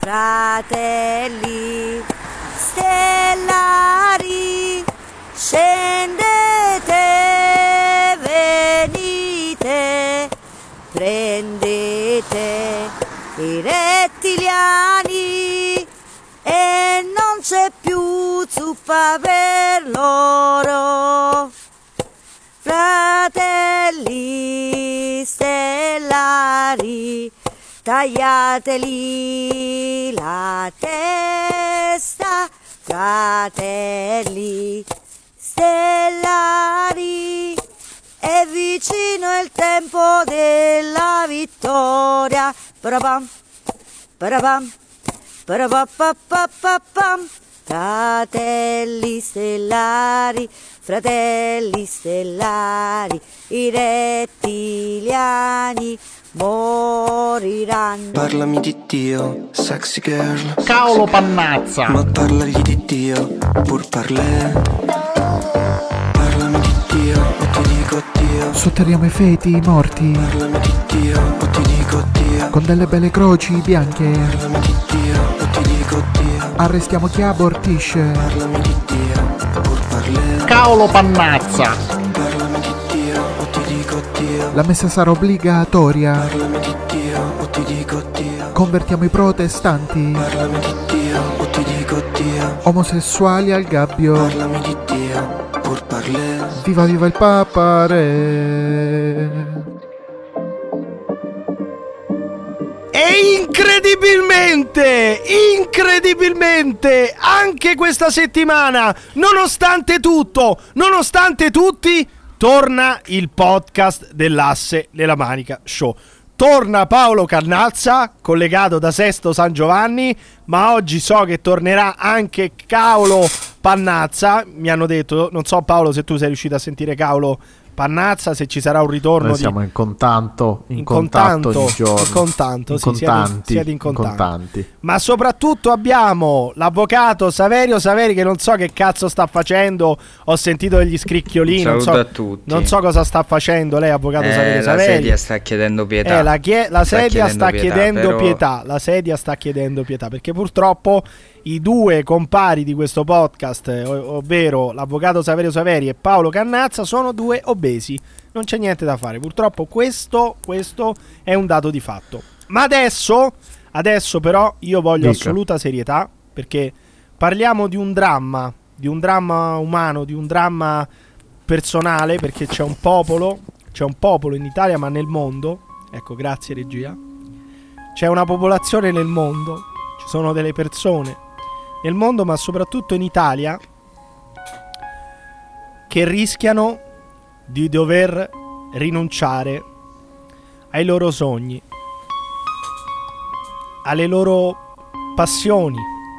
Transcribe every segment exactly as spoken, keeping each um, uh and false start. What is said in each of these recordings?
Fratelli stellari, scendete, venite, prendete i rettiliani e non c'è più zuppa per loro. Fratelli stellari, tagliateli la testa, fratelli stellari, è vicino il tempo della vittoria. Parapam, parapam, parapapapapam. Fratelli stellari, fratelli stellari, i rettiliani moriranno. Parlami di Dio, sexy girl. Cavolo pannazza. Ma parlagli di Dio, pur parlè. Parlami di Dio, o ti dico Dio. Sotterriamo i feti, i morti. Parlami di Dio, o ti dico Dio. Con delle belle croci bianche. Parlami di Dio, o ti dico Dio. Arrestiamo chi abortisce. Parlami di Dio, pur parlè. Cavolo pannazza. Parlami di Dio, o ti dico Dio. La messa sarà obbligatoria. Parlami di Dio, o ti dico Dio. Convertiamo i protestanti. Parlami di Dio, o ti dico Dio. Omosessuali al gabbio. Parlami di Dio, pur parlè. Viva viva il Papa Re. E incredibilmente, incredibilmente, anche questa settimana, nonostante tutto, nonostante tutti, torna il podcast dell'Asse della Manica Show. Torna Paolo Cannazza, collegato da Sesto San Giovanni, ma oggi so che tornerà anche Cavolo Pannazza. Mi hanno detto, non so Paolo se tu sei riuscito a sentire Cavolo Pannazza, se ci sarà un ritorno. Noi siamo di... in contanto, in, in contatto contanto, ogni giorno. in contanto, in sì, contanti, siete in, siete in contanti. in contanti. Ma soprattutto abbiamo l'avvocato Saverio Saveri, che non so che cazzo sta facendo. Ho sentito degli scricchiolini. Non so, a tutti. non so cosa sta facendo lei, avvocato eh, Saverio la Saveri. La sedia sta chiedendo pietà. Eh, la, chie- la sta sedia chiedendo sta pietà, chiedendo però... pietà. La sedia sta chiedendo pietà, perché purtroppo i due compari di questo podcast, ov- ovvero l'avvocato Saverio Saveri e Paolo Cannazza, sono due obesi. Non c'è niente da fare. Purtroppo questo, questo è un dato di fatto. Ma adesso, adesso però io voglio Dica. assoluta serietà, perché parliamo di un dramma, di un dramma umano, di un dramma personale, perché c'è un popolo, c'è un popolo in Italia, ma nel mondo, ecco, grazie regia, c'è una popolazione nel mondo, ci sono delle persone nel mondo, ma soprattutto in Italia, che rischiano di dover rinunciare ai loro sogni, alle loro passioni,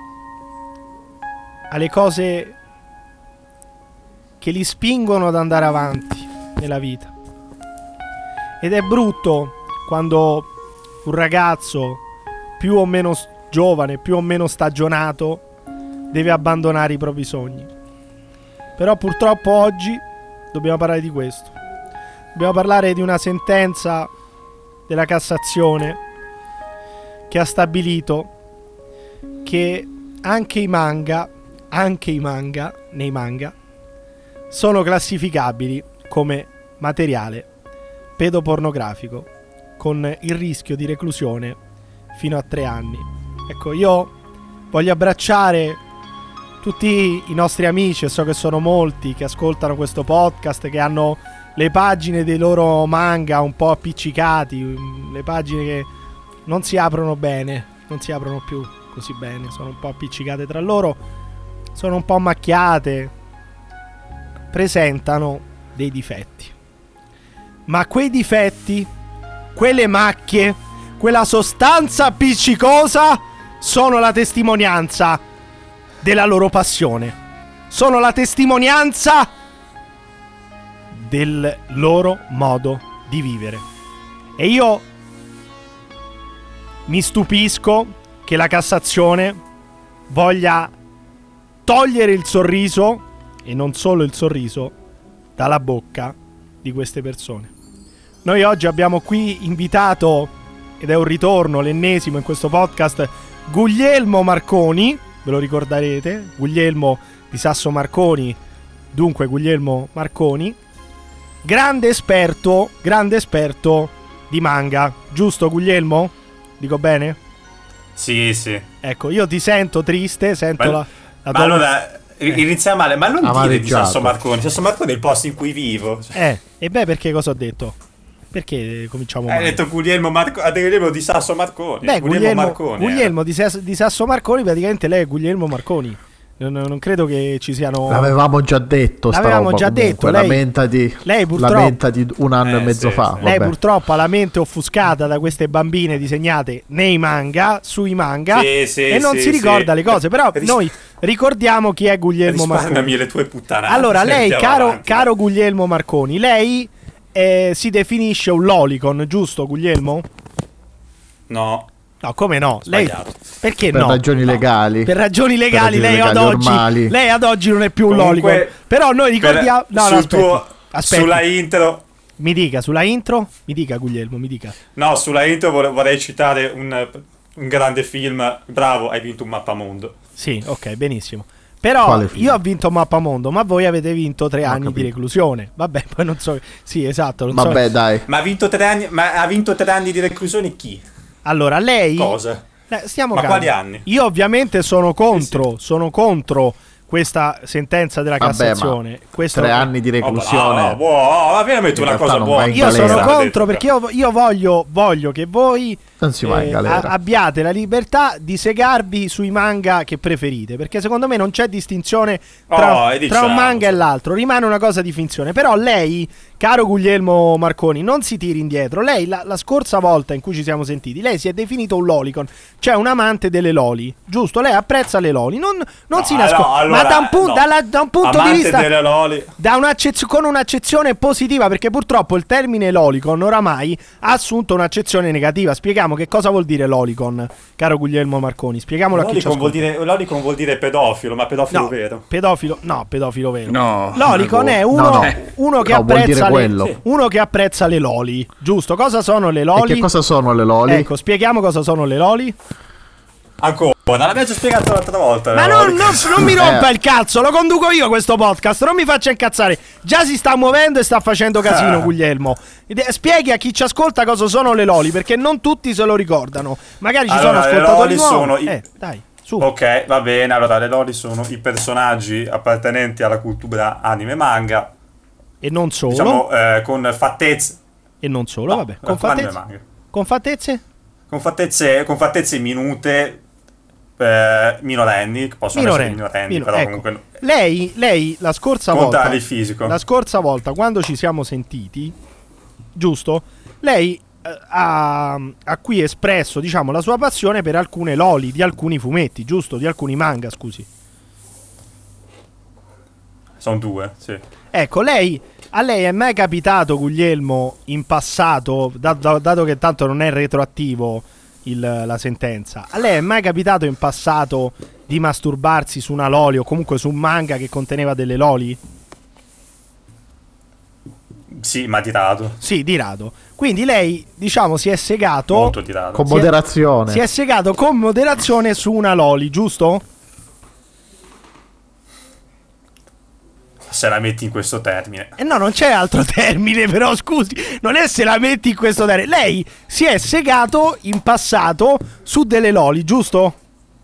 alle cose che li spingono ad andare avanti nella vita. Ed è brutto quando un ragazzo più o meno giovane, più o meno stagionato, deve abbandonare i propri sogni. Però purtroppo oggi dobbiamo parlare di questo. Dobbiamo parlare di una sentenza della Cassazione che ha stabilito che anche i manga, anche i manga, nei manga, sono classificabili come materiale pedopornografico, con il rischio di reclusione fino a tre anni. Ecco, io voglio abbracciare tutti i nostri amici, e so che sono molti, che ascoltano questo podcast, che hanno le pagine dei loro manga un po' appiccicati, le pagine che non si aprono bene, non si aprono più così bene, sono un po' appiccicate tra loro, sono un po' macchiate, presentano dei difetti. Ma quei difetti, quelle macchie, quella sostanza appiccicosa sono la testimonianza della loro passione, sono la testimonianza del loro modo di vivere. E io mi stupisco che la Cassazione voglia togliere il sorriso, e non solo il sorriso, dalla bocca di queste persone. Noi oggi abbiamo qui invitato, ed è un ritorno, l'ennesimo in questo podcast, Guglielmo Marconi, ve lo ricorderete, Guglielmo di Sasso Marconi, dunque Guglielmo Marconi, grande esperto, grande esperto di manga, giusto Guglielmo? Dico bene? Sì, sì. Ecco, io ti sento triste, sento Ma, la, la ma tua... allora inizia male, ma non dire di Amareggiato. Sasso Marconi. Sasso Marconi è il posto in cui vivo. Eh, e beh, perché cosa ho detto? Perché cominciamo Hai male? detto Guglielmo, Marco- ah, Guglielmo di Sasso Marconi. Beh, Guglielmo, Marconi. Guglielmo eh. di, Sas- di Sasso Marconi, praticamente lei è Guglielmo Marconi. Non, non credo che ci siano... L'avevamo già detto, sta L'avevamo roba, già comunque. detto, lei- Lamentati, lei purtroppo- lamentati un anno Eh, e mezzo sì, fa. sì. Lei vabbè. purtroppo ha la mente offuscata da queste bambine disegnate nei manga, sui manga, Sì, sì, e non sì, si ricorda sì. le cose. Però Ris- noi ricordiamo chi è Guglielmo Marconi. Risparmiami le tue puttanate. Allora, lei, Andiamo caro, avanti. caro Guglielmo Marconi, lei eh, si definisce un lolicon, giusto Guglielmo? No, No, come no? Lei, sbagliato. perché Per no? ragioni legali. Per ragioni legali, Per lei, ragioni ad legali oggi, ormali. lei ad oggi non è più un Comunque, lolicon. Però noi ricordiamo... Per- No, no, sul aspetti, tuo- aspetti. Sulla intro... Mi dica, sulla intro? Mi dica Guglielmo, mi dica. No, sulla intro vole- vorrei citare un, un grande film. Bravo, hai vinto un mappamondo. Sì, ok, benissimo. Però Quale film? io ho vinto Mappamondo, ma voi avete vinto tre Ho anni capito. di reclusione. Vabbè, poi non so... Sì, esatto, non Vabbè, so... dai. Ma ha vinto tre anni, ma ha vinto tre anni di reclusione chi? Allora, lei... Cosa? Eh, stiamo Ma calmi. quali anni? Io ovviamente sono contro, sono contro questa sentenza della Vabbè, Cassazione. ma Questo... tre anni di reclusione. Oh, boh, ma veramente In una realtà cosa non buona. va in Io sono galera. contro perché io, io voglio, voglio che voi Non si va in eh, galera. a- abbiate la libertà di segarvi sui manga che preferite, perché secondo me non c'è distinzione tra, Oh, e tra un diciamo, manga e sì. l'altro, rimane una cosa di finzione. Però lei, caro Guglielmo Marconi, non si tiri indietro. Lei la, la scorsa volta in cui ci siamo sentiti, lei si è definito un lolicon, cioè un amante delle loli, giusto? Lei apprezza le loli, non, non No, si nasconde, no, allora, ma da un, pun- no. dalla- da un punto Amante di vista delle loli. da un'accez- con un'accezione positiva, perché purtroppo il termine lolicon oramai ha assunto un'accezione negativa. Spieghiamo che cosa vuol dire lolicon, caro Guglielmo Marconi. Spieghiamolo a chi ci Lolicon vuol, ascolta. dire, lolicon vuol dire pedofilo, ma pedofilo No, vero. pedofilo, no, pedofilo vero. No. Lolicon è uno, No, no. uno che No, vuol dire apprezza le, quello. sì, uno che apprezza le loli, giusto? Cosa sono le E loli? che cosa sono le loli? Ecco, spieghiamo cosa sono le loli. Ancora, l'abbiamo già spiegato l'altra volta. Ma le non, loli. non- non mi rompa Eh. il cazzo, lo conduco io questo podcast, non mi faccia incazzare. Già si sta muovendo e sta facendo casino, Ah. Guglielmo. Ed- eh, Spieghi a chi ci ascolta cosa sono le loli, perché non tutti se lo ricordano. Magari ci Allora, sono le ascoltatori loli nuovi. sono i- Eh, dai, su. Ok, va bene. Allora, le loli sono i personaggi appartenenti alla cultura anime manga. E non solo. Diciamo eh, con fattezze. E non solo, vabbè. Con con anime fattezze. manga. Con fattezze? Con fattezze, con fattezze minute. Eh, minorenni, che possono Minorenni, essere minorenni, mino- però ecco. comunque no. Lei, lei la scorsa Conta volta di fisico. La scorsa volta quando ci siamo sentiti, giusto? Lei eh, ha, ha qui espresso, diciamo, la sua passione per alcune loli di alcuni fumetti, giusto? Di alcuni manga, scusi. Sono due, sì. Ecco, lei a lei è mai capitato, Guglielmo, in passato, da- da- dato che tanto non è retroattivo il- la sentenza, a lei è mai capitato in passato di masturbarsi su una loli o comunque su un manga che conteneva delle loli? Sì, ma tirato. Sì, di rado. Quindi lei, diciamo, si è segato Molto tirato. Con si è- moderazione. si è segato con moderazione su una loli, giusto? Se la metti in questo termine. E no, non c'è altro termine, però scusi, non è se la metti in questo termine. Lei si è segato in passato su delle loli, giusto?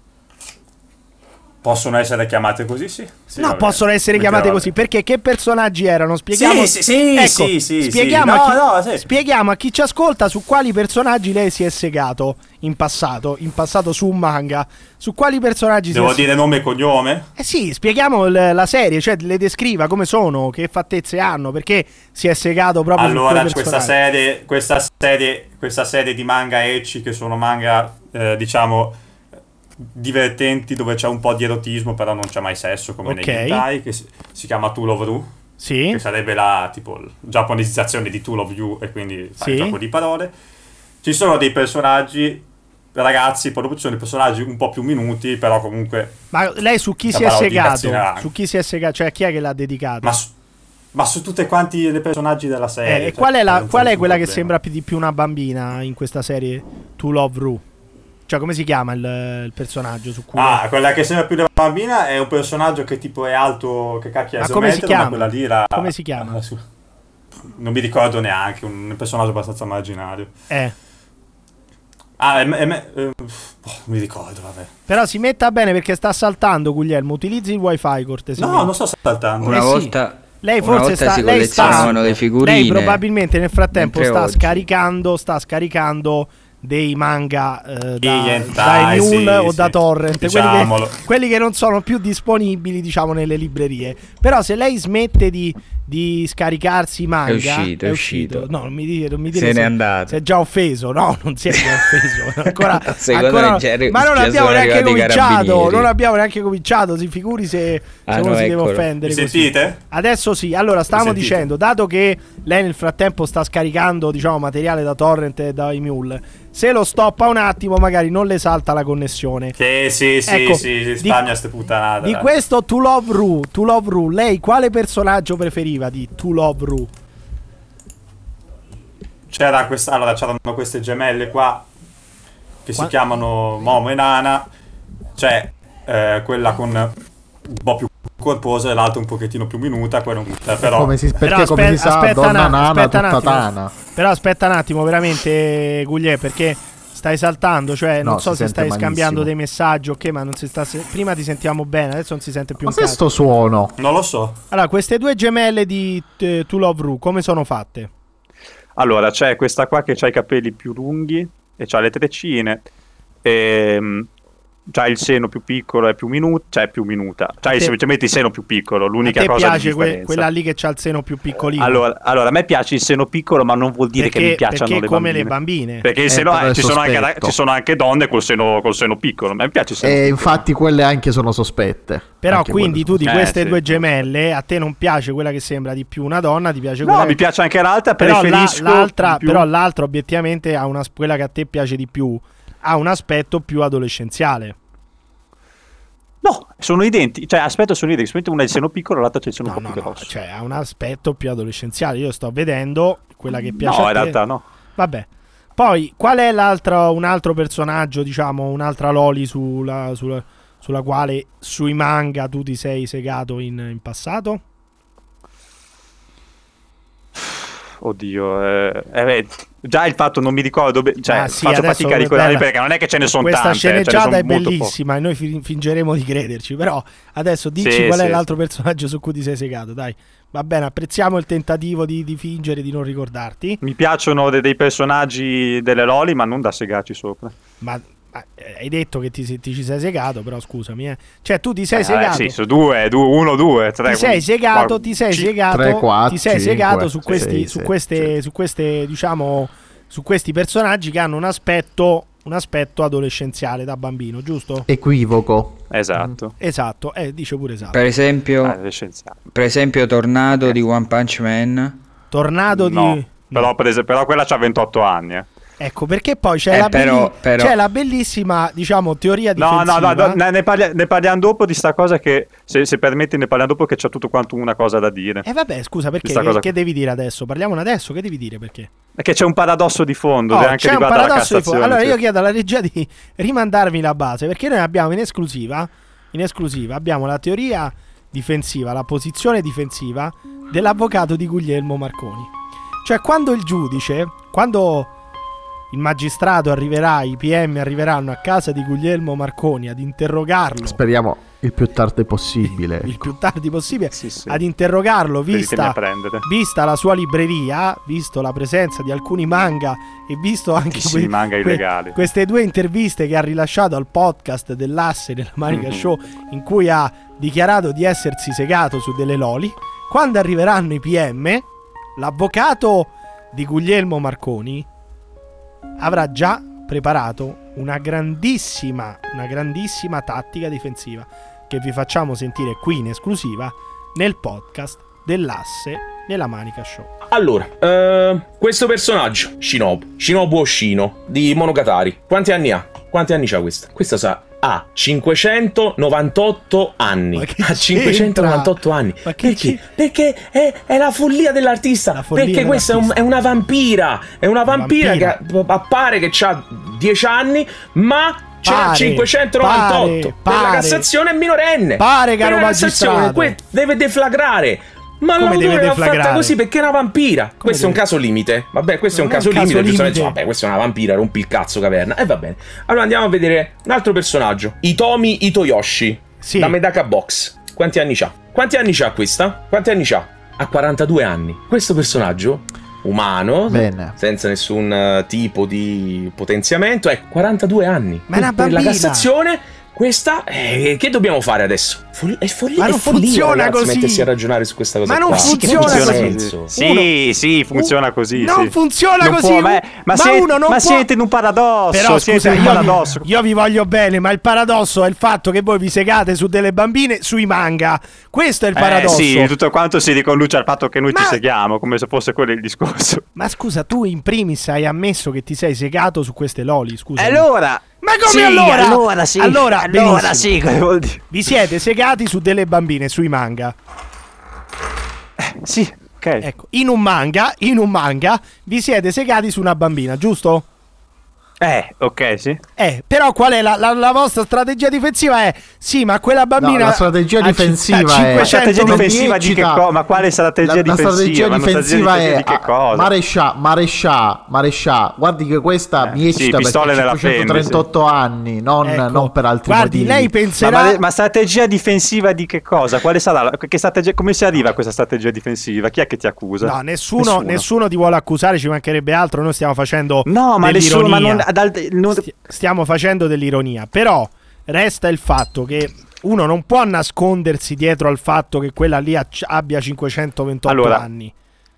Possono essere chiamate così, sì. Sì, No, va bene. possono essere chiamate Mettiamola. così. Perché che personaggi erano? Spieghiamo. Sì, sì, sì, ecco, sì, sì, spieghiamo, sì. a chi, No, no, sì. spieghiamo a chi ci ascolta su quali personaggi lei si è segato in passato. In passato su un manga. Su quali personaggi Devo si è dire nome e cognome? Eh sì, spieghiamo l- la serie, cioè le descriva come sono, che fattezze hanno, perché si è segato proprio su Allora, quei questa personaggi. serie, questa serie, questa serie di manga ecchi, che sono manga, eh, diciamo, divertenti, dove c'è un po' di erotismo, però non c'è mai sesso, come Ok. nei hentai, che si, si chiama To Love Ru, Sì, che sarebbe la, tipo, la giapponizzazione di To Love You, e quindi fa Sì. il gioco di parole. Ci sono dei personaggi, ragazzi, poi dopo ci sono dei personaggi un po' più minuti, però comunque... ma lei su chi Sta si è parlando di segato? Cazzinara. Su chi si è segato? Cioè chi è che l'ha dedicato? Ma su, ma su tutte quanti i personaggi della serie. Eh, e cioè, qual è, la- non c'è qual è nessun quella che problema. sembra più di più una bambina in questa serie To Love Ru? Cioè, come si chiama il, il personaggio su cui... Ah, quella che sembra più della bambina è un personaggio che tipo è alto, che cacchia è ma come si chiama? ma quella lì era... Come si chiama? Non mi ricordo neanche, un personaggio abbastanza marginario. Eh. Ah, è, è, è, eh, oh, non mi ricordo, vabbè. Però si metta bene perché sta saltando, Guglielmo. Utilizzi il wifi, cortesemente. No, non sto saltando. Una Eh sì. volta... Lei Una forse volta sta, si lei sta collezionavano le figurine. Lei probabilmente nel frattempo mentre sta oggi. scaricando, sta scaricando dei manga eh, da, hentai, da Emule sì, o sì. da torrent, Diciamolo. quelli che, quelli che non sono più disponibili, diciamo, nelle librerie. Però se lei smette di, di scaricarsi i manga, È uscito, è uscito. No, non mi dire, non mi dire Se se, n'è andato. se è già offeso. No, non si è già offeso. Ancora, Secondo ancora me no. già- Ma non già abbiamo sono neanche arrivati i cominciato. carabinieri. Non abbiamo neanche cominciato. Si figuri se, Ah, se no, uno si deve eccolo. offendere. Mi così. sentite? Adesso sì, allora stavamo sentite? dicendo, dato che lei nel frattempo sta scaricando, diciamo, materiale da torrent e da Emule, se lo stoppa un attimo magari non le salta la connessione. Che sì, sì, Ecco, sì, di- risparmia ste puttanate. Di dai. questo To Love Ru, To Love Ru, lei quale personaggio preferiva di To Love Ru? C'era questa, allora c'erano queste gemelle qua che Qua- si chiamano Momo e Nana. C'è eh, quella con un po' più corposa e l'altra un pochettino più minuta, quella un- eh, però Come si, perché Però come aspe- si sa, aspetta donna un- nana, aspetta un tutta attimo. tana. Però aspetta un attimo, veramente, Gugliè, perché stai saltando, cioè non No, so si se sente stai scambiando malissimo. dei messaggi o che, ma non si sta se- prima ti sentiamo bene, adesso non si sente più Ma un che cazzo. sto suono? non lo so. Allora, queste due gemelle di eh, To Love Ru, come sono fatte? Allora, c'è questa qua che ha i capelli più lunghi e c'ha le treccine. E c'ha il seno più piccolo e più minuta, cioè più minuta. C'ha te- semplicemente il seno più piccolo, A l'unica te cosa di piace que- differenza. quella lì che c'ha il seno più piccolino? Allora, allora, a me piace il seno piccolo, ma non vuol dire perché, che mi piacciono perché le come bambine. le bambine. Perché il Eh, seno, però è ci, sono anche, sospetto. ci sono anche donne col seno, col seno piccolo. Ma mi piace il seno E piccolo. infatti quelle anche sono sospette. Però Anche quindi tu quelle di Eh, queste sì. due gemelle, a te non piace quella che sembra di più una donna, ti piace No, quella mi che... piace anche l'altra, Però, la- preferisco l'altra, di più- però l'altra obiettivamente ha una, quella che a te piace di più ha un aspetto più adolescenziale. No, sono identici. Cioè, aspetta, sono identici. Solamente una ha il seno piccolo, l'altra c'è il seno No, un po' no, più no, grosso. cioè ha un aspetto più adolescenziale. Io sto vedendo quella che piace No, a in te. realtà no. Vabbè. Poi, qual è l'altro, un altro personaggio, diciamo, un'altra loli sulla, sulla, sulla quale sui manga tu ti sei segato in, in passato? Oddio, eh, eh, già il fatto non mi ricordo, be- cioè Ah, sì, faccio adesso fatica a ricordarli bella. perché non è che ce ne sono Questa tante, ce ne sceneggiata sono è molto bellissima e noi fi- fingeremo di crederci. Però adesso dici Sì, qual è sì, l'altro personaggio su cui ti sei segato. Dai, va bene, apprezziamo il tentativo di, di fingere di non ricordarti. poco. Mi piacciono de- dei personaggi delle loli, ma non da segarci sopra. Ma, ma, eh, hai detto che ti, se- ti ci sei segato, però scusami, eh. Cioè tu ti sei Eh, segato. sì, su due, due, uno, due, tre. Ti sei segato, quattro, ti sei ci- segato, tre, quattro, ti sei cinque, segato su questi, sei, su sette, queste, su queste, diciamo, su questi personaggi che hanno un aspetto, un aspetto adolescenziale da bambino, giusto? Equivoco. Esatto. Esatto, eh, dice pure esatto. Per esempio, Ah, adolescenziale. per esempio Tornado di One Punch Man. Tornado No, di... però, per esempio, però quella c'ha ventotto anni. Eh. Ecco, perché poi c'è, Eh, la, però- belli- però- c'è la bellissima, diciamo, teoria No, difensiva. no, no, no, ne, ne, parlia- ne parliamo dopo di sta cosa che, se, se permetti, ne parliamo dopo che c'è tutto quanto una cosa da dire. E vabbè, scusa, perché? Questa Che, cosa- che devi dire adesso? Parliamone adesso, che devi dire perché? È che c'è un paradosso di fondo, Oh, e anche c'è un riguardo alla paradosso di fondo. Cassazione. Allora io cioè. chiedo alla regia di rimandarmi la base, perché noi abbiamo in esclusiva, in esclusiva abbiamo la teoria difensiva, la posizione difensiva dell'avvocato di Guglielmo Marconi. Cioè quando il giudice, quando il magistrato arriverà, i P M arriveranno a casa di Guglielmo Marconi ad interrogarlo Speriamo il più tardi possibile. il più tardi possibile, Sì, sì. ad interrogarlo, Venitemi vista a prendere. vista la sua libreria, visto la presenza di alcuni manga e visto anche Tantissimi manga illegali. queste due interviste che ha rilasciato al podcast dell'Asse della Manica Mhm. Show, in cui ha dichiarato di essersi segato su delle loli, quando arriveranno i P M, l'avvocato di Guglielmo Marconi avrà già preparato una grandissima, una grandissima tattica difensiva che vi facciamo sentire qui in esclusiva nel podcast dell'Asse nella Manica Show. Allora, eh, questo personaggio, Shinobu, Shinobu Oshino, di Monogatari, quanti anni ha? Quanti anni c'ha questa? Questa sa ha cinquecentonovantotto anni. Ha cinquecentonovantotto anni. Ma che perché? Perché è, è la follia dell'artista. La follia perché questa è, un, è una vampira. È una vampira, vampira. che appare che ha dieci anni, ma c'è Pare, cinquecentonovantotto. pare, Per pare. la Cassazione è minorenne. Pare, caro Per la Cassazione magistrato. que- deve deflagrare. Ma Come deve l'autore l'ha deflagrare? fatta così perché è una vampira. questo deve- è un caso limite. Vabbè, questo Non è un caso è un caso limite. giustamente, limite. Vabbè, questa è una vampira, rompi il cazzo, caverna. E va bene. Allora andiamo a vedere un altro personaggio. Itomi Itoyoshi. Sì. Da Medaka Box. Quanti anni c'ha? Quanti anni c'ha questa? Quanti anni c'ha? Ha quarantadue anni. Questo personaggio, umano, Bene. senza nessun eh, tipo di potenziamento, è quarantadue anni. Ma è una Per la bambina. Cassazione, questa, eh, che dobbiamo fare adesso? Folli- è follia, Ma è non follia, funziona ragazzi, così. mettersi a ragionare su questa cosa Ma non qua. funziona Che non così. ha senso. Sì, sì, funziona così. Non sì. funziona Non così. può, ma, ma, siete, uno non ma può... siete in un paradosso. Però siete scusa, in un io paradosso. vi, io vi voglio bene, ma il paradosso è il fatto che voi vi segate su delle bambine sui manga. Questo è il paradosso. Eh sì, tutto quanto si riconduce al fatto che noi Ma- ci seghiamo, come se fosse quello il discorso. Ma scusa, tu in primis hai ammesso che ti sei segato su queste loli, scusa. Allora, Ma come sì, allora? allora sì, Allora, allora benissimo. sì, cosa vuol dire? Vi siete segati su delle bambine sui manga. Sì, ok. Ecco, in un manga, in un manga vi siete segati su una bambina, giusto? Eh, ok, sì. Eh, però qual è la, la, la vostra strategia difensiva? È sì, ma quella bambina. No, la strategia ha ci- difensiva ha è- La cinquecento strategia non difensiva mi di che eccita. cosa? Ma quale strategia La, la difensiva? strategia Ma una difensiva strategia è di che ah, cosa? Marescià, Marescià, Marescià. Guardi che questa Eh, mi sì, eccita pistole perché nella ha cinquecentotrentotto anni, non, Ecco, non per altri guardi, motivi. lei Ma, penserà. ma, ma strategia difensiva di che cosa? Quale sarà? la- Che strategia, come si arriva a questa strategia difensiva? Chi è che ti accusa? No, nessuno, nessuno ti vuole accusare, ci mancherebbe altro. Noi stiamo facendo. No, ma nessuno. Ma non, dell'ironia. dal- non- Sti- stiamo facendo dell'ironia. Però resta il fatto che uno non può nascondersi dietro al fatto che quella lì ha- abbia cinquecentoventotto Allora, anni.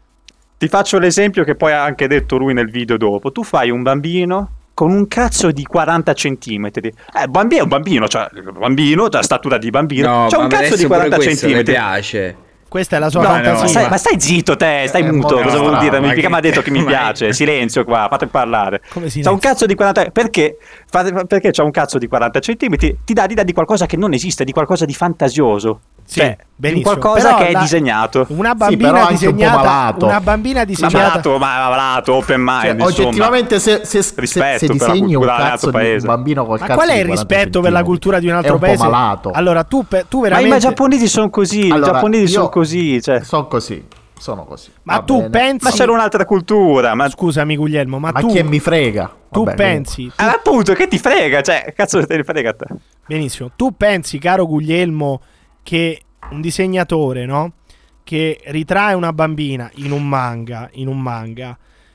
Ti faccio l'esempio che poi ha anche detto lui nel video dopo. Tu fai un bambino con un cazzo di quaranta centimetri. Eh, bambino è un bambino, cioè bambino, cioè statura di bambino. No, c'è ma un cazzo adesso di pure quaranta questo mi centimetri. piace. Questa è la sua No, fantasia. ma, stai, ma stai zitto te, stai È muto, molto cosa vuol strano, dire? ma Mica che- mi ha detto che mi ma- piace, silenzio qua, fatemi parlare. Come C'ha silenzio? un cazzo di quaranta perché? Fa- Perché c'ha un cazzo di quaranta centimetri, ti dà, ti dà di qualcosa che non esiste, di qualcosa di fantasioso. Sì, Cioè, di benissimo. qualcosa Però che è la- disegnato. Una Sì, bambina però anche un po' disegnata. malato. Una bambina Ma disegnata. malato, ma malato, open mind, Cioè, insomma. oggettivamente se, se, se, Rispetto se per la disegni un cultura di un cazzo altro di un paese. bambino col Ma cazzo qual è di il quaranta rispetto per la centimetri, cultura di un altro è un paese? po' malato. Allora, tu, pe- tu Ma i veramente. giapponesi sono così, i Allora, giapponesi io- sono così, cioè. sono così, sono così. Ma Va tu bene. pensi. Ma c'era un'altra cultura, ma Scusami, Guglielmo, ma, Ma tu. che mi frega? Tu Vabbè, pensi. Ah, appunto, che ti frega, cioè, cazzo te ne frega a te. Benissimo. Tu pensi, caro Guglielmo, che un disegnatore, no? Che ritrae una bambina in un manga, in un manga,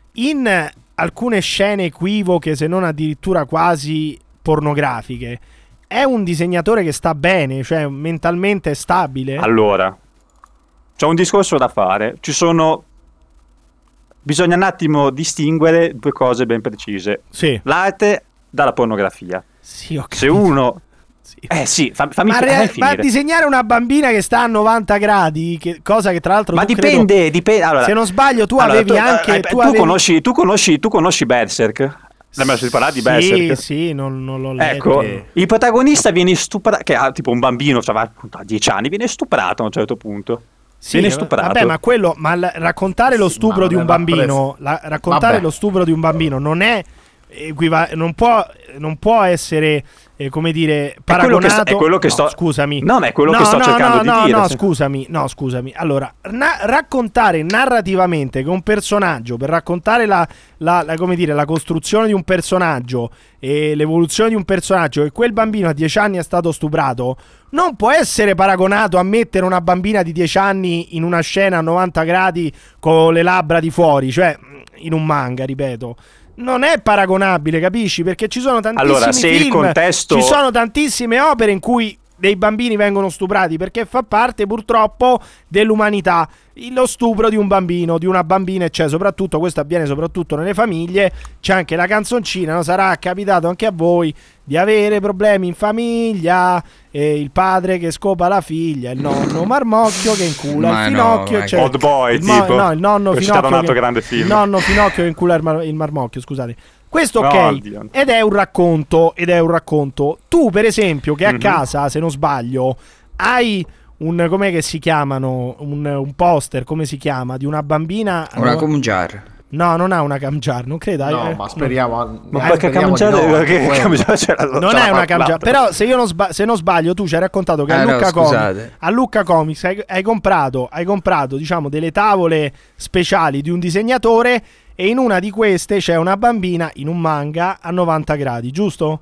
in alcune scene equivoche, se non addirittura quasi pornografiche, è un disegnatore che sta bene, cioè mentalmente è stabile? Allora, c'è un discorso da fare. Ci sono. Bisogna un attimo distinguere due cose ben precise: Sì. l'arte dalla pornografia. Sì, ho Se capito. uno. Sì. Eh sì, fa- fammi Ma, fa- rea- fammi ma finire. disegnare una bambina che sta a novanta gradi, che- cosa che tra l'altro Ma tu credo- dipende, dipende. Allora, se non sbaglio tu allora, avevi tu, anche eh, tu tu, avevi- conosci, tu conosci tu conosci Berserk? L'hai mai sentito parlare di Sì, Berserk? sì, non, non l'ho letto. Ecco, il protagonista viene stuprato, che ha tipo un bambino, cioè va a dieci anni, viene stuprato a un certo punto. Sì, viene stuprato. vabbè, ma quello, ma l- raccontare lo Sì, stupro ma di un vabbè, ma bambino, la- raccontare Vabbè. lo stupro di un bambino non è equiva- non può non può essere eh, come dire quello che sto- paragonato. è quello che No, sto- scusami. No, ma è quello che No, sto no, cercando no, di no, dire, No, sì. scusami, no, scusami. Allora, na- raccontare narrativamente che un personaggio, per raccontare la, la- la- come dire, la costruzione di un personaggio e l'evoluzione di un personaggio, che quel bambino a dieci anni è stato stuprato, non può essere paragonato a mettere una bambina di dieci anni in una scena a novanta gradi con le labbra di fuori, cioè in un manga, ripeto. Non è paragonabile, capisci? Perché ci sono tantissimi Allora, se il film, contesto- ci sono tantissime opere in cui dei bambini vengono stuprati, perché fa parte purtroppo dell'umanità. Il- Lo stupro di un bambino, di una bambina, cioè soprattutto questo avviene soprattutto nelle famiglie. C'è anche la canzoncina, no? Sarà capitato anche a voi di avere problemi in famiglia, e il padre che scopa la figlia, il nonno marmocchio che incula Ma il no, finocchio, ma cioè, Old Boy, il mo- tipo. no, il nonno Per citare un finocchio altro che, grande film. il nonno finocchio che incula il, mar- il marmocchio, scusate. Questo ok, No, Dio. ed è un racconto, ed è un racconto. Tu, per esempio, che a Mhm. casa, se non sbaglio, hai un, com'è che si chiamano, un, un poster, come si chiama, di una bambina... Una no, Kumjar. no, non ha una camjar, non credo. No, eh, ma speriamo. Ma eh, perché speriamo di Camgiare no, che quello. Camgiare c'era Non c'era è una l'altro. camjar, però se io non, sba- se non sbaglio tu ci hai raccontato che a, Ah, no, Lucca Comics, scusate. a Lucca Comics hai, hai comprato, hai comprato diciamo delle tavole speciali di un disegnatore e in una di queste c'è una bambina in un manga a novanta gradi, giusto?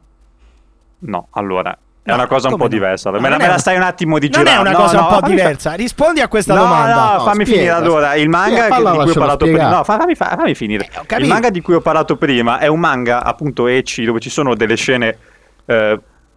No, allora è No, una cosa un come po' no? diversa. No, Me la, non me è la un- stai un attimo di Non girare. è una No, cosa no, un po' fammi fa- diversa. Rispondi a questa No, domanda. no, No, fammi spiega, finire allora. Il manga spiega, che- falla, di cui ho lascialo parlato prima. spiegare. No, fa- fammi, fa- fammi finire. Eh, ho capito. Il manga di cui ho parlato prima è un manga appunto ecchi dove ci sono delle scene eh,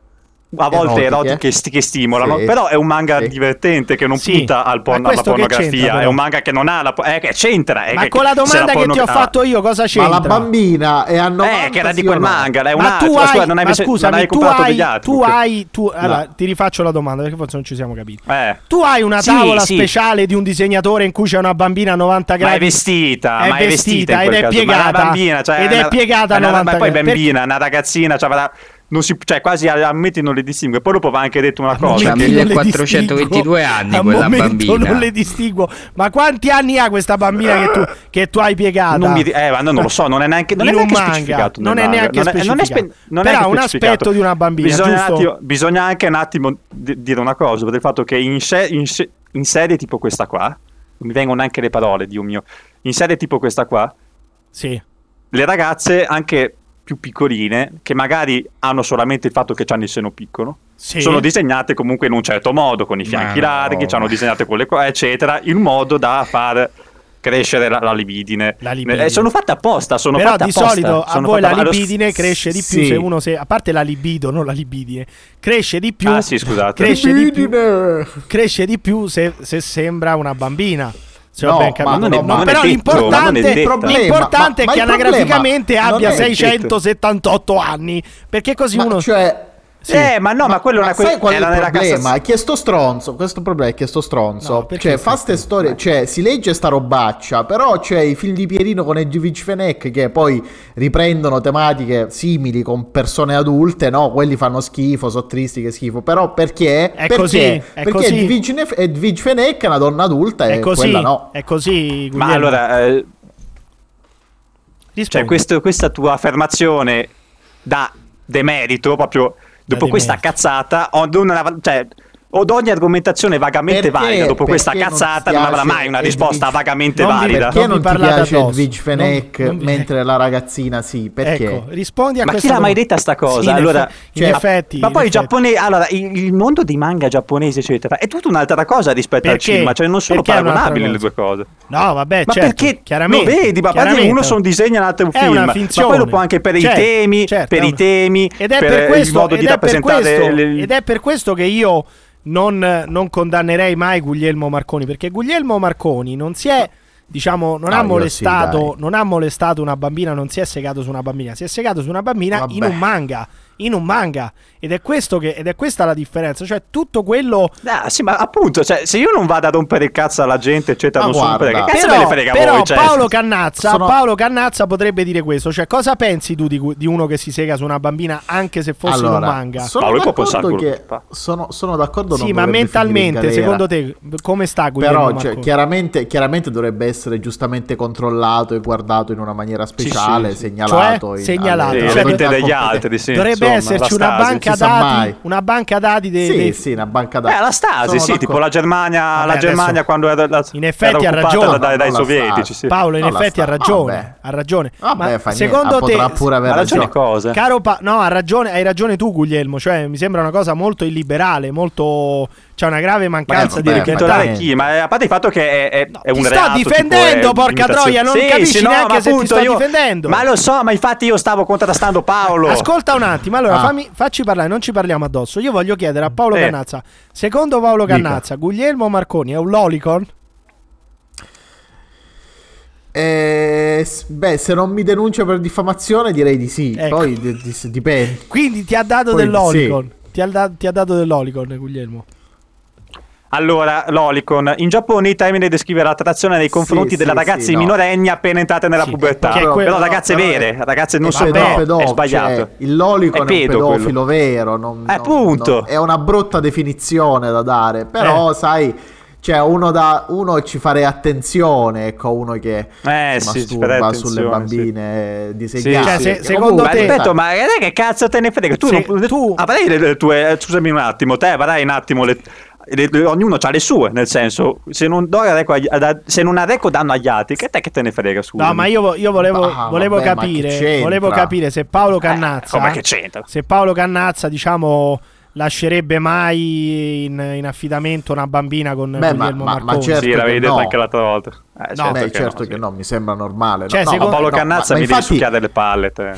a volte Erotiche. erotiche sti- che stimolano, Sì. però è un manga Sì. divertente che non Sì. punta al Ma porno- alla questo che c'entra, pornografia. È però? un manga che non ha la po- eh, che c'entra. è Ma che- con la se domanda che ti ho porno- fatto io, cosa Ma c'entra? la bambina è a novanta, Eh, che era di sì quel o no? manga, è un Ma tu altro. hai, Scusa, non hai, ma invece- scusami, non hai tu comprato hai, degli altri. tu perché- hai, tu, allora, No. ti rifaccio la domanda perché forse non ci siamo capiti. Eh. Tu hai una Sì, tavola sì. speciale di un disegnatore in cui c'è una bambina a novanta Ma gradi. è vestita, È ma è vestita in ed quel è caso. piegata. Ma è una bambina, cioè, ed è una- piegata a una- novanta Ma poi gradi. bambina, una ragazzina, cioè, va- non si, cioè quasi a, a momenti non le distingue. Poi dopo va anche detto una A cosa. C'ha momenti non le millequattrocentoventidue distingo. anni A quella momento bambina. non le distinguo. Ma quanti anni ha questa bambina che tu, che tu hai piegata? Non mi, eh, ma no, non lo so, non è neanche, non In è un neanche manga. specificato. Non nel è manga. neanche non è, non è specificato. spe- non è Però neanche un aspetto specificato. di una bambina, Bisogna, giusto? un attimo- bisogna anche un attimo di- dire una cosa, per il fatto che in, sce- in sce- in serie tipo questa qua, non mi vengono neanche le parole, Dio mio, in serie tipo questa qua, Sì. le ragazze anche più piccoline, che magari hanno solamente il fatto che hanno il seno piccolo, Sì. sono disegnate comunque in un certo modo, con i fianchi Ma no. larghi, ci hanno disegnate con le cose, eccetera, in modo da far crescere la, la libidine. La libidine. Eh, sono fatte apposta, sono Però fatte di apposta. solito a sono voi la fatte- allo- libidine cresce di più sì. se uno se a parte la libido, non la libidine, cresce di più. Ah, sì, scusate. Cresce di più, Libidine. cresce di più se, se sembra una bambina. Se ho No, ben ma capito. non è- No, ma non è però detto, l'importante, ma non è detto. l'importante Ma- è ma che il problema anagraficamente non abbia è detto. seicentosettantotto anni, perché così Ma uno cioè, sì. Eh, ma no, ma, quello ma è una sai qual è era il nella problema? Cassazione. È che sto stronzo, questo problema è che sto stronzo, No, perché cioè sta fa ste stronzo? storie, cioè si legge sta robaccia, però c'è i film di Pierino con Edwidge Fenech che poi riprendono tematiche simili con persone adulte, no? Quelli fanno schifo, sono tristi che schifo, però perché? È perché? così, è perché così. Edwidge Nef- Edwidge Fenech è una donna adulta è e così, quella no. è così, Ma Guglielmo. allora, eh, Rispondi. cioè, questo- questa tua affermazione da demerito, proprio dopo Da questa demerito. cazzata, od una- cioè, od ogni argomentazione vagamente Perché? valida dopo questa Perché non cazzata ti non avrà piace mai una Edwidge- risposta vagamente Non vi- valida. Perché Non non, vi ti parlate piace addosso. Edwidge Fenech Non- non vi- mentre la ragazzina sì? Perché? Ecco, rispondi a Ma chi questa l'ha mai domanda. detta sta cosa? Sì, in Allora, effe- in cioè, effetti, Ma in poi i effetti. giapponesi, allora, il, il mondo dei manga giapponesi, eccetera, è tutta un'altra cosa rispetto Perché? al cinema, cioè non sono Perché è un'altra paragonabili le cosa? due cose. No, vabbè, Ma certo, perché chiaramente, lo vedi? Ma chiaramente. uno sono disegna, l'altro è un È film. una Ma finzione. poi dopo anche per Certo, i temi, certo, per è i una- temi, ed è per, per il questo, modo ed di è per rappresentare questo, le- ed è per questo che io non, non condannerei mai Guglielmo Marconi, perché Guglielmo Marconi non si è, diciamo, non No, ha io molestato, sì, dai. non ha molestato una bambina, non si è segato su una bambina, si è segato su una bambina Vabbè. in un manga, in un manga, ed è questo che ed è questa la differenza, cioè tutto quello. Ah, sì, ma appunto, cioè, se io non vado a rompere il cazzo alla gente, eccetera, Ma non so guarda. che cazzo Però, me ne frega però voi, cioè. Paolo Cannazza Sono- Paolo Cannazza potrebbe dire questo, cioè cosa pensi tu di, di uno che si sega su una bambina anche se fosse in un manga? sono Paolo, può d'accordo pensare quello che che fa. sono, sono d'accordo Sì, non ma dovrebbe mentalmente, finire in secondo galera. te, come sta Guglielmo Però cioè, Marconi? chiaramente, chiaramente dovrebbe essere giustamente controllato e guardato in una maniera speciale, sì, sì. segnalato, Cioè, in- segnalato, alle Sì, cioè, mente autorità degli competenti. altri, sì, Dovrebbe insomma, esserci la una Stasi. banca si sa dati, mai. una banca dati dei, Sì, dei- sì, una banca dati. Eh, la Stasi, Sono sì, tipo d'accordo. la Germania, Vabbè, la Germania adesso- quando era, la, in effetti era ha occupata ragione. dai, dai No, la sovietici, Stasi. sì. Paolo in No, la effetti ha sta- ragione, vabbè. ha ragione. Vabbè, Ma fa niente, secondo ah, te, potrà pure aver Ha ragione ragione. cosa? caro Pa- no, ha ragione, hai ragione tu Guglielmo, cioè mi sembra una cosa molto illiberale, molto, c'è una grave mancanza vabbè, di fa Ritornare libertà. niente. chi? Ma a parte il fatto che è, è, è un ti sto reato, difendendo, tipo, è porca imitazione. troia, non Sì, capisci sì, no, neanche ma se ti appunto sto io- difendendo. Ma lo so, ma infatti io stavo contrastando Paolo. Ascolta un attimo, allora Ah. fammi, facci parlare, non ci parliamo addosso. Io voglio chiedere a Paolo Eh. Cannazza, secondo Paolo Dica. Cannazza, Guglielmo Marconi è un lolicon? Eh, s- beh, se non mi denuncia per diffamazione direi di sì. Ecco. Poi di- di- dipende. Quindi ti ha dato Poi del lolicon. Ti, ha da- ti ha dato del lolicon, Guglielmo. Allora, Lolicon, in Giappone il termine descrive l'attrazione nei confronti Sì, della sì, ragazze sì, no. minorenni appena entrate nella Sì, pubertà. che è Però, quello- ragazze no, però vere, ragazze non È sono pedo- no, pedo- è sbagliato. cioè, il lolico È è, un pedo pedofilo quello. vero, non, Eh, non- appunto. non- è una brutta definizione da dare, però sai, cioè uno, da, uno ci farei attenzione, ecco, uno che Eh, si sì, ci masturba farei sulle attenzione, bambine Sì, disegnate. Cioè, se- Che secondo comunque, Ma te- ripeto, ma eh, che cazzo te ne frega? Tu, Se non, tu- avrai le, le tue. Scusami un attimo, te avrai un attimo le. le- le- ognuno ha le sue, nel senso, se non, do reco agli- ad- se non arreco danno agli altri, che te che te ne frega? Scusa. No, ma io, vo- io volevo, Ah, volevo vabbè, ma che capire, c'entra? volevo capire se Paolo Cannazza, come che c'entra? se Paolo Cannazza, diciamo, lascerebbe mai in, in affidamento una bambina con Beh, ma- Guglielmo ma- ma Marconi. certo Sì, l'avevi che detto no. anche l'altra volta. Eh, No, Beh, che certo no, che sì. no, mi sembra normale. Cioè, no, secondo- Ma Paolo no, Cannazza ma- mi ma devi infatti- succhiare le palle, te.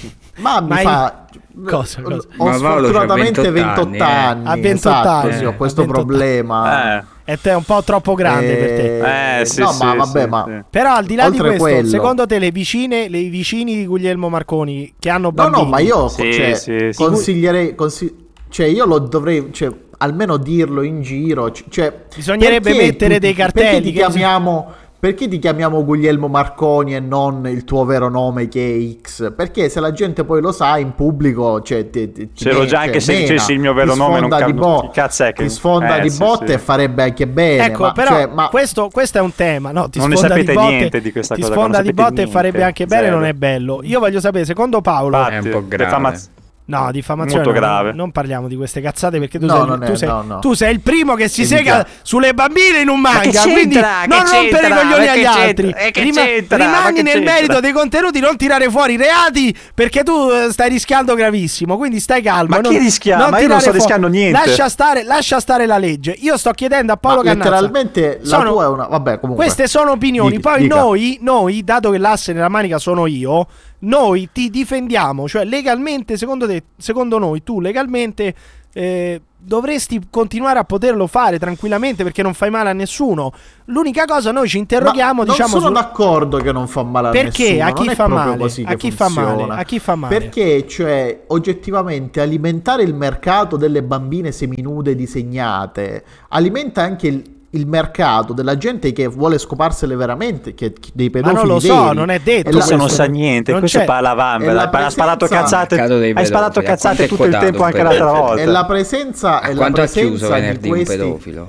Ma mi Ma fa. Cosa, cosa? Ho Ma Paolo c'ha sfortunatamente ventotto ventotto anni, anni. eh. Ha ventotto esatto, anni, sì, eh, ho ha questo ventotto problema. Eh. E te è un po' troppo grande per te. Eh, sì, no, sì, ma vabbè, sì, ma sì. Però al di là di oltre questo, quello- secondo te le vicine, le vicini di Guglielmo Marconi che hanno no, bambini, no, ma io Sì, cioè, sì, sì. consiglierei, consi- cioè io lo dovrei, cioè, almeno dirlo in giro, c- cioè, Bisognerebbe perché mettere tu- dei cartelli Perché ti che chiamiamo Perché ti chiamiamo Guglielmo Marconi e non il tuo vero nome che è X? Perché se la gente poi lo sa in pubblico, cioè, ti, ti, ti Ce l'ho me- già anche cioè, se mena, dicessi il mio vero ti nome, non sfonda ca- di bo- chi cazzo è che- ti sfonda Eh, di sì, botte sì. e farebbe anche bene. ecco, ma, però cioè, ma questo, questo è un tema, no? Ti Non ne sfonda sapete di botte, niente di questa ti cosa, sfonda non di sapete botte e farebbe niente, anche bene, zero. non è bello. Io voglio sapere, secondo Paolo, Infatti, È un po' grave. defamaz- no, diffamazione molto no, grave. non parliamo di queste cazzate perché tu, No, sei, non è- tu, sei, no, no. tu sei il primo che si Evitiamo. sega sulle bambine in un Ma che manga, quindi c'entra? non Che rompere i c'entra? coglioni Ma agli che altri. c'entra? Eh, che Rima- c'entra? Ma rimani che nel c'entra? merito dei contenuti, non tirare fuori reati perché tu eh, stai rischiando gravissimo, quindi stai calmo. Ma non, chi rischia? Ma io non tirare sto fuori- rischiando niente. Lascia stare, lascia stare la legge. Io sto chiedendo a Paolo ma Cannazza. letteralmente la Sono- tua è una. Vabbè, comunque. Queste sono opinioni. Dica- Poi dica. noi, noi, dato che l'asse nella manica sono io, noi ti difendiamo. Cioè, legalmente, secondo te, secondo noi, tu legalmente eh, dovresti continuare a poterlo fare tranquillamente perché non fai male a nessuno. L'unica cosa, noi ci interroghiamo, Ma diciamo. non sono su- d'accordo che non fa male a Perché? nessuno. A chi non è fa proprio male? così A che chi fa male? funziona. A chi fa male? Perché, cioè, oggettivamente alimentare il mercato delle bambine seminude disegnate alimenta anche il, il mercato della gente che vuole scoparsele veramente, che, dei Ma pedofili non lo so, veri. non è detto. E Questo la- non questo. sa niente, Non questo c'è. parla E vanvera. la Ha sparato presenza- cazzate. Mercato dei Hai sparato pedofili, a cazzate quanto è tutto il quotato tempo un anche l'altra pedofilo? volta. E la presenza, e A la quanto ha presenza chiuso di venerdì un questi... pedofilo?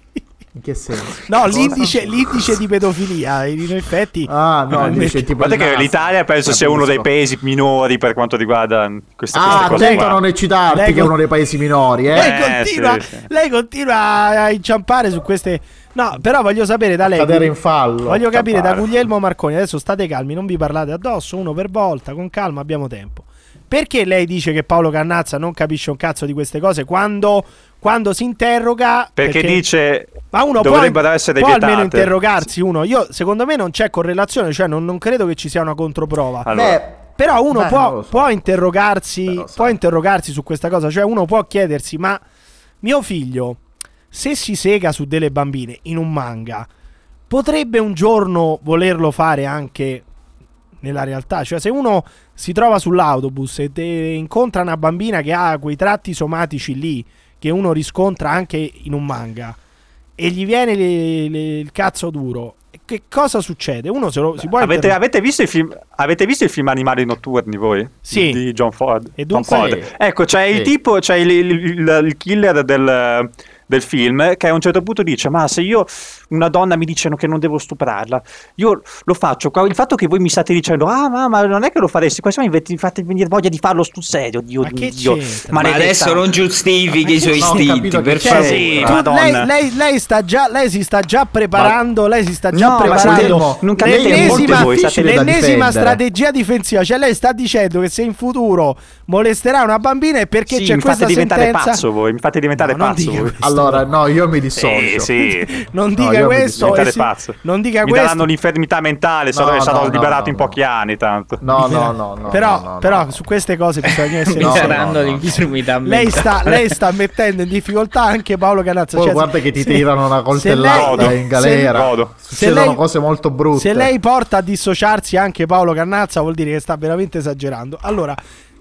In che senso? No, Cosa? l'indice, l'indice di pedofilia, in effetti. Ah, no, non dice è- tipo Guarda il che nastro. l'Italia penso sia uno dei paesi minori per quanto riguarda queste, Ah, queste cose attento a qua. non eccitarti Lei che è con- uno dei paesi minori, eh. Lei Eh, continua, sì, sì. lei continua a inciampare su queste. No, però voglio sapere da lei. Cadere in fallo. Voglio capire da Inciampare. Guglielmo Marconi. Adesso state calmi, non vi parlate addosso, uno per volta, con calma, abbiamo tempo. Perché lei dice che Paolo Cannazza non capisce un cazzo di queste cose quando, quando si interroga? Perché, dice ma uno può, dovrebbero essere può vietate. almeno interrogarsi uno. Io, secondo me non c'è correlazione, cioè non, non credo che ci sia una controprova. Allora, Beh, Però uno beh, non può, lo so. può interrogarsi, Però, può sai. interrogarsi su questa cosa, cioè uno può chiedersi, ma mio figlio, se si sega su delle bambine in un manga, potrebbe un giorno volerlo fare anche nella realtà? Cioè se uno si trova sull'autobus e te- incontra una bambina che ha quei tratti somatici lì, che uno riscontra anche in un manga, e gli viene le- le- il cazzo duro, che cosa succede? Uno se lo, si può avete, interrogare. avete visto il film avete visto il film Animali notturni voi? Sì. Di John Ford. E John dunque- Ford. Sì. Ecco, c'è il Sì. tipo, c'è il, il- il- il killer del, del film che a un certo punto dice: ma se io una donna mi dicono che non devo stuprarla, io lo faccio. Qua- Il fatto che voi mi state dicendo: ah, ma, ma non è che lo faresti, questo mi mi fate venire voglia di farlo sul serio. Dio, Ma che Dio, c'entra? Ma maledetta. adesso non giustifichi i suoi No, ho istinti, capito per che Cioè, c'è. favore. Sì, tu- Madonna. lei, lei- lei sta già, lei si sta già preparando, lei si sta già No, ma preparando Guglielmo, non capite l'ennesima, niente voi, state da l'ennesima difendere. strategia difensiva. Cioè lei sta dicendo che se in futuro molesterà una bambina è perché Sì, c'è mi questa fate diventare sentenza. pazzo voi, mi fate diventare No, non pazzo dica voi. questo. Allora, no, io mi Sì, dissocio. sì. Non No, dica io mi questo, diventare e si- pazzo. non dica Mi questo. daranno l'infermità mentale, sarò, No, sarò no, liberato no, in no, pochi no. anni tanto. No, no, no, no. però, no, no, però no. su queste cose bisogna essere Mi No, seri. saranno no, no. l'infermità Lei sta, mentale. lei sta mettendo in difficoltà anche Paolo Cannazza. Poi Cioè, guarda che ti se- tirano una se coltellata lei- in galera. se- godo. Succedono lei- cose molto brutte. Se lei porta a dissociarsi anche Paolo Cannazza, vuol dire che sta veramente esagerando. Allora,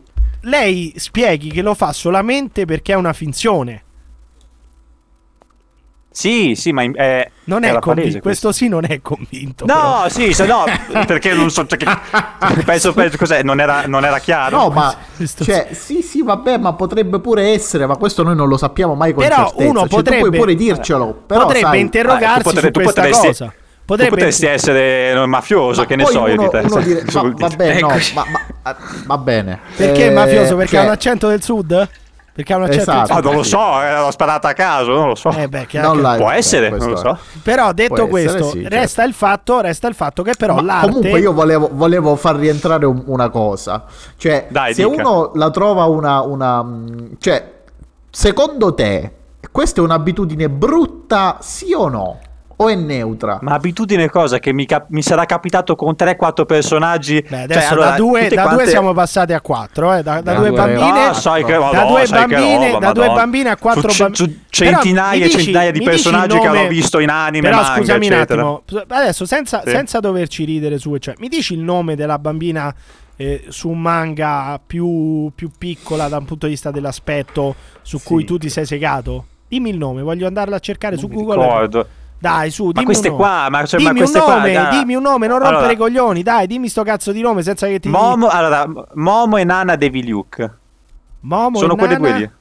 lei spieghi che lo fa solamente perché è una finzione. Sì, sì, ma eh, non è era convinto. palese Questo sì non è convinto. No, però. sì, se no, perché non so, perché, penso, penso cos'è, non era, non era chiaro. No, ma cioè, sì, sì, vabbè, ma potrebbe pure essere, ma questo noi non lo sappiamo mai con però certezza. uno Cioè, potrebbe, tu puoi pure dircelo, però potrebbe sai, interrogarsi ah, tu potre, su tu questa potresti, cosa. Potrebbe... Tu potresti essere mafioso, ma che ne poi so io uno, di te. uno dire, va, va bene, no, ma, ma, va bene. Perché eh, mafioso? Perché cioè, ha un accento del sud? Perché ha un accento Esatto. del Ah, sud? non lo so, eh, l'ho sparata a caso, non lo so. Eh beh, che Non anche- l'hai- Può eh, essere, questo non lo so. Però detto Può questo, essere, sì, certo. resta il fatto, resta il fatto che però ma l'arte comunque io volevo, volevo far rientrare un- una cosa. Cioè, Dai, se dica. uno la trova una, una... Cioè, secondo te, questa è un'abitudine brutta, sì o no? O è neutra? Ma abitudine cosa? Che mi, cap- mi sarà capitato con tre quattro personaggi. Beh, adesso cioè, allora, da, due, tutte da quante- due siamo passati a quattro, eh, da, da Da due due- bambine, Ah, sai che, da Madonna, due sai che bambine, roba, da due Madonna. bambine a quattro Su- bambini. su centinaia e centinaia di personaggi che hanno visto in anime, Però manga, scusami eccetera. un attimo, adesso senza, Sì. senza doverci ridere su, cioè, mi dici il nome della bambina eh, su un manga più, più piccola da un punto di vista dell'aspetto su Sì. cui tu ti sei segato? Dimmi il nome, voglio andarla a cercare su Mi Google. ricordo. Dai, su, dimmi Ma queste un nome. qua, ma, cioè, dimmi ma queste un qua, nome, dai. dimmi un nome, non rompere Allora, i coglioni, dai, dimmi sto cazzo di nome senza che ti Momo, allora, Momo e Nana Devi Luke. Momo Sono e quelle Nana? due lì.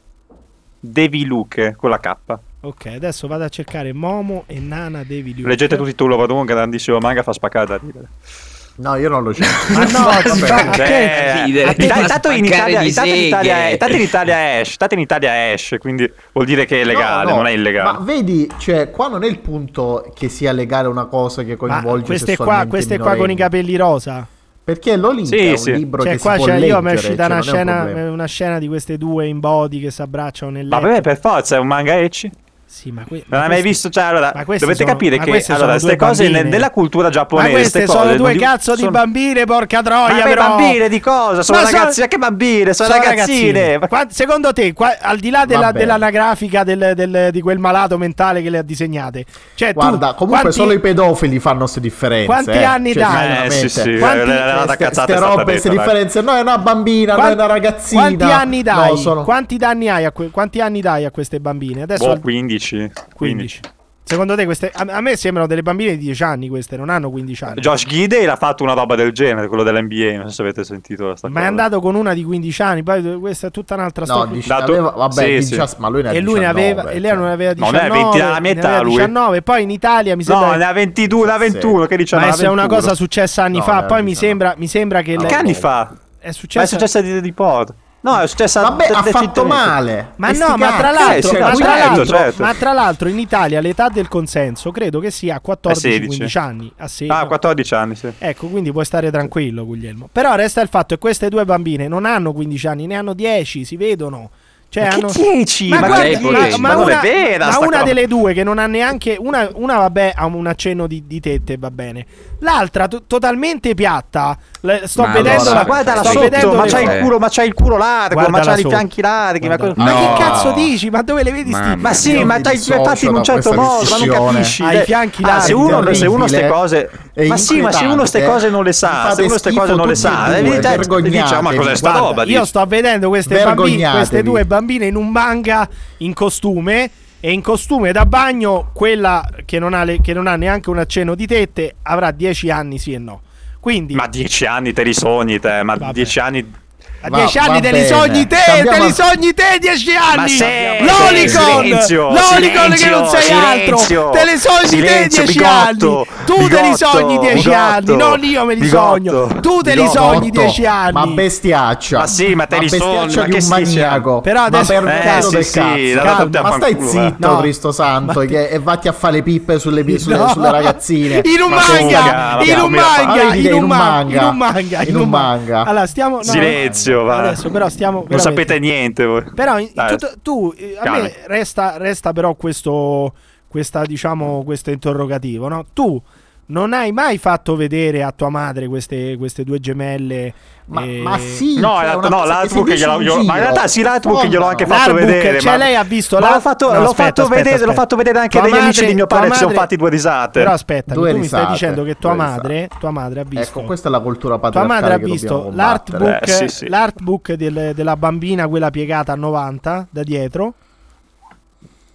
Devi Luke con la K. Ok, adesso vado a cercare Momo e Nana Devi Luke. Leggete tutti tu, lo vado un grandissimo manga, fa spaccare da ridere. No, io non lo so. Ma no, Vabbè, a che- ridere, a che- ti fa Tanto in spaccare Italia, di intanto in Italia, seghe. è- tanto in Italia è Ash, tanto in Italia è Ash, quindi vuol dire che è legale, No, no, non è illegale. Ma vedi, cioè, qua non è il punto che sia legale una cosa che Ma coinvolge queste qua, sessualmente queste i qua con i minorenni. capelli rosa. Perché l'Olimpico Sì, è un sì. libro Cioè, che qua si può c'è, io mi è leggere, uscita cioè, una, non è un scena, problema. una scena di queste due in body che si abbracciano nel letto. Ma vabbè, per forza, è un manga ecci. Sì, ma que- Non ma hai mai questi- visto? Cioè, allora, ma questi dovete sono- capire ma che queste allora, sono due queste cose bambine. ne- nella cultura Ma giapponese. queste ste sono cose, due non di- cazzo di sono- bambine, porca Ma troia, che però. bambine di cosa? Sono Ma ragazzi, che bambine? Sono, ragazzine. Ma- Qua- secondo te, qua- al di là della, Vabbè. dell'anagrafica del, del- di quel malato mentale che le ha disegnate, cioè, tu, Guarda, comunque quanti- solo i pedofili fanno queste differenze. Quanti eh. anni Cioè, dai? Eh, sì, sì, Quanti- le- le- la Queste, cazzata queste è stata robe, detta, queste dai. differenze. No, è una bambina, no, è una ragazzina. Quanti anni dai? No, sono... Quanti danni hai a que- quanti anni dai a queste bambine? Adesso Boh, al- quindici. quindici. Secondo te queste a, a me sembrano delle bambine di dieci anni, queste non hanno quindici anni. Josh Gidey ha fatto una roba del genere, quello dell'N B A, non so se avete sentito sta Ma cosa. è andato con una di quindici anni, poi questa è tutta un'altra No, storia. dici- Dato- aveva, vabbè, sì, diciannove, sì. ma lui ne ha E lui ne diciannove, aveva e lei non cioè. aveva Non è diciannove, venti alla mia ne età, aveva lui. diciannove, poi in Italia mi sembra No, ne ha ventidue, ne ha ventuno, che diciamo? ma è una cosa successa anni No, fa, ne poi ha mi diciannove. sembra mi sembra che No, lei- Che anni fa? è Ma è successa successa di, di Pod. No, è successa Vabbè, de- ha de- fatto de- male. Ma E no, sti ma tra cazzi, l'altro, sì, ma, no, tra certo, l'altro certo. ma tra l'altro in Italia l'età del consenso credo che sia a quattordici quindici anni. A sedici. Ah, quattordici anni, sì. Ecco, quindi puoi stare tranquillo, Guglielmo. Però resta il fatto che queste due bambine non hanno quindici anni, ne hanno dieci, si vedono. Cioè, Ma che hanno... dieci? Ma, Ma guarda, che ma, dieci? ma Ma non è una, vera ma sta una cosa. delle due che non ha neanche una, una vabbè ha un accenno di, di tette, va bene. L'altra to- totalmente piatta. Le- sto Ma vedendo allora, la, Ma guardala sto sotto, vedendo ma le c'ha foto. il culo, ma c'ha il culo largo, ma Guardala c'ha i sotto. fianchi larghi, ma, Guarda. cosa- Ma No. che cazzo dici? Ma dove le vedi sti? Mamma Ma sì, Io ma mi c'hai dissocio fatti in da un certo questa modo, ma non discussione. capisci. Ha i fianchi Ah, larghi, se uno, è se uno ste orribile, cose è ma sì, ma se uno ste inquietante. cose non le sa, Fate se uno ste schifo cose non le tutti sa, e e due, dice, dice, vergognatevi. ma cos'è sta Guarda, roba? io dici? sto vedendo queste, bambi- Vergognatevi. queste due bambine in un manga in costume. E in costume da bagno, quella che non ha, le- che non ha neanche un accenno di tette avrà dieci anni, sì e no. Quindi Ma dieci anni te li sogni te, ma Vabbè. dieci anni. a Va- dieci anni va te li bene. sogni te, Cambiamo- te li sogni te dieci anni. se- L'Olicon, silenzio, l'Olicon che non sei silenzio, altro. Te le sogni silenzio, te dieci bigotto, anni. Tu te li bigotto, sogni dieci bigotto, anni, non io me li bigotto, sogno. Tu te li bigotto. sogni dieci anni. Ma bestiaccia. Ma sì, ma te li bestiaccia sogni, ma di che un si sia. maniaco. Però adesso- ma per Eh, caso sì, del sì, cazzo. la Calma, tutti a ma stai fanculo, eh. zitto, No. Cristo santo, Ma- che- e vatti a fare le pippe sulle, sulle, No. sulle ragazzine. In un Ma manga, scusa, in un ma- manga, ma- in un manga, in un in un manga, in un manga. Allora stiamo no, Silenzio, va. Adesso però stiamo Non veramente- sapete niente voi. Però in- Dai, tu, tu, eh, a calmi. me resta, resta però questo questa diciamo questo interrogativo, no? Tu non hai mai fatto vedere a tua madre queste, queste due gemelle? Ma, eh, ma sì, No, cioè, la- una no, cosa che l'artbook si dice glielo- in glielo- ma in giro. realtà sì, l'artbook gliel'ho anche fatto L'artbook, vedere. cioè ma- lei ha visto ma la- l'ho fatto, no, l'ho aspetta, fatto aspetta, vedere, aspetta. l'ho fatto vedere anche Tua degli amici madre- di mio tua padre, ci sono madre- fatti due risate. Però aspetta, Due tu mi stai risate, dicendo che tua due madre, tua madre ha visto Ecco, questa è la cultura tua patriarcale madre ha che visto dobbiamo combattere. l'artbook, Eh, sì, sì. l'artbook del- della bambina, quella piegata a novanta da dietro.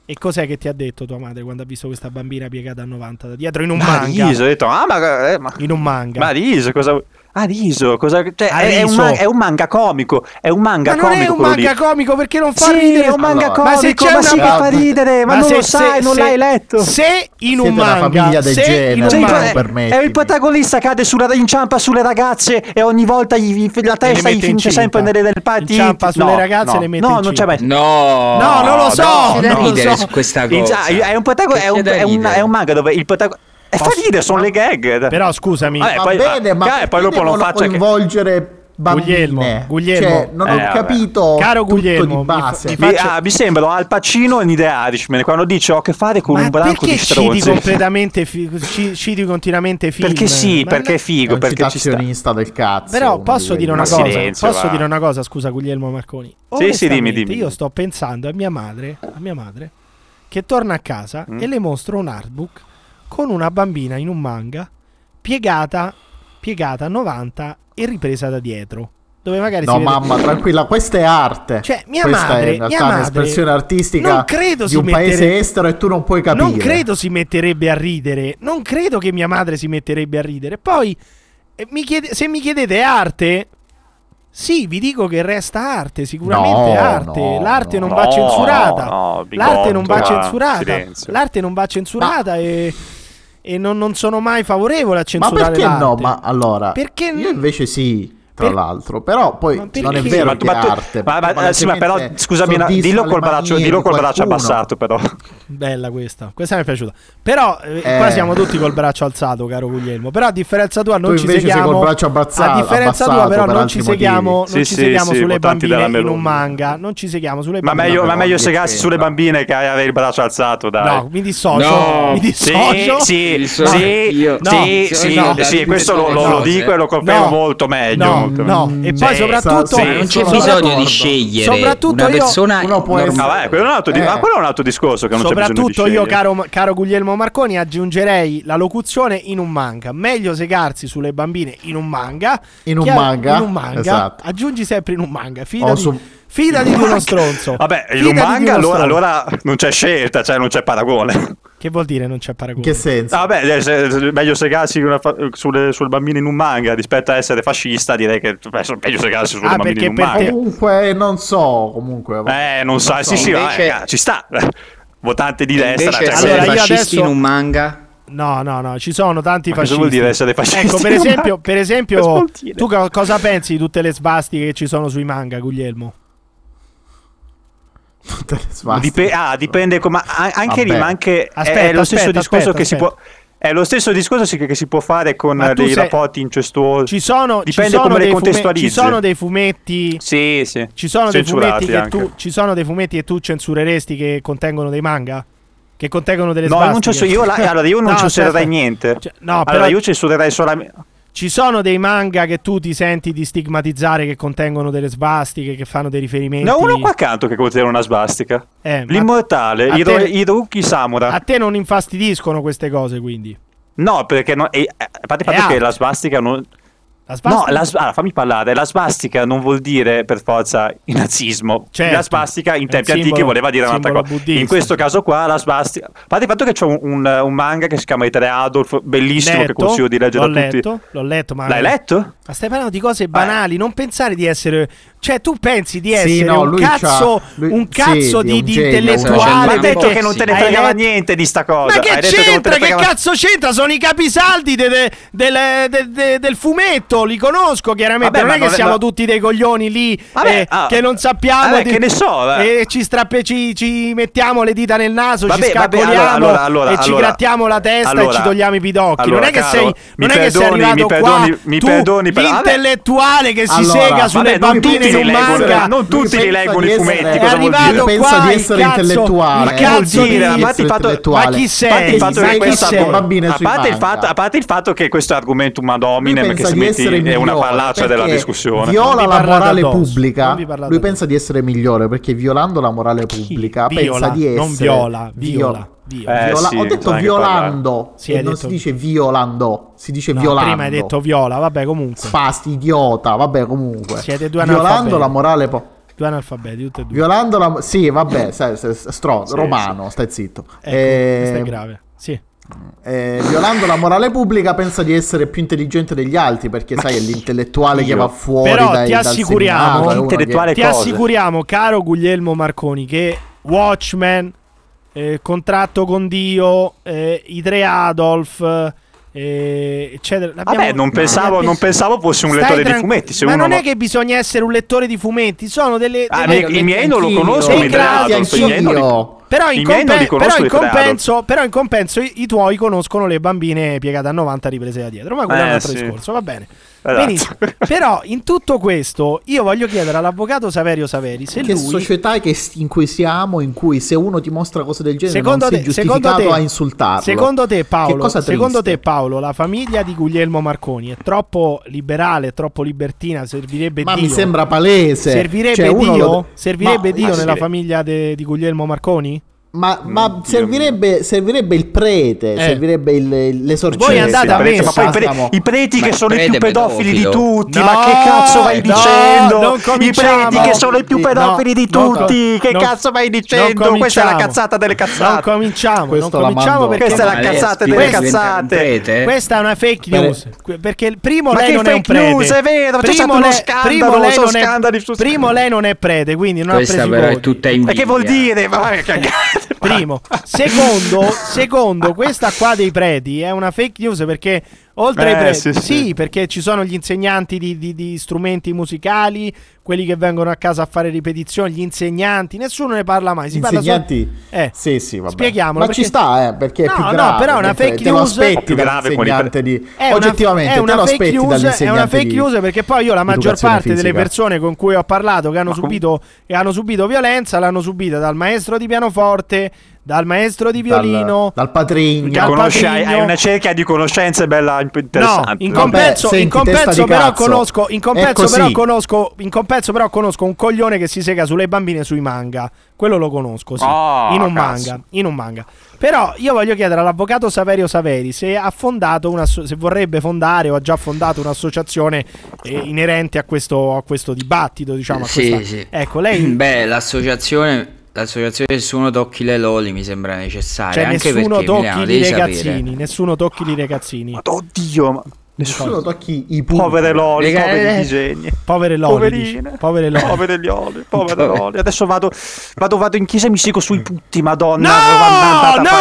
E cos'è che ti ha detto tua madre quando ha visto questa bambina piegata a novanta da dietro in un Ma manga? riso, ho detto, ah, ma, eh, ma... In un manga. Ma riso, cosa... Ah, riso, cosa... Cioè, Ah, è, è, un riso. man- è un manga comico, è un manga Ma non comico è un quello manga lì. comico perché non fa Sì, ridere. è un manga Allora. Ma se comico, c'è ma, una sì che fa ridere, ma, non se- lo sai, se- non se- l'hai letto. Se in un Siete una manga, famiglia del se genere, in un Sì, non manga, è, permettimi. è il protagonista cade sulla, inciampa sulle ragazze e ogni volta gli, la testa gli mette finisce incinta. sempre nelle, nelle parti. Inciampa sulle No, ragazze no, e le mette no, non incinta. c'è mai. No, No, non lo so, no, non da lo ridere so. su questa Il- cosa. ah, è un protagonista, è, Che un- c'è da è un- ridere? è un manga dove il protagonista. E fa Posso- ridere, sono le gag. Però scusami, Vabbè, Va poi- bene, ma eh, perché poi dopo non devono faccia che- coinvolgere bambine? Guglielmo, Guglielmo. Cioè, non Eh, ho vabbè. capito Caro tutto Guglielmo, di mi fa- base. mi Mi, faccio- ah, mi sembrano Al Pacino e Nidea Irishman quando dice ho a che fare con ma un branco perché di citi stronzi. completamente fi- ci- citi continuamente film? Perché sì, Ma perché è no- È figo, un perché ci sta. citazionista del cazzo. Però uno posso di dire una quelli. Ma cosa, silenzio, posso va. dire una cosa, scusa Guglielmo Marconi. Sì, sì, dimmi, Onestamente, dimmi. Io sto pensando a mia madre, a mia madre che torna a casa Mm. e le mostro un artbook con una bambina in un manga piegata piegata a novanta e ripresa da dietro. Dove magari No, si vede- mamma, tranquilla, questa è arte. Cioè, mia questa madre- è in mia realtà madre un'espressione artistica non credo di si un paese mettere- estero e tu non puoi capire. Non credo si metterebbe a ridere. Non credo che mia madre si metterebbe a ridere. Poi, eh, mi chiede- se mi chiedete è arte, sì, vi dico che resta arte. Sicuramente No, è arte. no, L'arte non no, va censurata. no, L'arte non va bigotto, va, censurata. silenzio. L'arte non va censurata e, e non, non sono mai favorevole a Ma censurare perché l'arte. no? Ma allora, Perché io no? invece sì, tra Per- l'altro. Però poi Ma non è perché? vero Ma, che ma è tu- arte. ma- ma- perché sì, ma però palesemente scusami, una- soddisfa dillo le col braccio, manie dillo di col braccio qualcuno. abbassato, però. Bella questa, questa mi è piaciuta. Però eh, Eh. qua siamo tutti col braccio alzato, caro Guglielmo. Però a differenza tua non Tu ci invece sei seghiamo. col braccio abbazzato- a differenza tua, abbassato però per non altri ci seghiamo, motivi. non Sì, ci sì, seghiamo sì, sulle votanti bambine della in un Meloni. manga. Non ci seghiamo sulle Ma bambine. meglio, ma Madonna, meglio che segarsi c'entra. sulle bambine che avere il braccio alzato, dai. No, mi dissocio. No. Mi Sì, dissocio. sì, No. sì, Io- No. sì, Sì, sì, no. sì, questo lo, lo- No. lo dico e lo confermo No. molto meglio. No, molto no. meglio. E poi Sì, soprattutto sì, Ma non c'è sono bisogno d'accordo. di scegliere Soprattutto una io- persona uno può normale. Ah, vabbè, quello è un altro, di- Eh. ah, quello è un altro discorso che non c'è bisogno di Soprattutto io, scegliere. caro, caro Guglielmo Marconi, aggiungerei la locuzione in un manga. Meglio segarsi sulle bambine in un manga. In un che- manga, In un manga. esatto. Aggiungi sempre in un manga. O Fidati, su- fidati di uno stronzo. Vabbè, in Fidati un di manga uno allora, stronzo. allora non c'è scelta, cioè non c'è paragone. Che vuol dire non c'è In paragone? che senso? Ah, vabbè, eh, se- se- meglio segarsi una fa- sulle, sulle bambine in un manga rispetto a essere fascista, direi che beh, so- meglio segarsi sulle Ah, bambine perché- in un perché- manga. Comunque, non so. Comunque, Eh, non so, sì, sì, Invece- vabbè, ci sta. Votante di destra, Invece cioè, essere allora, io fascisti adesso- in un manga. No, no, no, ci sono tanti Ma cosa fascisti. vuol dire essere fascisti Ecco, per in un esempio, manga? per Cosa esempio vuol dire? tu co- cosa pensi di tutte le svastiche che ci sono sui manga, Guglielmo? tutte le svastiche. Dipe- ah, dipende come a- anche lì, Vabbè. ma anche è- Aspetta, è lo stesso aspetta, discorso aspetta, che si può è lo stesso discorso si- che si può fare con Ma tu dei sei- rapporti incestuosi. Ci sono, Dipende ci sono come le dei fume- contestualizzi. ci sono dei fumetti Sì, sì. Ci sono dei Censurati fumetti che anche. tu ci sono dei fumetti che tu censureresti che contengono dei manga? Che contengono delle No, svastiche? non censo- io, la- allora, io non No, censurerei aspetta. niente. Cioè, no, allora, però io censurerei solamente. ci sono dei manga che tu ti senti di stigmatizzare che contengono delle svastiche, che fanno dei riferimenti. No, uno qua accanto che contiene una svastica. Eh, ma L'immortale, a i, te- ro- i Rookie Samura. a te non infastidiscono queste cose, quindi. No, perché no, e- a parte il È fatto che arte. la svastica non. La svastica? No, la, sv- allora, fammi parlare. La svastica non vuol dire per forza il nazismo. Certo. La svastica in È tempi un antichi simbolo- voleva dire un'altra simbolo cosa. buddista. In questo caso qua la svastica. A parte il fatto che c'è un, un- un manga che si chiama Itere Adolf, bellissimo, che Letto, consiglio di leggere l'ho a tutti. letto, l'ho letto, ma L'hai letto? Ma stai parlando di cose banali, non pensare di essere. Cioè, tu pensi di Sì, essere no, un lui cazzo, c'ha- lui- un cazzo sì, di, di un di genio, intellettuale. Ma ha Perché- detto che non te ne hai fregava letto- niente di sta cosa. Ma che Hai detto che non te c'entra? ne Che fregava- cazzo c'entra? Sono i capisaldi de- de- del, de- de- del fumetto, li conosco chiaramente. Vabbè, non ma è che non è- siamo ma- tutti dei coglioni lì Vabbè, eh, ah, che non sappiamo. vabbè, di- che ne so, eh. E ci, strappe, ci, ci mettiamo le dita nel naso, Vabbè, ci vabbè, scaccoliamo allora, allora, e ci allora, grattiamo la testa allora, e ci togliamo i pidocchi. allora, non è che caro, sei, mi non è che sei perdoni, arrivato mi qua perdoni, mi tu, perdoni, però- vabbè. l'intellettuale che si Allora, sega sulle vabbè, non bambine tutti in li un leggono, manga. non tutti Lui li pensa leggono di i essere- fumetti. È Cosa vuol arrivato dire? Lui pensa qua di il essere cazzo- intellettuale. Ma che vuol cazzo dire? di- A parte il fatto- intellettuale. Ma chi sei? A parte il fatto Ma che chi questa sei? bambina a sui parte, il manga. fatto, a parte il fatto che questo è argomentum ad Lui hominem che pensa si di essere metti è una migliore, pallaccia della perché discussione. Viola Non vi la parlate morale addosso, pubblica. non vi parlate Lui addosso. pensa di essere migliore perché violando la morale pubblica Viola, pensa di essere non viola, viola, viola. Eh, Viola- sì, ho detto bisogna violando Sì, e hai non detto- si dice violando, si dice No, violando. prima hai detto viola, vabbè comunque. Spasti, idiota, vabbè comunque. Siete due Violando analfabeti. la morale po- Due analfabeti, tutte e due. Violando la... Sì, vabbè, stai, stai, stro, sì, romano, sì. Stai zitto. Ecco, eh, questo è grave, sì. Eh, violando la morale pubblica pensa di essere più intelligente degli altri, perché sai è l'intellettuale che va fuori. Però dai, ti assicuriamo, dal intellettuale che... ti assicuriamo, caro Guglielmo Marconi, che Watchmen, eh, Contratto con Dio, eh, I tre Adolf, eh, eccetera. L'abbiamo... Vabbè, non pensavo, non pensavo fosse un Stai lettore tran... di fumetti. Se ma uno non ma... è che bisogna essere un lettore di fumetti, sono delle. Ah, delle... i miei non lo conosco. I tre Adolf, però in, compen- però, in compenso, però in compenso i, i tuoi conoscono le bambine piegate a novanta riprese da dietro. Ma quello eh, è un altro sì. discorso, va bene. Esatto. Benissimo. Però in tutto questo io voglio chiedere all'avvocato Saverio Saveri se che lui... società è che in cui siamo, in cui se uno ti mostra cose del genere secondo non sei te, giustificato te, a insultarlo. Secondo te Paolo, secondo triste. te Paolo, la famiglia di Guglielmo Marconi è troppo liberale, è troppo libertina, servirebbe ma Dio? Mi sembra palese. Servirebbe cioè, Dio, lo... servirebbe ma, Dio ma nella sì. famiglia de, di Guglielmo Marconi? Ma, ma servirebbe, servirebbe il prete, eh. servirebbe il, l'esorcista. Voi andate a messa. Ma poi i, pre- i preti che sono i più pedofili pedofilo. di tutti. No, ma che cazzo vai no, dicendo? I preti che sono i più pedofili no, di tutti. Non, che non, cazzo vai dicendo? Questa è la cazzata delle cazzate. Non cominciamo. Questo non cominciamo perché questa è la cazzata delle cazzate. Questa è una fake news. Perché il primo ma lei non è un prete. News, è vero, c'è stato uno scandalo. Primo lei non è primo lei non è prete, quindi non ha preso. Questa però è tutta invidia. E che vuol dire? Ma vai a cagare. Primo. Secondo, secondo, questa qua dei preti è una fake news perché oltre eh, ai preti, sì, sì. sì, perché ci sono gli insegnanti di, di, di strumenti musicali, quelli che vengono a casa a fare ripetizioni, gli insegnanti, nessuno ne parla mai. Si insegnanti, parla solo... eh, sì, sì, vabbè. Spieghiamolo. Ma perché... ci sta, eh, perché è no, più grave. No, però è una fake te news. Lo aspetti dall'insegnante di... È oggettivamente, è una te lo fake aspetti news, dall'insegnante è una fake di... news perché poi io la maggior parte fisica. delle persone con cui ho parlato che hanno, Ma subito, che hanno subito violenza l'hanno subita dal maestro di pianoforte, dal maestro di violino, dal, dal patrigno, dal conosci, patrigno. Hai una cerchia di conoscenze bella interessante. No, in compenso, Vabbè, in compenso senti, però cazzo. conosco in compenso È però conosco in compenso però conosco un coglione che si sega sulle bambine sui manga. Quello lo conosco, sì, oh, in un cazzo. manga, in un manga. Però io voglio chiedere all'avvocato Saverio Saveri se ha fondato una se vorrebbe fondare o ha già fondato un'associazione eh, inerente a questo a questo dibattito, diciamo, a sì, questa... sì. Ecco, lei Beh, l'associazione L'associazione Nessuno Tocchi le Loli mi sembra necessaria. Cioè anche nessuno tocchi Milano, i ragazzini, sapere. nessuno tocchi i ragazzini. Oddio, ma nessuno tocchi i punti. Povere Loli, Lega- poveri disegni. Povere Loli, Poverine. dice. Povere Loli. Povere Loli, povere Loli. Adesso vado, vado, vado in chiesa e mi sego sui putti, madonna. No, no,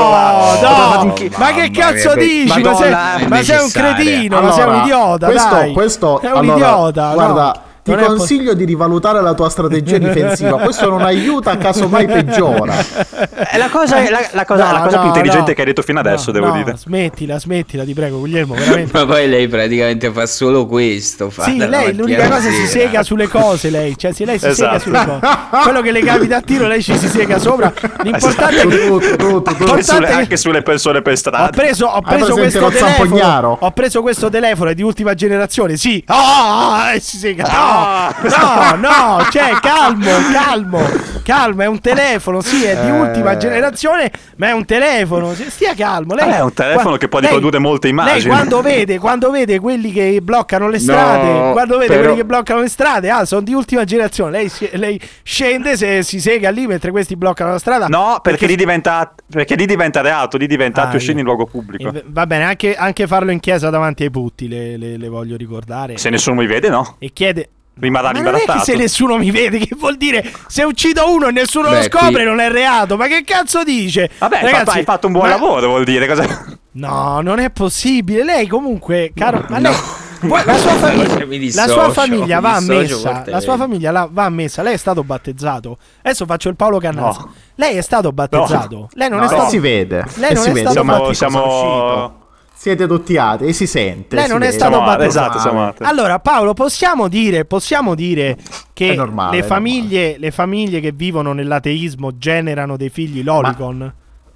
no, no, no. Ma che cazzo dici? Ma sei, ma sei un cretino, allora, ma sei un idiota, questo, dai. Questo, è un allora, idiota, guarda, no. ti Non consiglio po- di rivalutare la tua strategia difensiva. Questo non aiuta, casomai peggiora. È la cosa, la, la cosa, no, la cosa no, più intelligente no. che hai detto fino adesso, no, devo no, dire. Smettila, smettila, ti prego, Guglielmo, veramente. Ma poi lei praticamente fa solo questo. Fa sì, lei l'unica cosa si sega sulle cose, lei. Cioè, se lei si esatto. sega sulle cose. Quello che le capita a tiro, lei ci si sega sopra. L'importante esatto. è che... tutto, tutto, tutto. Anche, sulle, che... anche sulle persone per strada. Ho preso, ho preso questo telefono. Ho preso questo telefono di ultima generazione. Sì. Oh, e si sega. No, no, no. Cioè, calmo, calmo, calmo. È un telefono. Sì, è di eh... ultima generazione, ma è un telefono. Stia calmo. Lei eh, è un telefono qua... che può lei... riprodurre molte immagini. Lei quando vede, quando vede quelli che bloccano le strade, no, quando vede però... quelli che bloccano le strade, ah, sono di ultima generazione. Lei, si, lei scende se si sega lì mentre questi bloccano la strada. No, perché, perché... lì diventa perché lì diventa reato, lì diventa atto ah, sceni in luogo pubblico. E, va bene, anche, anche farlo in chiesa davanti ai putti, le, le, le voglio ricordare. Se nessuno mi vede, no? E chiede... Rimarrà ma non è che se nessuno mi vede, che vuol dire se uccido uno e nessuno Beh, lo scopre qui... non è reato, ma che cazzo dice? Vabbè, ragazzi, hai fatto un buon ma... lavoro, vuol dire cosa... No, non è possibile. Lei comunque, caro, ma no. lei la sua famiglia, la sua famiglia va ammessa, la sua famiglia la, va ammessa. Lei è stato battezzato. Adesso faccio il Paolo Cannazza. No. Lei è stato battezzato. No. Lei non no. è stato si vede. Lei non si è vede. stato siamo, battezzato. siamo... Siete tutti atei e si sente. Lei si non vede. è stato siamo, battezzato. Esatto, siamo atei. Allora, Paolo, possiamo dire, possiamo dire che normale, le famiglie, le famiglie che vivono nell'ateismo generano dei figli lolicon? Ma...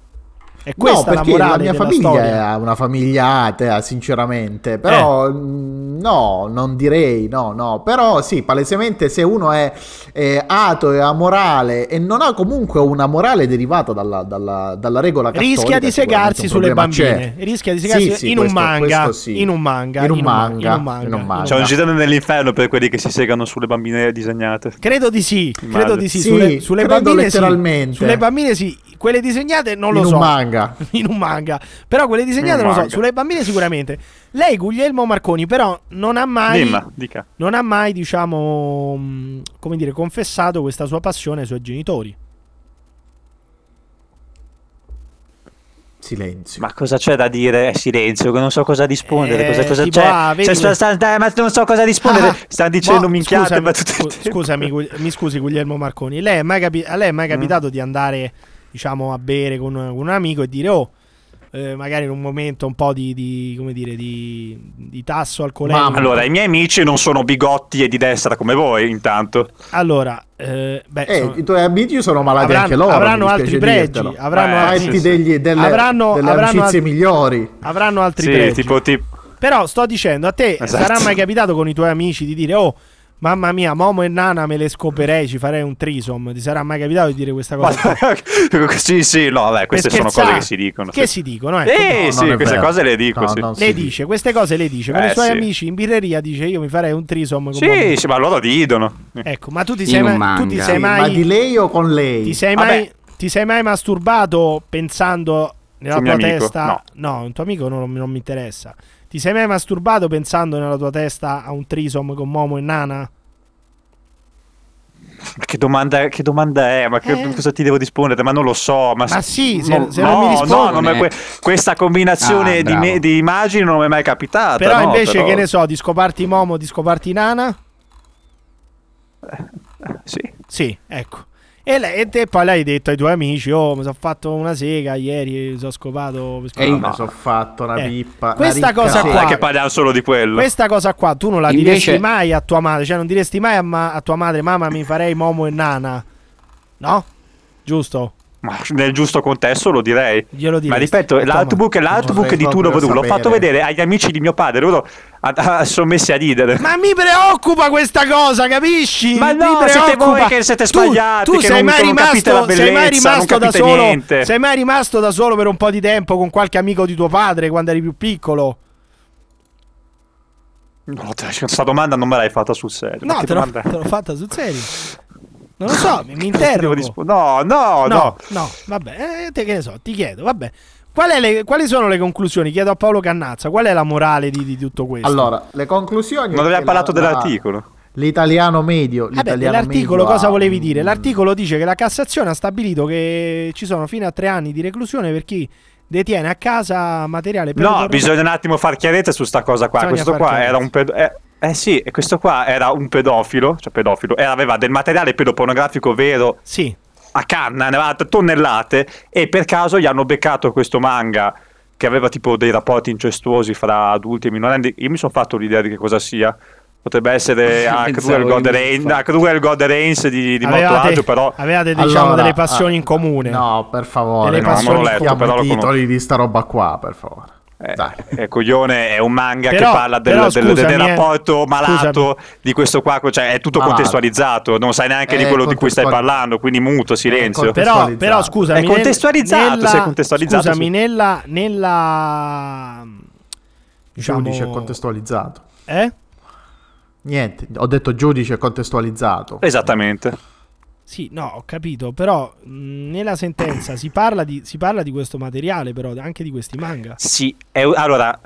È questa no, perché la morale la mia della famiglia storia. è una famiglia atea, sinceramente. Però eh. mh, No, non direi, no, no. Però sì, palesemente se uno è, è ateo e amorale e non ha comunque una morale derivata dalla, dalla, dalla regola cattolica, rischia di segarsi sulle bambine. C'è. Rischia di segarsi sì, sì, in, questo, un manga, sì. in un manga. In un in manga. In un manga. In un manga. C'è un giro nell'inferno per quelli che si segano sulle bambine disegnate. Credo di sì. Immagino. Credo di sì. Sì, Sulle, sulle credo bambine letteralmente. sì. Sulle bambine sì. Quelle disegnate non lo in so. Un manga. In un manga. Però quelle disegnate non lo so. Sulle bambine sicuramente. Lei, Guglielmo Marconi, però non ha mai, Dimma, dica. non ha mai, diciamo, come dire, confessato questa sua passione ai suoi genitori. Silenzio. Ma cosa c'è da dire? Eh, silenzio, che non so cosa rispondere. Eh, cosa, cosa tipo, c'è? ah, vedi Cioè, que- sta, sta, ma non so cosa rispondere. Ah, Stanno dicendo boh, minchiate. scusami, Ma tutto il scu- tempo. scusami, Gu- mi scusi, Guglielmo Marconi. Lei è mai, capi- a lei è mai capitato mm. di andare, diciamo, a bere con, con un amico e dire, oh, eh, magari in un momento un po' di, di come dire, di, di tasso alcolemico? Ma allora, i miei amici non sono bigotti e di destra come voi, intanto. Allora, eh, beh, Eh, sono... i tuoi amici sono malati avranno, anche loro. avranno altri pregi, dirtelo. avranno Eh, altri, Fatti degli, delle, avranno, delle avranno amicizie altri, migliori. avranno altri Sì, pregi. tipo, tipo... Però sto dicendo, a te Esatto. sarà mai capitato con i tuoi amici di dire, oh, mamma mia, Momo e Nana me le scoperei, ci farei un trisom? Ti sarà mai capitato di dire questa cosa? sì, sì, no, vabbè, queste Per sono scherzare. cose che si dicono. Che sì. si dicono, ecco. Eh, No, sì, non è queste vero. cose le dico, No, sì. non si Le dice. dice, queste cose le dice. Con Eh, i suoi sì. amici in birreria dice, io mi farei un trisom con Sì, Momo. sì, ma loro ridono. Ecco, ma tu ti In sei un mai, tu ti manga. sei Sì, mai Ma di lei o con lei? Ti sei Vabbè. mai, ti sei mai masturbato pensando nella Sul tua mio amico? testa? No, un tuo amico non, non mi interessa. Ti sei mai masturbato pensando nella tua testa a un trisom con Momo e Nana? Che domanda, che domanda è? Ma che, Eh. cosa ti devo rispondere? Ma non lo so. Ma, Ma sì, se- no, se non mi no, rispondi- no, non mi- que- questa combinazione Ah, di, me- bravo. di immagini non mi è mai capitata. Però no, invece, però- che ne so, di scoparti Momo, di scoparti Nana? Sì. Sì, ecco. E, lei, e te poi l'hai detto ai tuoi amici, oh, mi sono fatto una sega ieri, mi sono scopato... mi sono E No, scopato". mi sono fatto una Eh, pippa. una questa ricca cosa No, qua- è che parliamo solo di quello. Questa cosa qua tu non la Invece- diresti mai a tua madre, cioè non diresti mai a, ma- a tua madre, mamma mi farei Momo e Nana, no? Giusto? Ma nel giusto contesto lo direi. Glielo diresti. Ma ripeto, a tua l'artbook, l'artbook Vorrei di Tulo proprio Bru l'ho sapere. fatto vedere agli amici di mio padre. Loro a- a- sono messi a ridere. Ma mi preoccupa questa cosa, capisci? Ma Mi no, siete preoccupa. voi che siete Tu- sbagliati, Tu, che sei non- mai che non capite la rimasto, sei mai bellezza, rimasto non da capite solo? niente. Sei mai rimasto da solo per un po' di tempo con qualche amico di tuo padre quando eri più piccolo? No, questa domanda non me l'hai fatta sul serio. Ma No, che te l'ho, domanda è? te l'ho fatta sul serio. Non lo so, mi, mi Devo interrogo. rispo- no, no, no, No, no, vabbè, eh, te che ne so, ti chiedo, vabbè. Qual è le- quali sono le conclusioni? Chiedo a Paolo Cannazza, qual è la morale di, di tutto questo? Allora, le conclusioni... Non è abbiamo che parlato la- la- dell'articolo. L'italiano medio... Vabbè, l'italiano nell'articolo medio cosa ha- volevi dire? L'articolo dice che la Cassazione ha stabilito che ci sono fino a tre anni di reclusione per chi detiene a casa materiale No, pedopornografico. bisogna un attimo far chiarezza su sta cosa qua. Bisogna Questo far qua chiarezza. era un pedo- eh, eh sì, e questo qua era un pedofilo, cioè pedofilo, e aveva del materiale pedopornografico vero Sì, a canna, ne aveva tonnellate, e per caso gli hanno beccato questo manga che aveva tipo dei rapporti incestuosi fra adulti e minorenni. Io mi sono fatto l'idea di che cosa sia. Potrebbe essere a Pensavo Cruel che God mi Rain, fosse- a Cruel God Reigns di, di Molto avevate, Agio, però avevate diciamo Allora, delle passioni ah, in comune. No, per favore. Delle no, passioni non in letto, comune. però però i lo titoli di sta roba qua, per favore. Eh, Dai. eh, coglione, è un manga Però- che parla del, però del- del- scusami, del eh. rapporto malato Scusami. di questo qua, cioè è tutto Malato. contestualizzato, non sai neanche di È quello di cui stai contestuali- parlando, quindi muto, silenzio. conte- Però, contestualizzato. però scusami, È nel- contestualizzato, nella, se è contestualizzato, Scusami, sì. nella nella diciamo Giudice contestualizzato. eh? Niente, ho detto giudice contestualizzato. Esattamente. Sì, no, ho capito, però mh, nella sentenza si parla di si parla di questo materiale, però anche di questi manga. Sì, è- allora,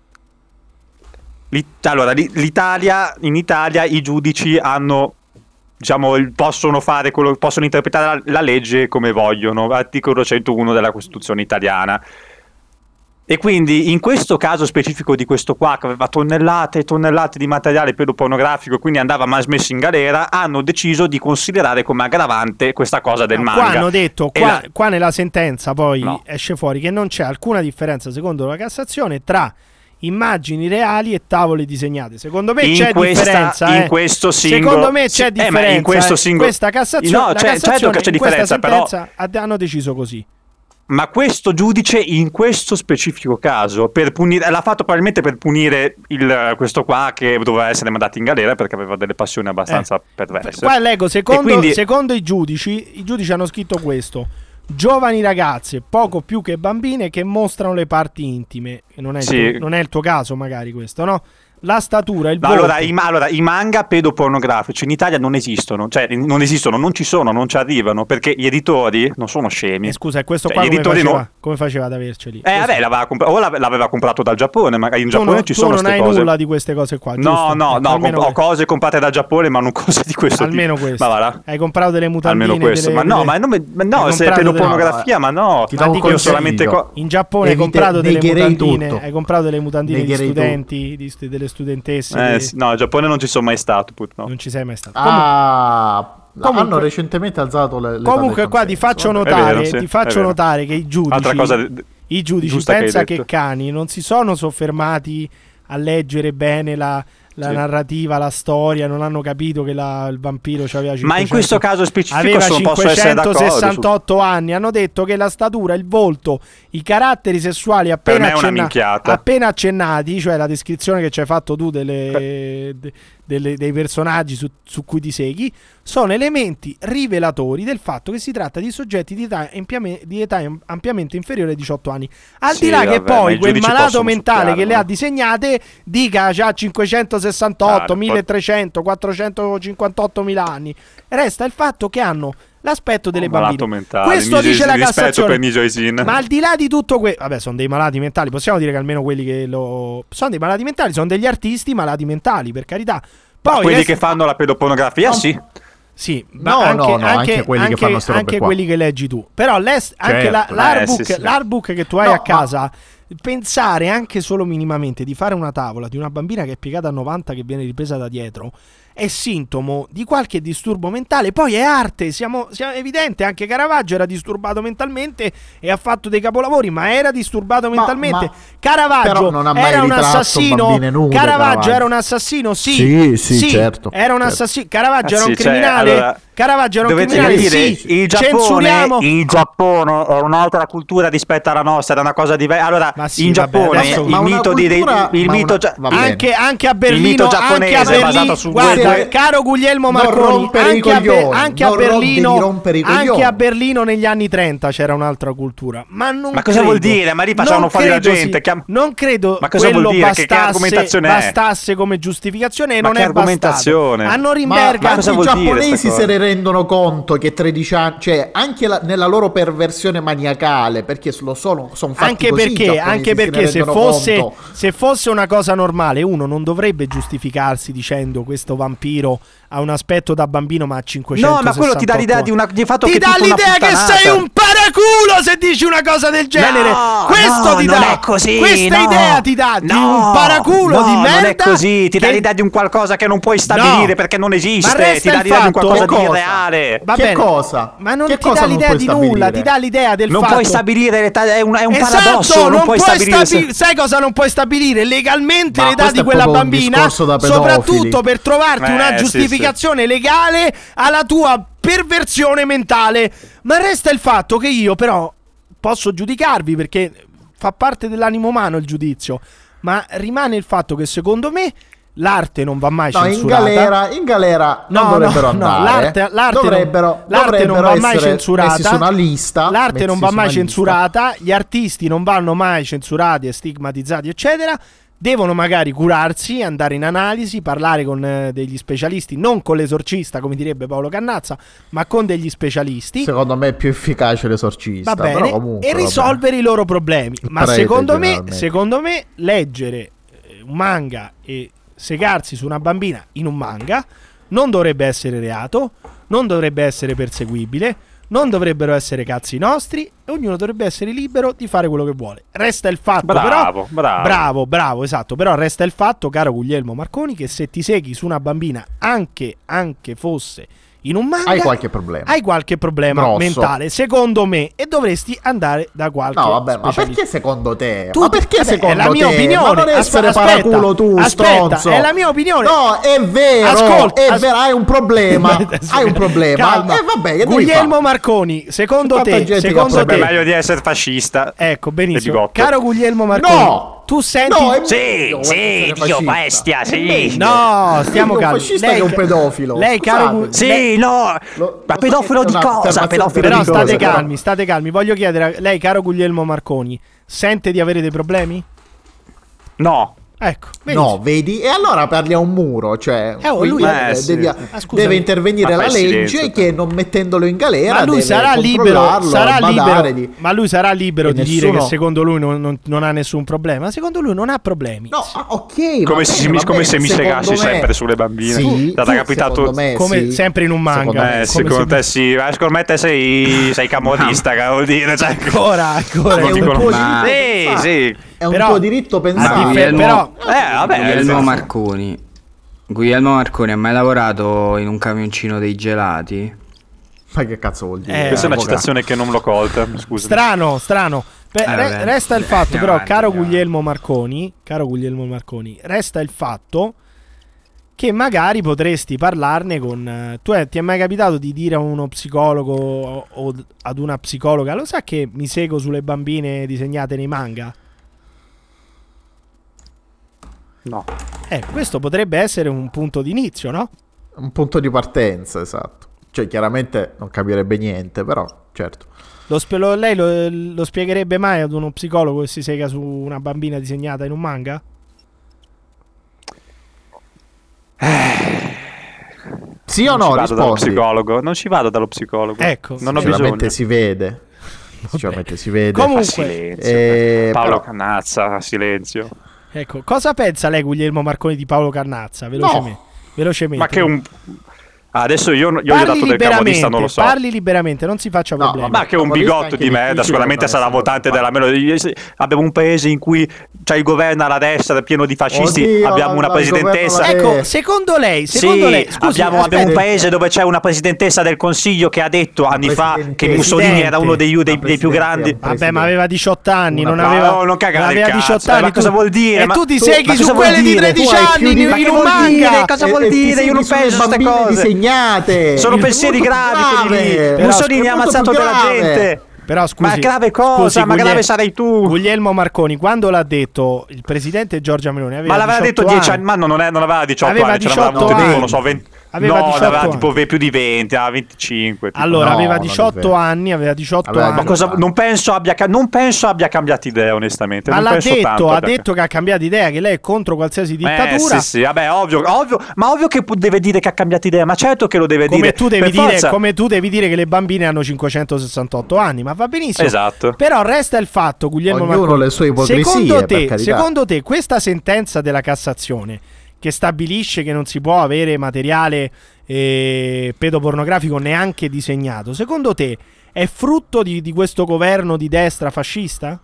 l'I- allora l'I- l'Italia, in Italia i giudici hanno, diciamo, il- possono fare quello, possono interpretare la, la legge come vogliono, articolo centouno della Costituzione italiana. E quindi in questo caso specifico di questo qua, che aveva tonnellate e tonnellate di materiale pedopornografico, quindi andava mai smesso in galera, hanno deciso di considerare come aggravante questa cosa del No, manga. qua hanno detto, E qua, la- qua nella sentenza poi No. esce fuori che non c'è alcuna differenza, secondo la Cassazione, tra immagini reali e tavole disegnate. Secondo me in c'è questa- differenza. in eh. questo singolo, Secondo me c'è sì, eh, differenza. ma in questo eh. singolo, Questa Cassazione, no, la c'è- certo Cassazione che c'è in questa differenza, però sentenza ha- hanno deciso così. Ma questo giudice in questo specifico caso per punire, l'ha fatto probabilmente per punire il, questo qua che doveva essere mandato in galera perché aveva delle passioni abbastanza eh. perverse. Qua leggo, secondo, quindi... secondo i giudici, i giudici hanno scritto questo: giovani ragazze, poco più che bambine, che mostrano le parti intime. Non è il, sì. tuo, non è il tuo caso magari questo, no? La statura, il no, volto. Allora i, allora, i manga pedopornografici in Italia non esistono, cioè non esistono, non ci sono, non ci arrivano, perché gli editori non sono scemi. Eh, scusa, e questo cioè, qua come faceva, non... come faceva ad averceli? Eh, vabbè, l'aveva comp- o l'aveva comprato dal Giappone, magari in tu Giappone non, ci tu sono non queste hai cose. nulla di queste cose qua, giusto? No, no, ecco, no, comp- ho cose comprate dal Giappone, ma non cose di questo almeno tipo. questo. Ma va là. Hai comprato delle mutandine. Almeno questo, delle, ma no, delle... ma, non me, ma no, se è pedopornografia, delle... ma no. Ti do io solamente co- in Giappone hai comprato delle mutandine, hai comprato delle mutandine di studenti, di st- delle studentesse. Eh, di... No, in Giappone non ci sono mai stato, purtroppo. Non ci sei mai stato. Ah, Comunque, hanno recentemente alzato le, le comunque qua ti faccio notare, vero, sì, ti faccio notare che i giudici, Altra cosa d- i giudici pensa che, che Cani non si sono soffermati a leggere bene la, la sì. narrativa, la storia, non hanno capito che la, il vampiro c'aveva cinquecento, ma in questo caso specifico aveva sono, posso essere d'accordo cinquecentosessantotto anni. Hanno detto che la statura, il volto, i caratteri sessuali appena, accenna- appena accennati, cioè la descrizione che ci hai fatto tu delle, de, delle, dei personaggi su, su cui ti segui, sono elementi rivelatori del fatto che si tratta di soggetti di età, ampiame, di età ampiamente inferiore ai diciotto anni. Al sì, di là vabbè, che poi quel malato mentale succhiare, che le ha disegnate dica c'ha cinquecentosessantotto, ah, milletrecento, quattrocentocinquantottomila anni, resta il fatto che hanno l'aspetto delle bambine. Mentale. Questo Nige, dice la Cassazione. Per ma al di là di tutto questo, vabbè, sono dei malati mentali. Possiamo dire che almeno quelli che lo sono dei malati mentali, sono degli artisti malati mentali, per carità. Poi ma quelli resta... che fanno la pedopornografia, no. sì. Sì, no, anche, no, no, anche, anche quelli anche, che fanno ste robe anche qua. quelli che leggi tu. Però l'est, certo, anche la, l'artbook, eh, sì, sì. l'artbook che tu hai no, a casa, ma... pensare anche solo minimamente di fare una tavola di una bambina che è piegata a novanta che viene ripresa da dietro è sintomo di qualche disturbo mentale. Poi è arte, siamo, siamo evidente, anche Caravaggio era disturbato mentalmente e ha fatto dei capolavori, ma era disturbato ma, mentalmente. Ma, Caravaggio era un assassino. Nude, Caravaggio, Caravaggio era un assassino, sì, sì, sì, sì certo. Era un certo. assassino. Caravaggio ah, era un sì, criminale. Cioè, allora... Caravaggio era un Dovete criminale, dire, sì, il Giappone, censuriamo. il Giappone è un'altra cultura rispetto alla nostra, è una cosa diversa. Allora, sì, in vabbè, Giappone adesso, il mito di cultura, il mito una, anche, anche a Berlino, il mito giapponese anche a Berlino, è basato su guarda, due... caro Guglielmo Marconi, anche, a, Be- anche, a Berlino, anche a Berlino negli anni trenta c'era un'altra cultura. Ma non Ma cosa credo, vuol dire? Ma lì facevano fuori la gente. Sì, chiam... Non credo ma cosa quello vuol dire? bastasse, che, che argomentazione bastasse come giustificazione e ma non che è argomentazione? bastato. A Norimberga, ma, ma i giapponesi se ne rendono conto che tredici anni, cioè anche la, nella loro perversione maniacale, perché lo sono, sono fatti anche così, perché, anche perché se fosse, se fosse una cosa normale uno non dovrebbe giustificarsi dicendo questo vampiro ha un aspetto da bambino ma ha cinquecento. No, ma quello ti dà l'idea di, una, di fatto ti che dà l'idea che sei un paraculo se dici una cosa del genere. No, questo no, ti non dà è così, questa no, idea ti dà di no, un paraculo no, di merda. Non è così, ti che... dà l'idea di un qualcosa che non puoi stabilire no, perché non esiste, ti dà l'idea di un qualcosa di irreale. Va che bene, cosa? ma non che ti cosa dà l'idea non di stabilire? nulla, ti dà l'idea del non fatto. Non puoi stabilire l'età, è un, è un esatto, paradosso, non, non puoi puoi stabilire. Stabi- sai cosa non puoi stabilire? Legalmente ma l'età di quella bambina, soprattutto per trovarti eh, una giustificazione sì, sì. legale alla tua perversione mentale. Ma resta il fatto che io però posso giudicarvi perché fa parte dell'animo umano il giudizio, ma rimane il fatto che secondo me l'arte non va mai no, censurata. In galera, in galera no, non dovrebbero no, andare. No, l'arte, l'arte dovrebbero, non, l'arte dovrebbero non va mai essere censurata. Messi su una lista, l'arte non va mai lista. censurata. Gli artisti non vanno mai censurati e stigmatizzati, eccetera. Devono magari curarsi, andare in analisi, parlare con eh, degli specialisti, non con l'esorcista, come direbbe Paolo Cannazza, ma con degli specialisti. Secondo me è più efficace l'esorcista. Va bene, però comunque, e risolvere vabbè. i loro problemi. Il ma secondo me, secondo me, leggere un manga e segarsi su una bambina in un manga non dovrebbe essere reato, non dovrebbe essere perseguibile, non dovrebbero essere cazzi nostri e ognuno dovrebbe essere libero di fare quello che vuole. Resta il fatto bravo, però bravo. bravo, bravo, esatto, però resta il fatto, caro Guglielmo Marconi, che se ti seghi su una bambina, anche, anche fosse in un manga Hai qualche problema. Hai qualche problema Grosso. mentale, secondo me, e dovresti andare da qualche No, vabbè, ma specialista. perché secondo te? Tu- ma perché vabbè, secondo è la mia te? opinione. Ma non essere Aspe- paraculo tu, aspetta, stronzo. è la mia opinione. No, è vero, Ascolta, è as- vero, hai un problema. hai un problema. Calma. E vabbè, che devi Guglielmo fare? Marconi, secondo Quanta te, gente che secondo ha Sarebbe te, meglio di essere fascista. ecco, e benissimo. bigotto. Caro Guglielmo Marconi, No! tu senti No, è Sì, meglio sì, essere Dio fascista. bestia, È sì. meglio. No, stiamo Meglio un calmi. fascista Lei- che un pedofilo. lei, caro Scusate. Gu- Sì, lei- no. Lo- Ma lo pedofilo so che di è una cosa? affermazione Pedofilo Però di state cosa? calmi, state calmi. Voglio chiedere a lei, caro Guglielmo Marconi, sente di avere dei problemi? No. Ecco, No, vedi? E allora parli a un muro, cioè Eh, oh, quindi lui- Eh, sì. devi- Ah, scusami. deve intervenire Ma la fai legge silenzio, che non mettendolo in galera ma lui deve sarà libero, controllarlo, sarà badare libero, di- ma lui sarà libero e di dire nessuno- che secondo lui non, non- non ha nessun problema. Secondo lui non ha problemi. No, ah, ok, Come, va se, bene, va come bene, se mi secondo fregassi me- sempre sulle bambine. Sì, T'ha tu, capitato. secondo me Come sì. sempre in un manga. Secondo me Eh, Come secondo se- te sì, ma secondo me te sei, sei camorrista, che vuol dire? Cioè, Ancora, ancora. Ma è un dicono- tuo Ma- diritto sì, pensare. sì. È un Però- tuo diritto a pensare. differ- Guglielmo, però- Eh, vabbè, Guglielmo nel senso- Marconi. Guglielmo Marconi ha mai lavorato in un camioncino dei gelati? Ma che cazzo vuol dire? Eh, Questa è una avvocato? citazione che non l'ho colta, scusa. Strano, strano. Beh, Eh, re- vabbè. resta il fatto, Andiamo però, avanti, caro andiamo Guglielmo Marconi, caro Guglielmo Marconi, resta il fatto che magari potresti parlarne con... eh, tu eh, ti è mai capitato di dire a uno psicologo o, o ad una psicologa, lo sa che mi seguo sulle bambine disegnate nei manga? No. Eh, questo potrebbe essere un punto d'inizio, no? Un punto di partenza, esatto. Cioè, chiaramente non capirebbe niente, però, certo. Lo spe- lo- lei lo, lo spiegherebbe mai ad uno psicologo che si sega su una bambina disegnata in un manga? Sì o Non no? ci vado dallo Rispondi. psicologo. Non ci vado dallo psicologo. Ecco, non ho Sicuramente bisogno. si vede. Sicuramente si vede. Comunque- Fa silenzio. Eh, Paolo però- Cannazza, silenzio. Ecco, cosa pensa lei, Guglielmo Marconi, di Paolo Cannazza? Velocemente. Velocemente. Ma che un... Ah, adesso io, io gli ho Parli dato del camorrista, liberamente, non lo so. parli liberamente, non si faccia No, problemi. Ma che un Camorrista bigotto anche di merda, difficile, sicuramente non sarà essere votante fatto. della Meloni. Abbiamo un paese in cui c'è il governo alla destra pieno di fascisti, Oddio, abbiamo una la- il presidentessa. governo alla Ecco, secondo lei, secondo Sì, lei, scusi, abbiamo, aspetta, abbiamo un paese dove c'è una presidentessa del Consiglio che ha detto anni fa che presidente. Mussolini era uno dei, dei- La dei più grandi. presidente. Vabbè, ma aveva diciotto anni, non Una- aveva no, non cagare aveva il cazzo, diciotto eh, anni. ma cosa tu- vuol dire? E Ma tu ti tu- segui ma su cosa vuol quelle di dire? tredici Tu hai anni chiudi- in, ma in che un vuol dire? manga. Cosa E- vuol e ti dire? Io segui non sulle penso a queste bambine cose. disegnate. Sono È pensieri molto gravi più quelli lì. grave. Però Mussolini è ha molto ammazzato più della grave. gente. Però scusi, Ma grave cosa? scusi, Ma grave Gugliel- sarai tu. Guglielmo Marconi, quando l'ha detto il presidente Giorgia Meloni, aveva Ma l'aveva diciotto detto dieci anni, ma non, è, non aveva diciotto Aveva anni, ce diciotto n'aveva avuto tipo, anni. non so, venti. Aveva no, diciotto ne aveva anni. tipo più di venti, aveva venticinque. tipo. Allora, No, aveva non è diciotto vero. anni, aveva diciotto Aveva- anni. Ma cosa, non, penso abbia, ca- non penso abbia cambiato idea, onestamente. Ma non l'ha penso detto, tanto ha abbia- detto che ha cambiato idea, che lei è contro qualsiasi dittatura. Eh, sì, sì, vabbè, ovvio, ovvio, ma ovvio che pu- deve dire che ha cambiato idea, ma certo che lo deve Come dire. tu, devi per dire, forza. come tu devi dire che le bambine hanno cinquecentosessantotto anni, ma va benissimo. Esatto. Però resta il fatto, Guglielmo Ognuno Marconi, le sue ipocrisie, secondo per te, carità. secondo te questa sentenza della Cassazione che stabilisce che non si può avere materiale eh, pedopornografico neanche disegnato, secondo te è frutto di, di questo governo di destra fascista?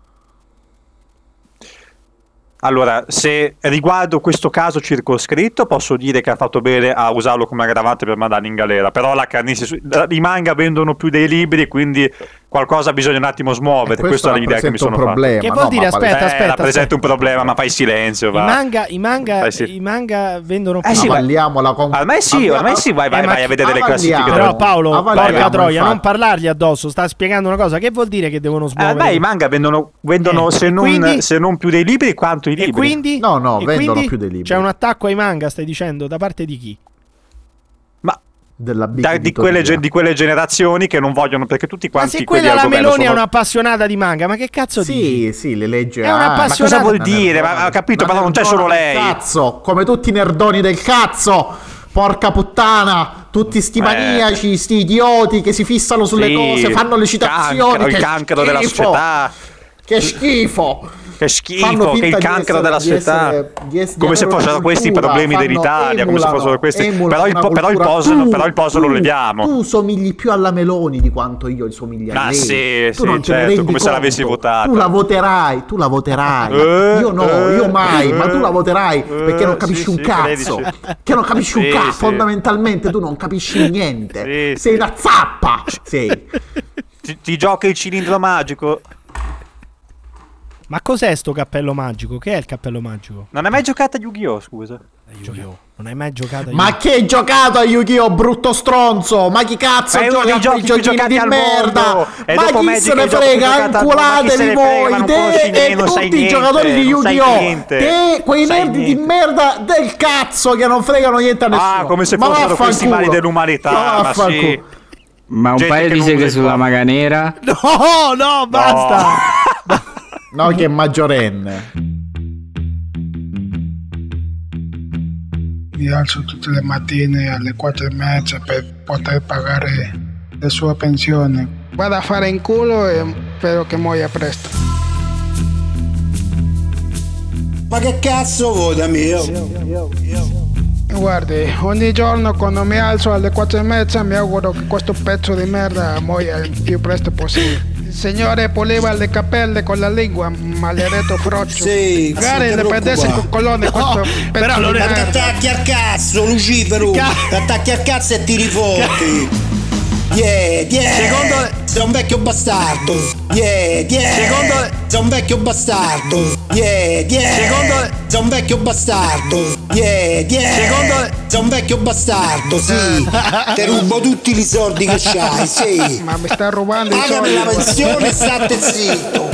Allora, se riguardo questo caso circoscritto, posso dire che ha fatto bene a usarlo come aggravante per mandarli in galera. Però la carnissi su- i manga vendono più dei libri, quindi qualcosa bisogna un attimo smuovere. E Questa è l'idea che mi rappresenta sono un fatto. problema. Che vuol no, dire? ma Aspetta, palese- Eh, aspetta, rappresenta aspetta. un problema, ma fai silenzio, I va. manga, i manga, Eh, sì. i manga vendono più. Eh, sì, vai. Avalliamo la con- Ormai sì, ormai sì, vai, vai, Eh, ma vai a vedere le avalliamo. classifiche. Però del- Paolo, Avalliamo, porca troia, infatti. non parlargli addosso, sta spiegando una cosa. Che vuol dire che devono Eh, smuovere? beh, i manga vendono, vendono Eh, se, non, quindi- se non più dei libri, quanto i libri. E quindi? No, no, e vendono quindi più dei libri. C'è un attacco ai manga, stai dicendo, da parte di chi? Ma della big da- di, quelle, editoria. ge- di quelle generazioni che non vogliono, perché tutti Ma quanti se quelli quella al la governo Meloni è sono... un'appassionata di manga, ma che cazzo dici? Sì, sì, le legge È anche. una Ma cosa appassionata- vuol Una dire? Ma nerdona. ho capito, Una però non c'è nerdona solo del lei. Cazzo, come tutti i nerdoni del cazzo. Porca puttana, tutti sti Eh. maniaci, sti idioti che si fissano sulle Sì, cose, fanno le citazioni. cancro, il che cancro della schifo. società. Che schifo. che schifo, che il cancro della società. Come se fossero questi i problemi dell'Italia, come se fossero questi. Però il, po- però il poso, tu, però il poso tu, lo leviamo. Tu somigli più alla Meloni di quanto io somigli a ah, lei. Sì, tu sì, non certo, come se l'avessi votata. Tu la voterai, tu la voterai. Eh, io no, eh, io mai, eh, ma tu la voterai perché non capisci sì, un sì, cazzo. Che non capisci sì, un cazzo, sì. Fondamentalmente tu non capisci niente. Sì, sei sì. una zappa. Sei. Ti, ti gioca il cilindro magico. Ma cos'è sto cappello magico? Che è il cappello magico? Non hai mai giocato a Yu-Gi-Oh, scusa? Yu-Gi-Oh. Non hai mai giocato a Yu-Gi-Oh? Ma che hai giocato a Yu-Gi-Oh, brutto stronzo? Ma chi cazzo ma gioca a quei giochini di merda? E ma chi se ne frega? Inculatevi voi, te e tutti i giocatori di Yu-Gi-Oh! Te, quei nerdi di merda del cazzo che non fregano niente a nessuno. Ah, come se fossero questi mali dell'umanità, ma sì. Ma un paio di seghe sulla maga nera? No, no, basta! No, che è maggiorenne. Mi alzo tutte le mattine alle quattro e mezza per poter pagare la sua pensione. Vado a fare in culo e spero che muoia presto. Ma che cazzo vuoi da me? Guardi, ogni giorno quando mi alzo alle quattro e mezza mi auguro che questo pezzo di merda muoia il più presto possibile. Il signore poliva le capelle con la lingua, maledetto froccio. Sì, magari le perdesse il coccolone questo pezzo però di non merda. Ti attacchi al cazzo, Lucifero! Ti attacchi al cazzo e tiri forti! Yeah, yeah! Secondo le... sei un vecchio bastardo! Yeah, yeah! Secondo le... sei un vecchio bastardo! Yeah, yeah! Secondo le... sei un vecchio bastardo! Yeah, yeah! Secondo le... sei un vecchio bastardo, sì! Ti rubo tutti i soldi che c'hai, sì! Ma mi sta rubando i soldi! Pagami la pensione e state zitto!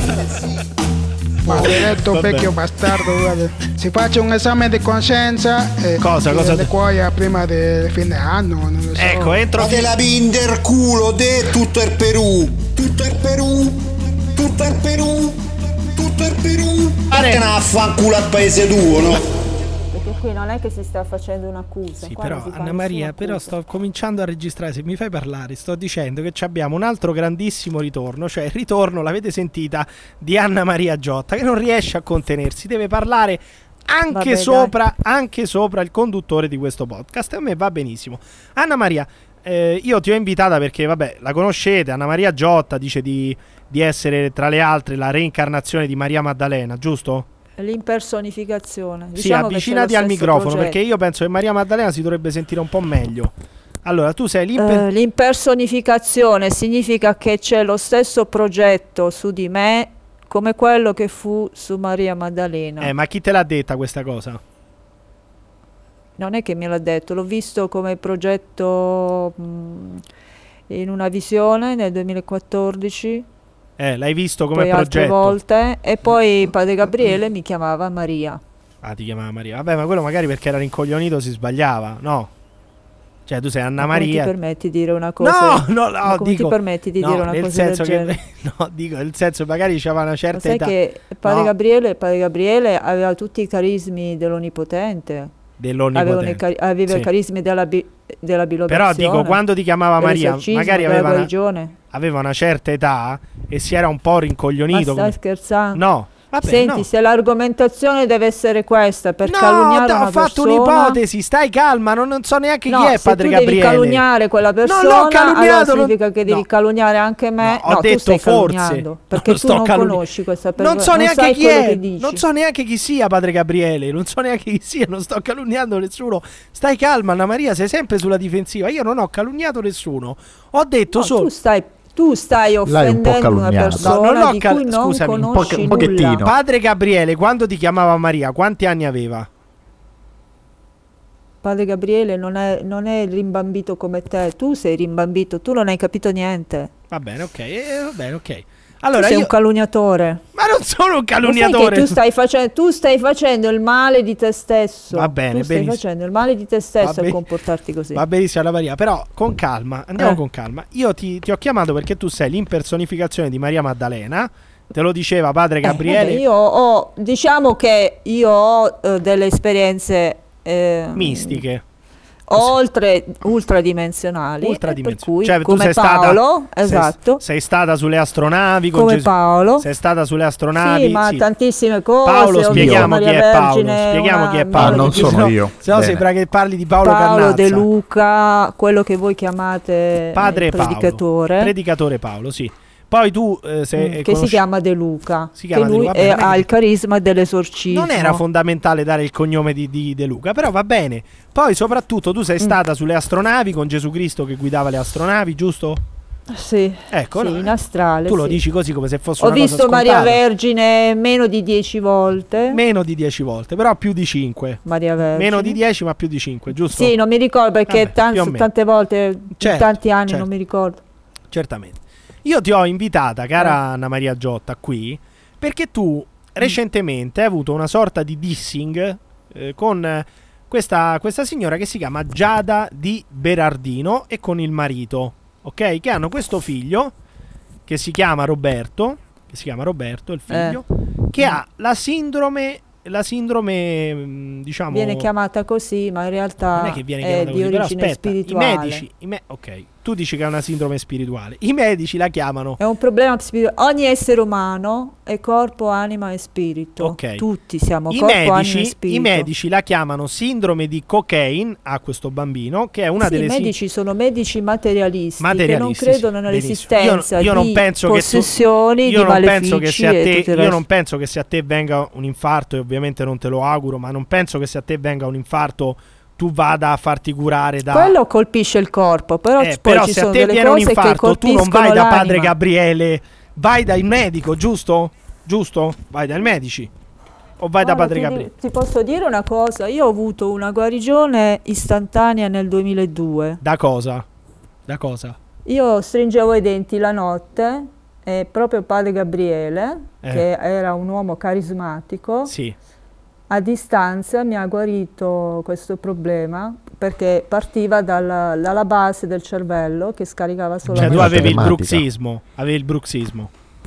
Maledetto vecchio bastardo, guarda. Si faccia un esame di coscienza e cosa, cosa le cuoia prima del fine anno, non lo so. Ecco, entro. Ma te la pinder culo te tutto il Perù, tutto il Perù, tutto il Perù, tutto il Perù. Vattene a fanculo al paese tuo, no? Perché qui non è che si sta facendo un'accusa. Sì, però Anna Maria, però sto cominciando a registrare, se mi fai parlare, sto dicendo che abbiamo un altro grandissimo ritorno, cioè il ritorno, l'avete sentita, di Anna Maria Giotta, che non riesce a contenersi, deve parlare anche Vabbè, sopra dai. anche sopra il conduttore di questo podcast, e a me va benissimo. Anna Maria, eh, io ti ho invitata perché, vabbè, la conoscete, Anna Maria Giotta dice di, di essere, tra le altre, la reincarnazione di Maria Maddalena, giusto? L'impersonificazione. Sì, diciamo avvicinati al microfono, progetto. Perché io penso che Maria Maddalena si dovrebbe sentire un po' meglio. Allora, tu sei l'imper- uh, l'impersonificazione significa che c'è lo stesso progetto su di me come quello che fu su Maria Maddalena. Eh, ma chi te l'ha detta questa cosa? Non è che me l'ha detto, l'ho visto come progetto mh, in una visione nel duemilaquattordici. Eh, l'hai visto come poi progetto? Altre volte, e poi padre Gabriele mi chiamava Maria. Ah, ti chiamava Maria. Vabbè, ma quello magari perché era rincoglionito si sbagliava, no? Cioè, tu sei Anna ma Maria. Come ti permetti di dire una cosa? No, no, no, come dico, ti permetti di no, dire una nel cosa senso del che, genere? no, dico, nel senso magari c'aveva una certa ma sai età. che padre no. Gabriele, padre Gabriele aveva tutti i carismi dell'Onnipotente. Dell'Onnipotente. I car- aveva sì. i carismi della, bi- della bilocazione. Però dico, quando ti chiamava Maria, magari aveva una, aveva una certa età e si era un po' rincoglionito. Ma stai come... scherzando? No. Vabbè, Senti, no. se l'argomentazione deve essere questa per no, calunniare no, una ho fatto persona, un'ipotesi, stai calma, non, non so neanche no, chi è padre se tu Gabriele. devi calunniare quella persona, non l'ho calunniato, allora significa non... che devi no. calunniare anche me. No, ho no, detto tu stai forse, calunniando, perché non tu sto non calunni... conosci questa persona. Non so neanche non chi è, che non so neanche chi sia padre Gabriele, non so neanche chi sia, non sto calunniando nessuno. Stai calma, Anna Maria, sei sempre sulla difensiva. Io non ho calunniato nessuno. Ho detto no, solo tu stai Tu stai offendendo un una persona no, non di cal- cui non scusami, conosci un, po- un nulla. Padre Gabriele, quando ti chiamava Maria, quanti anni aveva? Padre Gabriele non è, non è rimbambito come te. Tu sei rimbambito, tu non hai capito niente. Va bene, ok, eh, va bene, ok. Allora, tu sei io... un calunniatore. Ma non sono un calunniatore. Tu stai, face- tu stai facendo il male di te stesso. Va bene, tu stai benissimo. facendo il male di te stesso be- a comportarti così. Va benissimo, Anna Maria, però con calma, andiamo eh. con calma. Io ti, ti ho chiamato perché tu sei l'impersonificazione di Maria Maddalena. Te lo diceva padre Gabriele. Eh, io ho, diciamo che io ho uh, delle esperienze eh, mistiche. oltre ultradimensionali, Ultradimensionali. per cui Cioè, tu come sei stata- Paolo, sei- esatto, Sei stata sulle astronavi con come Gesù. Paolo. Sei stata sulle astronavi. Sì, ma sì. tantissime cose. Paolo, ho spieghiamo visto chi Maria è Paolo. Vergine, Spieghiamo una- chi è Paolo. Ah, non perché sono sennò- io. Sennò Bene. sembra che parli di Paolo, Paolo Cannazza. De Luca, quello che voi chiamate Padre eh, Paolo. predicatore. Predicatore Paolo, sì. Poi tu eh, sei, Mm, che conosci- si chiama De Luca, Si chiama che De lui Luca, è- vabbè, non è ha che- il carisma dell'esorcismo. Non era fondamentale dare il cognome di, di De Luca, però va bene. Poi soprattutto tu Mm. sei stata sulle astronavi con Gesù Cristo che guidava le astronavi, giusto? Sì, Ecco, sì, no, in astrale. tu lo sì. dici così come se fosse Ho una cosa visto Maria scontata. Vergine meno di dieci volte. Meno di dieci volte, però più di cinque. Maria Vergine. Meno di dieci, ma più di cinque, giusto? Sì, non mi ricordo perché Vabbè, tan- più o meno. tante volte, Certo, in tanti anni certo. non mi ricordo. Certamente. Io ti ho invitata, cara Eh. Anna Maria Giotta, qui perché tu recentemente hai avuto una sorta di dissing eh, con eh, questa, questa signora che si chiama Giada Di Berardino e con il marito, ok? Che hanno questo figlio che si chiama Roberto, che si chiama Roberto, il figlio, che ha la sindrome, la sindrome, mh, diciamo... Viene chiamata così, ma in realtà Non è che viene è chiamata di così, però origine aspetta, spirituale. i medici, i me- ok, tu dici che è una sindrome spirituale, i medici la chiamano, È un problema spirituale. Ogni essere umano è corpo, anima e spirito. Ok. Tutti siamo i corpo, anima e medici, spirito. i medici la chiamano sindrome di cocaine a questo bambino, che è una Sì, delle i sin- medici sono medici materialisti, materialisti, che non credono sì, nell'esistenza benissimo. Io, io non di penso che tu- possessioni, io di non penso che malefici se a e te, tutto il io resto. non penso che se a te venga un infarto, e ovviamente non te lo auguro, ma non penso che se a te venga un infarto tu vada a farti curare da Quello colpisce il corpo, però, Eh, poi però ci se a sono te delle viene un cose che infarto, tu non colpiscono vai da padre l'anima. Gabriele, vai dal medico, giusto? Giusto? Vai dai medici. O vai da Guarda, padre ti, Gabriele? di- ti posso dire una cosa, io ho avuto una guarigione istantanea nel duemiladue. Da cosa? Da cosa? Io stringevo i denti la notte e proprio padre Gabriele, Eh. che era un uomo carismatico, Sì. a distanza mi ha guarito questo problema perché partiva dalla, dalla base del cervello che scaricava Cioè solamente. tu avevi il telematica. bruxismo, avevi il bruxismo.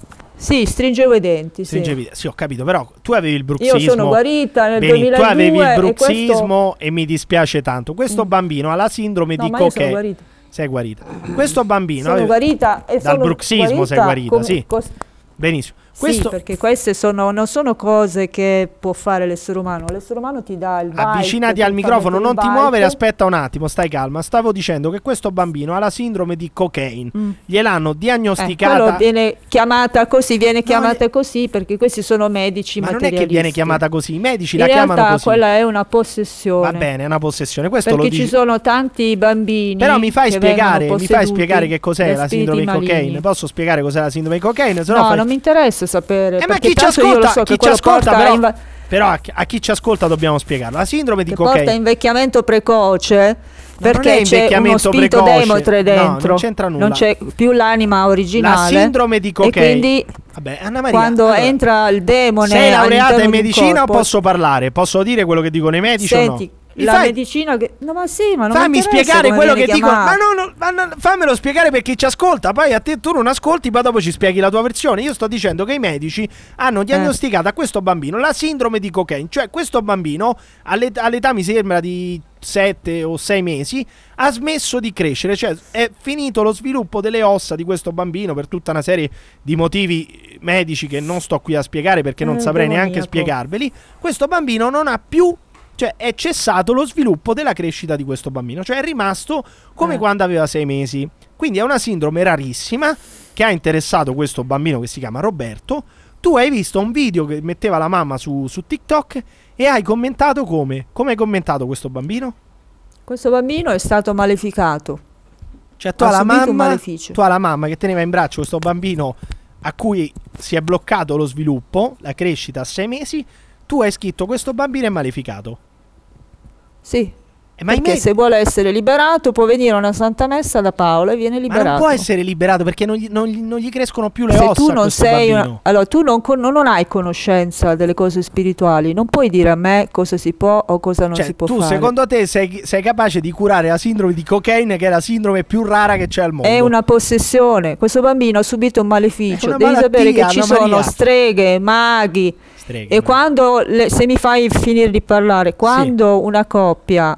Sì, stringevo i denti, sì. Stringevi- sì, ho capito, però tu avevi il bruxismo. Io sono guarita nel Beni, tu duemiladue avevi il e bruxismo questo- e, mi dispiace tanto. Questo Mm. bambino ha la sindrome No, di ma io sono cocaine. guarita. Sei guarita. Questo bambino Sono aveva- guarita e dal sono bruxismo sei guarita guarita, come- sì. cos- Benissimo. Sì, Questo perché queste sono, non sono cose che può fare l'essere umano. L'essere umano ti dà il bite, avvicinati al ti fa microfono, mettere non il ti bite. muovere, aspetta un attimo, stai calma. Stavo dicendo che questo bambino ha la sindrome di cocaine. Mm. Gliel'hanno Eh, diagnosticata. quello viene chiamata così, viene chiamata così perché questi sono medici Ma non è materialisti. che viene chiamata così, i medici In la realtà chiamano così. quella è una possessione. Va bene, è una possessione. Questo Perché lo ci dici. sono tanti bambini. Però mi fai che spiegare, vengono mi fai posseduti spiegare che cos'è da la sindrome di spiriti cocaine? maligni. Posso spiegare cos'è la sindrome di cocaine? Se no No, fai- non mi interessa sapere. Eh, ma perché chi ci tanto io lo ascolta, so che chi ci quello ascolta porta però, a inva- però a, chi- a chi ci ascolta dobbiamo spiegarlo. La sindrome di che porta a cocaine invecchiamento precoce. non è Perché c'è uno invecchiamento spirito precoce. demotre No, dentro, non c'entra nulla. non c'è più l'anima originale. La sindrome di cocaine. E quindi Vabbè, Anna Maria, quando allora, entra il demone sei laureata all'interno in di un medicina o corpo- posso parlare? Posso dire quello che dicono i medici o Senti, no? Mi la fai- medicina che... No, ma sì, ma non Fammi mi interessa spiegare come quello viene che dicono. Ma chiamato. no, no, ma no, fammelo spiegare per chi ci ascolta. Poi a te tu non ascolti, poi dopo ci spieghi la tua versione. Io sto dicendo che i medici hanno diagnosticato a questo bambino la sindrome di cocaine. Cioè, questo bambino all'et- all'età mi sembra di sette o sei mesi ha smesso di crescere. Cioè, è finito lo sviluppo delle ossa di questo bambino per tutta una serie di motivi medici che non sto qui a spiegare perché non Eh, saprei neanche demoniaco. spiegarveli. Questo bambino non ha più. Cioè è cessato lo sviluppo della crescita di questo bambino. Cioè è rimasto come Eh. quando aveva sei mesi. Quindi è una sindrome rarissima che ha interessato questo bambino che si chiama Roberto. Tu hai visto un video che metteva la mamma su, su TikTok e hai commentato come? Come hai commentato questo bambino? Questo bambino è stato maleficato. Cioè tu Ha hai la subito un mamma, maleficio. tu hai la mamma che teneva in braccio questo bambino a cui si è bloccato lo sviluppo, la crescita a sei mesi. Tu hai scritto questo bambino è maleficato. Sì. Eh, ma i Perché me- se vuole essere liberato può venire a una santa messa da Paolo e viene Ma liberato. non può essere liberato perché non gli, non gli- non gli crescono più le Se ossa tu a non questo sei una- bambino. allora tu non, con- non hai conoscenza delle cose spirituali, non puoi dire a me cosa si può o cosa non Cioè, si può tu fare. secondo te sei, sei capace di curare la sindrome di cocaine, che è la sindrome più rara che c'è al mondo? È una possessione. Questo bambino ha subito un maleficio. È una Devi sapere che malattia, ci Anna sono Maria. streghe, maghi. Streghe, E ma- quando, le- se mi fai finire di parlare, quando una coppia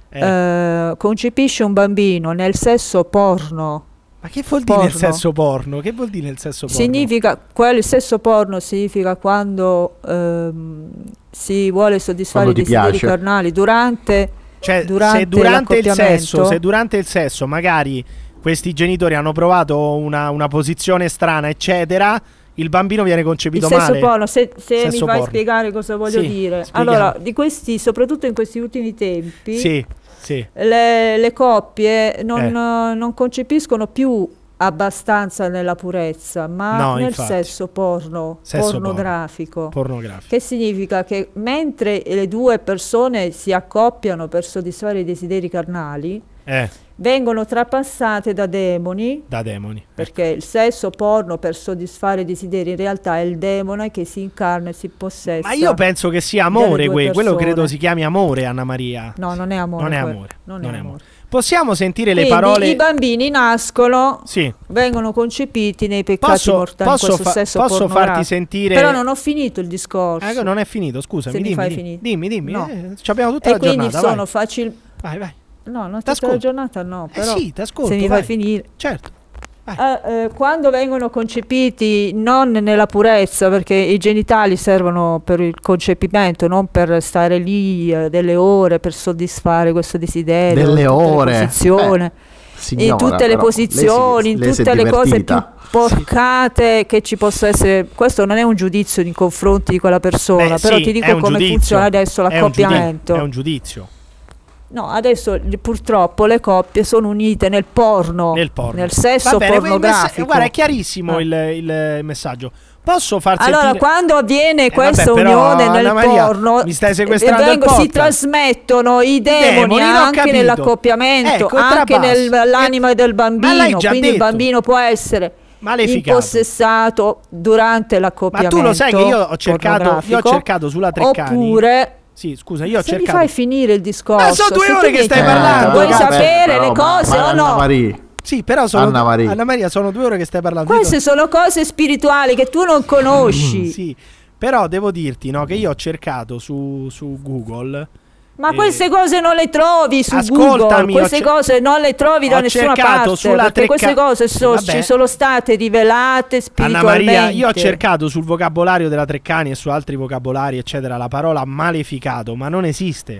eh. Eh, concepisce un bambino nel sesso porno. Ma che vuol dire porno. il sesso porno? Che vuol dire il sesso porno? Significa, quello, il sesso porno significa quando ehm, si vuole soddisfare i desideri carnali durante, cioè, durante, se durante il sesso, l'accoppiamento. se durante il sesso magari questi genitori hanno provato una, una posizione strana, eccetera, il bambino viene concepito il sesso male. porno, se, se Sesso mi fai porno. spiegare cosa voglio Sì, dire. spieghiamo. Allora, di questi, soprattutto in questi ultimi tempi, Sì, sì. le, le coppie non, Eh. non concepiscono più abbastanza nella purezza, ma No, nel infatti. sesso porno, Sesso pornografico. Pornografico. Che significa che mentre le due persone si accoppiano per soddisfare i desideri carnali, Eh, vengono trapassate da demoni, da demoni. perché il sesso porno per soddisfare i desideri in realtà è il demone che si incarna e si possessa. Ma io penso che sia delle amore, due que- quello persone. credo si chiami amore, Anna Maria. No, non è amore. Non è quello. amore. Non non è è amore. Possiamo sentire le Quindi parole. i bambini nascono, Sì. vengono concepiti nei peccati Posso- mortali, posso in questo fa- sesso posso pornografico. farti sentire- Però non ho finito il discorso. Ecco, non è finito, scusami. Se mi dimmi, fai dimmi, finire. dimmi, dimmi. No. Eh, ci abbiamo tutta E la quindi giornata. sono vai. facili. Vai, vai. No, non tutta T'ascolto. la giornata no, Eh però sì, t'ascolto, se mi vai. fai finire. Certo. Eh, eh, quando vengono concepiti non nella purezza, perché i genitali servono per il concepimento, non per stare lì eh, delle ore per soddisfare questo desiderio, Delle in tutte le ore? posizioni, Beh, signora, in tutte le però, posizioni, lei si- in lei si è tutte le cose più divertita. porcate che ci possa essere. Questo non è un giudizio nei confronti di quella persona, Beh, però sì, ti è dico un come giudizio. funziona adesso È un giudi- l'accoppiamento. È un giudizio. No, adesso li- purtroppo le coppie sono unite nel porno, Nel porno. nel sesso Va bene, il pornografico. messa- guarda, è chiarissimo Ah. il, il messaggio. Posso far Allora, sentire... quando avviene Eh, questa vabbè, però, unione nel Anna Maria, porno, mi stai eh, sequestrando il vengo- si podcast. trasmettono i demoni, demoni, l'ho anche capito. nell'accoppiamento, Ecco, anche trapasso. nell'anima del Ma l'hai bambino. già Quindi il detto. bambino può essere Maleficato. impossessato durante Ma l'accoppiamento. tu lo sai che io ho cercato, io ho pornografico, cercato sulla Treccani. Oppure Sì, scusa, io ho se mi cercato. fai finire il discorso, Ma sono due se tu ore che mi- stai Eh, parlando, vuoi ragazzi. sapere Però, le ma- cose ma o Anna no? Maria, Sì, però sono Anna Maria. Anna Maria, sono due ore che stai parlando. Queste sono cose spirituali che tu non conosci. Sì, però devo dirti, no, che io ho cercato su, su Google. Ma eh, queste cose non le trovi su ascoltami, Google, queste ho cer- cose non le trovi da ho nessuna cercato parte, sulla perché Trecca- queste cose so- Vabbè. ci sono state rivelate Anna spiritualmente. Maria, io ho cercato sul vocabolario della Treccani e su altri vocabolari, eccetera, la parola maleficato, ma non esiste.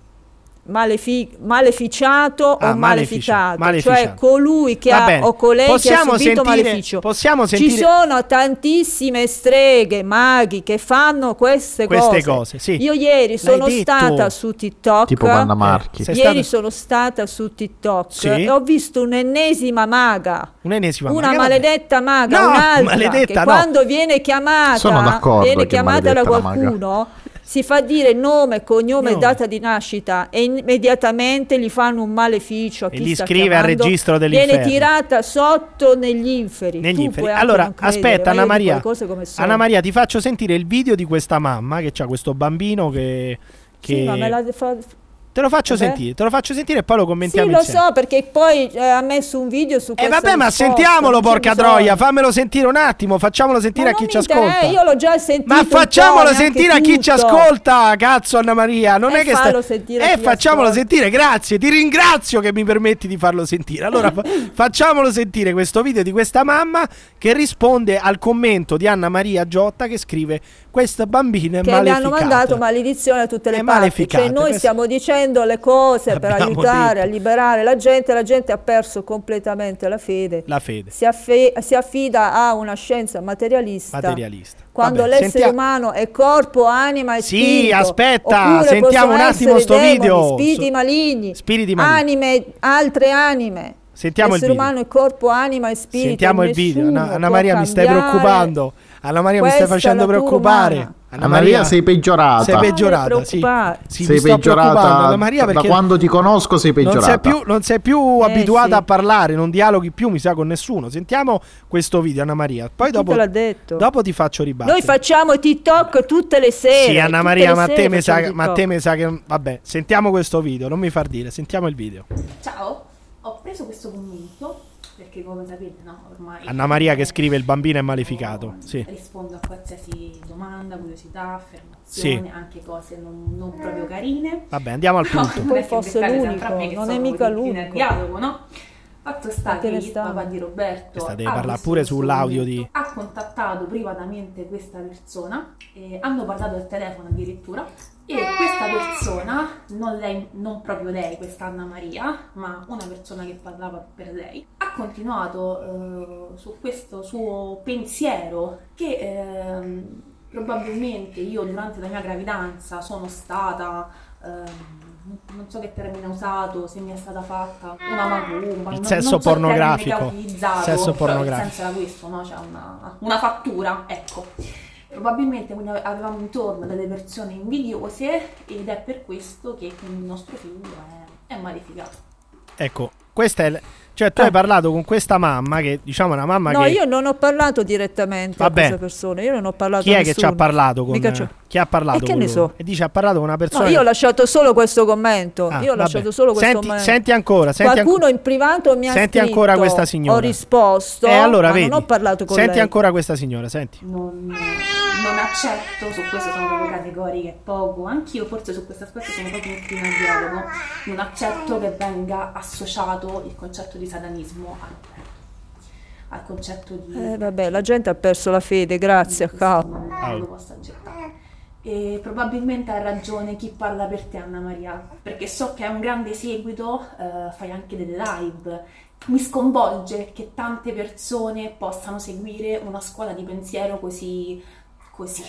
Malefi- maleficiato Ah, o maleficato, maleficato. cioè colui che Va ha bene. o colei che ha Possiamo subito sentire- maleficio. possiamo Ci sentire- sono tantissime streghe, maghi che fanno queste, Queste cose. cose, sì. Io ieri L'hai sono detto. stata su TikTok. tipo Vanna Marchi. Sei Ieri stata- sono stata su TikTok Sì. e ho visto un'ennesima maga. Un'ennesima Una maga, vabbè. maledetta maga, No, un'altra maledetta che no. quando viene chiamata, Sono d'accordo viene che chiamata da maledetta la maga. qualcuno, si fa dire nome, cognome e Nome. data di nascita e immediatamente gli fanno un maleficio a E chi gli sta scrive al chiamando. registro Viene dell'inferno. tirata sotto negli inferi. Negli Tu inferi. puoi anche Allora, non credere, aspetta, ma Anna io dico Maria. le cose come sono. Anna Maria, ti faccio sentire il video di questa mamma che ha questo bambino che. che... Sì, ma me la fa- Te lo faccio Vabbè. sentire, te lo faccio sentire e poi lo Sì, commentiamo lo insieme. so, perché poi eh, ha messo un video su E questa vabbè, ma risposta, sentiamolo, non c'è porca bisogno. troia, fammelo sentire un attimo, facciamolo sentire Ma a chi non ci mi interessa, ascolta. io l'ho già sentito. Ma un po', facciamolo neanche sentire a chi ci tutto. ascolta, cazzo Anna Maria, non E è che fallo stai... sentire a Eh, chi facciamolo ascolta. sentire, grazie, ti ringrazio che mi permetti di farlo sentire. Allora, fa- facciamolo sentire questo video di questa mamma che risponde al commento di Anna Maria Giotta che scrive: questa bambina è Che mi hanno maleficata. mandato maledizione a tutte le È parti. maleficata, Cioè noi questo- stiamo dicendo le cose per Abbiamo aiutare detto. a liberare la gente, la gente ha perso completamente la fede. La fede. Si, affe- si affida a una scienza materialista. Materialista. Quando Vabbè, l'essere sentia- umano è corpo, anima e Sì, spirito. aspetta, Oppure sentiamo possono un attimo essere sto demoni, video. spiriti So- maligni, Spiriti maligni. anime, altre anime. Sentiamo il L'essere video. umano è corpo, anima e spirito. Sentiamo il video. Nessuno Anna, Anna può Maria mi stai cambiare preoccupando. Anna Maria mi stai questa facendo natura preoccupare. umana. Anna Maria, sei peggiorata. Sei peggiorata, Non sì. preoccupare. Sì, sei mi sto preoccupando, peggiorata Anna Maria, da perché quando ti conosco sei non peggiorata. sei più, non sei più Eh, abituata sì. a parlare, non dialoghi più, mi sa, con nessuno. Sentiamo questo video, Anna Maria. Poi Chi dopo, te l'ha detto? dopo ti faccio ribattere. Noi facciamo TikTok tutte le sere. Sì, Anna tutte Maria, le ma a sere te mi sa, facciamo ma a te TikTok. mi sa che... Vabbè, sentiamo questo video, non mi far dire, sentiamo il video. Ciao, ho preso questo gomito perché come sapete, no, ormai Anna Maria che scrive il bambino è maleficato. Sì. rispondo a qualsiasi domanda, curiosità, affermazione, Sì. anche cose non, non proprio carine. Vabbè, andiamo al No, punto. non Poi è che fosse beccate sempre l'unico, a me che non sono è mica in- in l'unico. dialogo, no? Fatto sta Che che ne il sta? papà di Roberto Questa deve ha parlare visto pure questo sull'audio momento, di- ha contattato privatamente questa persona, e hanno parlato al telefono addirittura, e questa persona, non lei, non proprio lei, questa Anna Maria, ma una persona che parlava per lei, ha continuato eh, su questo suo pensiero che ehm, probabilmente io durante la mia gravidanza sono stata, ehm, non so che termine ha usato, se mi è stata fatta una macumba, Il non- sesso non so il termine pornografico. che ha utilizzato, Sesso però pornografico. il senso era questo, no? C'è una, una fattura, ecco. Probabilmente quindi ave- avevamo intorno delle persone invidiose, ed è per questo che quindi il nostro figlio è, è maleficato. Ecco, questa è l- cioè tu hai parlato con questa mamma che diciamo è una mamma No, che io non ho parlato direttamente Vabbè. a questa persona, io non ho parlato chi a è che ci ha nessuno. parlato con Mica c'ho- chi ha parlato E che con ne loro? so? E dice ha parlato con una persona No, io ho lasciato solo questo commento. Ah, io ho lasciato vabbè. solo questo Senti- commento. senti ancora, senti Qualcuno anco- in privato mi ha Senti scritto, ancora questa signora. Ho risposto, E allora ma vedi. non ho parlato con Senti lei. ancora questa signora, senti. Non, non accetto, su questo sono proprio categoriche e poco, anch'io forse su questo aspetto sono proprio incline al dialogo, non accetto che venga associato il concetto di satanismo al, al concetto di... Eh, vabbè, la gente ha perso la fede, grazie a capo. non lo posso accettare. E probabilmente ha ragione chi parla per te, Anna Maria, perché so che hai un grande seguito, eh, fai anche delle live. Mi sconvolge che tante persone possano seguire una scuola di pensiero così, così.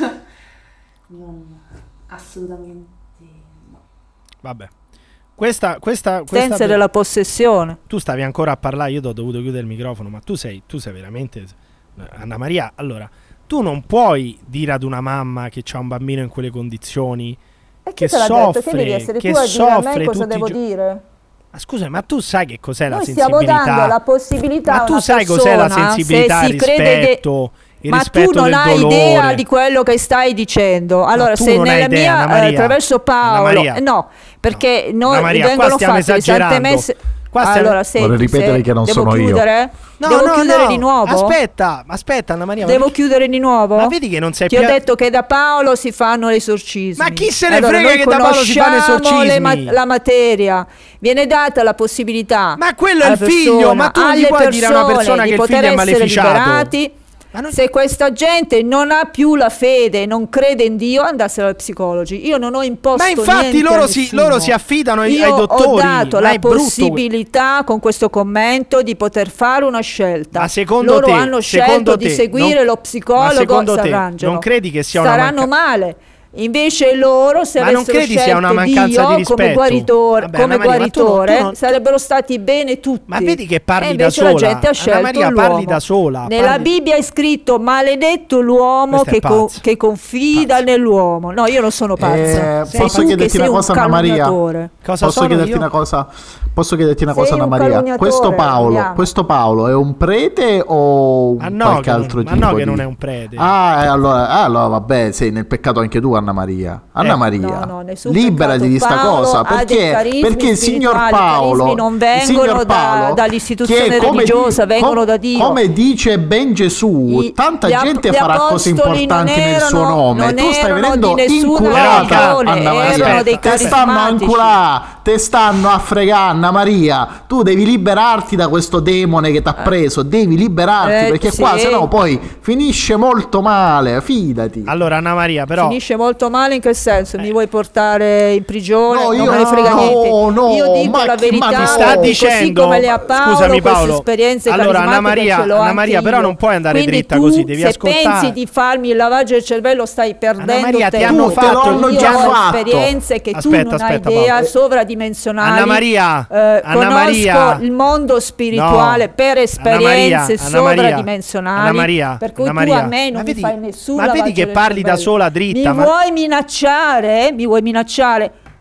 Non, assolutamente no. Vabbè. Questa questa questa Senza della possessione. Tu stavi ancora a parlare, io ti ho dovuto chiudere il microfono, ma tu sei tu sei veramente Anna Maria, allora, tu non puoi dire ad una mamma che ha un bambino in quelle condizioni E che chi te l'ha soffre, detto? Che devi essere che tu a dire a soffre me cosa tutti i devo gio- dire? Ma scusa, ma tu sai che cos'è la Noi stiamo sensibilità? dando la possibilità Ma a tu una sai cos'è la persona, sensibilità, se si il crede che- rispetto, il Ma tu rispetto non del hai dolore. idea di quello che stai dicendo. Allora, tu se non hai nella idea, Anna mia Maria. eh, attraverso Anna Paolo, Maria. eh, no, perché noi Anna Maria, qua vengono stiamo fatte le sante esagerando. messe. Qua stiamo- Allora, senti, Vorrei ripetere se- che non devo sono io. chiudere? No, devo no, chiudere no. di nuovo? Aspetta, aspetta Anna Maria. ma Devo perché- chiudere di nuovo? Ma vedi che non sei Ti più ho detto che da Paolo si fanno gli esorcismi. Ma chi se ne Allora, frega noi che da Paolo si fanno conosciamo le esorcismi? la materia. Viene data la possibilità. Ma quello è alla il figlio, persona, ma tu non gli alle puoi dire a una persone persona di che il poter figlio è essere maleficiato. liberati. Se questa gente non ha più la fede, non crede in Dio, andassero ai psicologi. Io non ho imposto Ma infatti niente loro a si, nessuno. loro si affidano ai, Io ai dottori. ho dato ma la è brutto que- possibilità con questo commento di poter fare una scelta. Ma secondo loro te- hanno secondo scelto te di seguire non- lo ma psicologo, secondo te si arrangiano. non credi che sia una Staranno manca- male. Invece loro, se Ma non avessero credi sia scelto una mancanza Dio di rispetto? come guaritore, Vabbè, come Anna Maria, ma tu non- guaritore tu non- sarebbero stati bene tutti. Ma vedi che parli E da invece sola. la gente ha Anna scelto Maria, l'uomo. parli da sola, Nella parli- Bibbia è scritto maledetto l'uomo Questa è che, co- pazza. che confida nell'uomo. No, io non sono pazza. Eh, Sei posso tu che chiederti sei una un cosa, Anna Maria? calunniatore. Cosa Posso sono chiederti io? una cosa? Posso chiederti una Sei cosa, Anna un Maria? calunniatore, Questo Paolo, andiamo. questo Paolo è un prete o un Ma no, qualche che non- altro ma tipo no che di- non è un prete. Ah, eh, allora, ah, allora vabbè, sei nel peccato anche tu, Anna Maria. Anna Eh. Maria, No, no, nessun liberati peccato. di sta Paolo cosa, ha dei perché, carismi perché il signor spirituali, i Paolo, carismi non il vengono signor da- Paolo, dall'istituzione che come religiosa, di- vengono com- da Dio. Come dice ben Gesù, I- tanta gli ap- gente gli farà cose apostoli importanti non nel suo erano- nome. non Tu stai erano venendo di nessuna inculata, religione, Anna Maria. erano dei Te stanno a carismatici. inculare, te stanno a fregare, Anna Maria. Tu devi liberarti da questo demone che ti ha preso, devi liberarti, Eh, perché sì. qua sennò poi finisce molto male, fidati. Allora Anna Maria, però Finisce molto male in che senso? Mi vuoi portare in prigione? No, non io me ne frega no, niente. no, io dico ma la chi- ma verità, ti sta così dicendo- come le ha Paolo, Scusami, queste Paolo. esperienze Allora, Anna carismatiche Maria- ce l'ho Anna anche Maria, però io. non puoi andare Quindi dritta tu, così, devi se ascoltare. pensi di farmi il lavaggio del cervello stai perdendo Maria, ti tempo. hanno Tu, fatto- io ti hanno ho fatto. esperienze che tu Aspetta, non aspetta, hai idea, Paolo. sovradimensionali. Anna Maria, Eh, Anna conosco Maria. il mondo spirituale No. per esperienze Anna Maria, Anna Maria, sovradimensionali. Anna Maria, per cui Anna tu Maria. a me non Ma mi vedi- fai nessun ma vedi lavaggio che del parli da cervello. sola dritta, Mi ma- vuoi minacciare? Mi vuoi minacciare?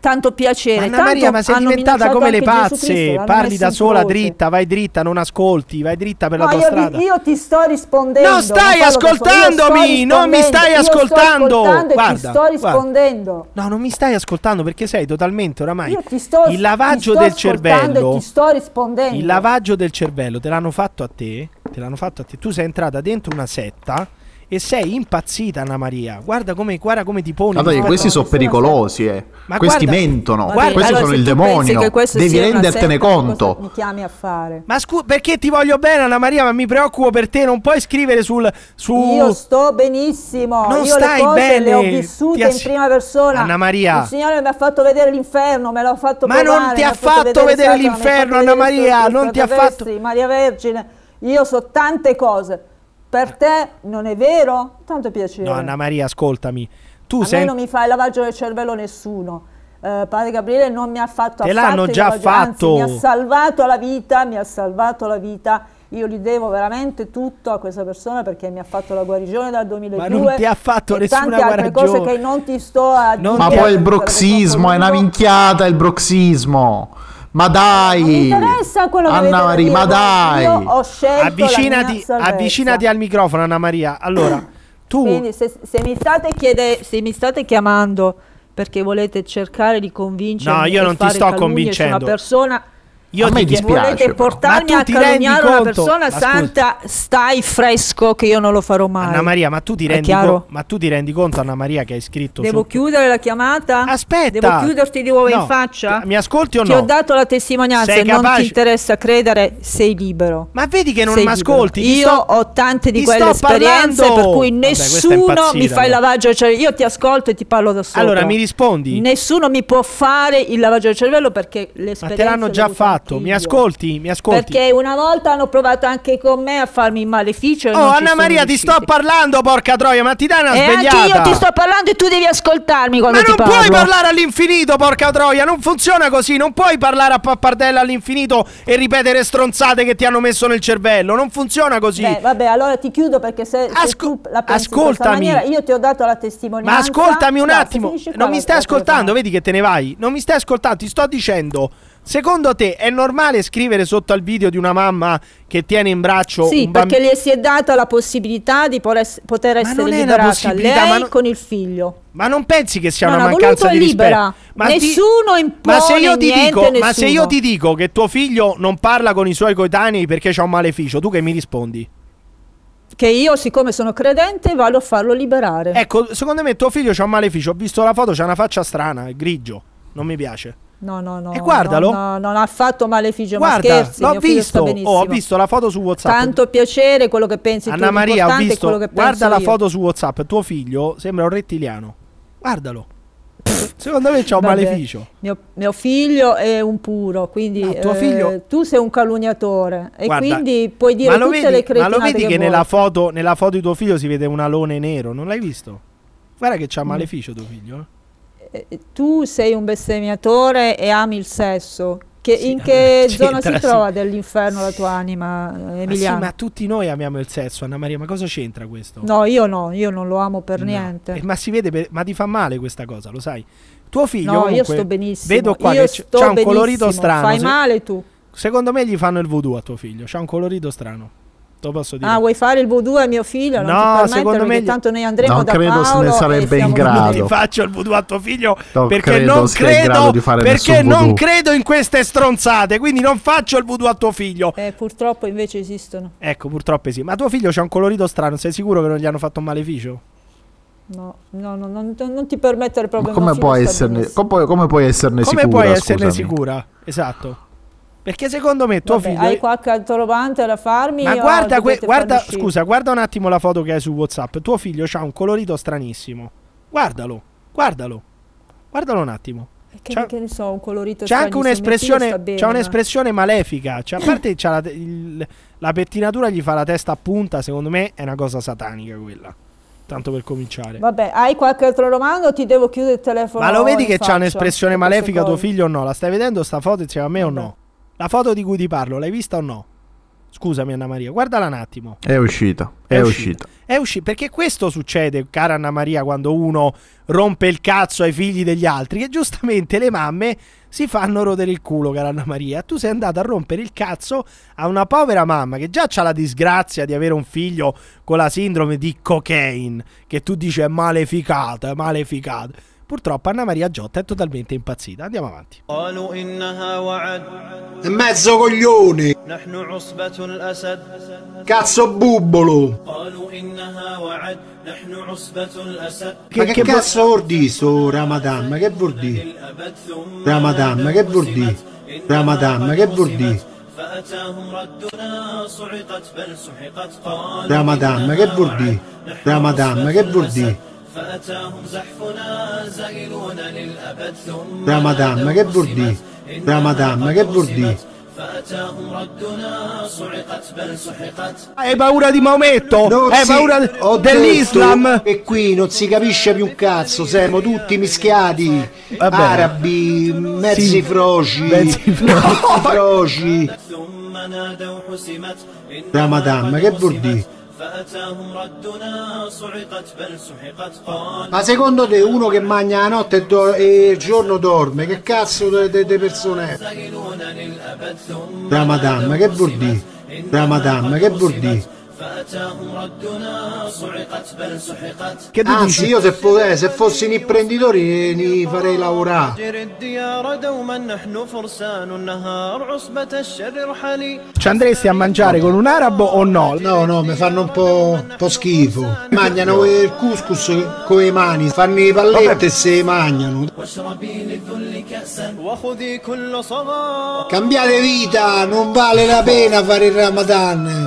tanto piacere. Anna Maria, Tanto ma sei hanno diventata minacciato come le anche Gesù pazze, Cristo, l'hanno parli messo da in sola, croce. dritta, vai dritta, non ascolti, vai dritta per la No, tua io, strada. vi- io ti sto rispondendo. Non stai parlo da sola, io ascoltandomi, sto non mi stai rispondendo, io sto ascoltando. ascoltando e Guarda, ti sto guarda. rispondendo. No, non mi stai ascoltando perché sei totalmente oramai. Io ti sto, il lavaggio ti sto del ascoltando cervello. e ti sto rispondendo. Il lavaggio del cervello te l'hanno fatto a te. Te l'hanno fatto a te. Tu sei entrata dentro una setta e sei impazzita, Anna Maria. Guarda come, guarda come ti poni. Guarda che questi sono pericolosi, eh. Ma Questi guarda- mentono. guarda- questi allora, sono se il tu pensi demonio. che questo Devi sia una rendertene setta, conto. cosa mi chiami a fare? Ma scusa, perché ti voglio bene, Anna Maria, ma mi preoccupo per te. Non puoi scrivere sul. Su... Io sto benissimo. Non Io stai le cose bene. le ho vissute Ti ass- in prima persona. Anna Maria. Il Signore mi ha fatto vedere l'inferno, me l'ha fatto Ma provare, non ti mi ha fatto fatto vedere Satana, mi ha l'inferno, fatto Anna vedere Maria, sto- non ti ha extraterrestri, fatto- Maria Vergine. Io so tante cose. Per te non è vero? Tanto piacere. No, Anna Maria, ascoltami. Tu A sei. me non mi fa il lavaggio del cervello nessuno. Eh, padre Gabriele non mi ha fatto Te affatto l'hanno il già lavaggio, fatto. anzi, mi ha salvato la vita, mi ha salvato la vita. Io gli devo veramente tutto a questa persona perché mi ha fatto la guarigione dal duemiladue. Ma non ti ha fatto e nessuna tante altre guarigione. cose che non ti sto a dire. Ma poi il broxismo è una minchiata, il broxismo. Ma dai. Non mi interessa quello che Anna avete da Maria, dire ma voi. dai. Io ho scelto Avvicinati, la mia salvezza. avvicinati al microfono, Anna Maria. Allora, tu. Quindi se, se mi state chiede, se mi state chiamando perché volete cercare di convincermi No, io e non ti fare sto calunnie su convincendo. una persona, Io A me ti chie- dispiace, volete però. portarmi Ma tu a ti rendi calunniare una conto- persona Ma ascolta. santa, stai fresco che io non lo farò mai. Anna Maria, ma tu ti È rendi chiaro? conto? Ma tu ti rendi conto, Anna Maria, che hai scritto Devo su- chiudere la chiamata? Aspetta. Devo chiuderti di nuovo No. in faccia? Mi ascolti o Ti no? ho dato la testimonianza Sei e non capace- ti interessa credere, sei libero. Ma vedi che non Sei mi ascolti? libero. Ti Io sto- ho tante di ti quelle sto esperienze parlando. per cui Vabbè, questa è nessuno impazzita, mi fa il però. lavaggio, cioè io ti ascolto e ti parlo da sopra. Allora, mi rispondi? Nessuno mi può fare il lavaggio del cervello perché Ma l'esperienza te l'hanno già fatto. Mi ascolti? Mi ascolti? Perché una volta hanno provato anche con me a farmi il maleficio e Oh, non ci Anna sono Maria, ti riusciti. sto parlando, porca troia, ma ti dai una E svegliata? anche io ti sto parlando e tu devi ascoltarmi quando Ma ti non parlo. puoi parlare all'infinito, porca troia, non funziona così, non puoi parlare a pappardella all'infinito e ripetere stronzate che ti hanno messo nel cervello, non funziona così. Beh, vabbè, allora ti chiudo perché se, se Asco- tu la pensi in questa ascoltami. maniera, io ti ho dato la testimonianza. Ma ascoltami un Basta, attimo, finisci qua non mi la stai tua ascoltando, telefonata. vedi che te ne vai? Non mi stai ascoltando, ti sto dicendo. Secondo te è normale scrivere sotto al video di una mamma che tiene in braccio Sì, un bambino? perché le si è data la possibilità di por es- poter essere non è una liberata possibilità, lei ma non- con il figlio. Ma non pensi che sia Non una ha mancanza voluto di e libera. rispetto? Ma ti- Nessuno impone ma se io ti niente, dico, ma se nessuno. io ti dico che tuo figlio non parla con i suoi coetanei perché c'ha un maleficio, tu che mi rispondi? Che io, siccome sono credente, vado a farlo liberare. Ecco, secondo me tuo figlio c'ha un maleficio. Ho visto la foto, c'ha una faccia strana, è grigio. Non mi piace. No, no, no. E guardalo. No, no, non ha fatto maleficio, Guarda, ma scherzi, l'ho mio figlio sta visto. benissimo. Oh, ho visto la foto su WhatsApp. Tanto piacere quello che pensi tu. Anna Maria, ho l'importante è visto. quello che Guarda penso la io. foto su WhatsApp. Tuo figlio sembra un rettiliano. Guardalo. Secondo me c'ha un Vabbè, maleficio. Mio, mio figlio è un puro, quindi No, tuo eh, figlio- tu sei un calunniatore e Guarda, quindi puoi dire ma lo tutte vedi, le ma cretinate lo vedi che, vuoi. nella foto, nella foto di tuo figlio si vede un alone nero? Non l'hai visto? Guarda che c'ha un Mm. maleficio tuo figlio. eh. Eh, tu sei un bestemmiatore e ami il sesso. Che, Sì, in che zona c'entra, si sì. trova dell'inferno la tua anima, eh, Ma sì, Emiliano? ma tutti noi amiamo il sesso, Anna Maria. Ma cosa c'entra questo? No, io no, io non lo amo per No. niente. Eh, ma si vede, per- ma ti fa male questa cosa, lo sai? Tuo figlio No, io comunque, sto benissimo. vedo qua io che c- sto c'ha un colorito benissimo. strano. Fai se- male tu. Secondo me gli fanno il voodoo a tuo figlio. C'ha un colorito strano. Te lo posso dire. Ah, vuoi fare il voodoo a mio figlio? Non No, ti permettere, secondo me perché gli- tanto noi andremo Non da credo se ne Paolo e sarebbe in siamo grado. Non ti faccio il voodoo a tuo figlio Non perché credo non sia in grado credo di fare perché nessun non voodoo. credo in queste stronzate, quindi non faccio il voodoo a tuo figlio. Eh, purtroppo invece esistono. Ecco, purtroppo sì. Ma tuo figlio c'ha un colorito strano, sei sicuro che non gli hanno fatto un maleficio? No, no, no, non, non ti permettere proprio. Come mio figlio puoi, sta esserne, benissimo. come, come puoi esserne Come sicura? puoi esserne scusami? sicura? Esatto. Perché secondo me tuo Vabbè, figlio hai qualche altro robante da farmi? Ma o guarda, que- dovete guarda farmi uscire? scusa, guarda un attimo la foto che hai su WhatsApp. Tuo figlio c'ha un colorito stranissimo. Guardalo, guardalo. Guardalo un attimo. Che, C'ha- che ne so, un colorito C'è anche stranissimo. Mio figlio un'espressione, sta bene, c'ha ma- un'espressione malefica. Cioè, a parte c'ha la, te- il- la pettinatura gli fa la testa a punta, secondo me è una cosa satanica quella. Tanto per cominciare. Vabbè, hai qualche altro domanda o ti devo chiudere il telefono? Ma lo vedi in che c'ha faccia un'espressione per queste malefica tuo cose? figlio o no? La stai vedendo sta foto insieme a me o no? La foto di cui ti parlo, l'hai vista o no? Scusami Anna Maria, guardala un attimo. È uscita, è, È uscita. È uscito, perché questo succede, cara Anna Maria, quando uno rompe il cazzo ai figli degli altri, che giustamente le mamme si fanno rodere il culo, cara Anna Maria. Tu sei andata a rompere il cazzo a una povera mamma che già ha la disgrazia di avere un figlio con la sindrome di cocaine, che tu dici è maleficata, è maleficata. Purtroppo Anna Maria Giotta è totalmente impazzita. Andiamo avanti. E mezzo coglione. Cazzo bubbolo. Ma che, che cazzo vuol dire sto Ramadan? Ma che vuol dire? Ramadan, ma che vuol dire? Ramadan, ma che vuol dire? Ramadan, ma che vuol dire? Ramadan, ma che vuol dire? Ramadan, ma che vuol dire? Ramadan, ma che vuol dire? Hai paura di Maometto? Non Hai si- paura ho dell'Islam? detto che qui non si capisce più un cazzo, siamo tutti mischiati, Vabbè. arabi, mezzi Sì. froci, Mezzi froci. froci. Ramadan, ma che vuol dire? Ma secondo te uno che mangia la notte e, do- e il giorno dorme, che cazzo di persone è? Ramadan, ma che vuol dire? Ramadan, ma che vuol dire? Che tu Anzi, dici? io se, fo- eh, se fossi un imprenditore li, li farei lavorare. Ci andresti a mangiare con un arabo o no? No, no, mi fanno un po', un po' schifo. Mangiano il couscous con le mani, fanno i palletti e se mangiano. Cambiate vita, non vale la pena fare il Ramadan.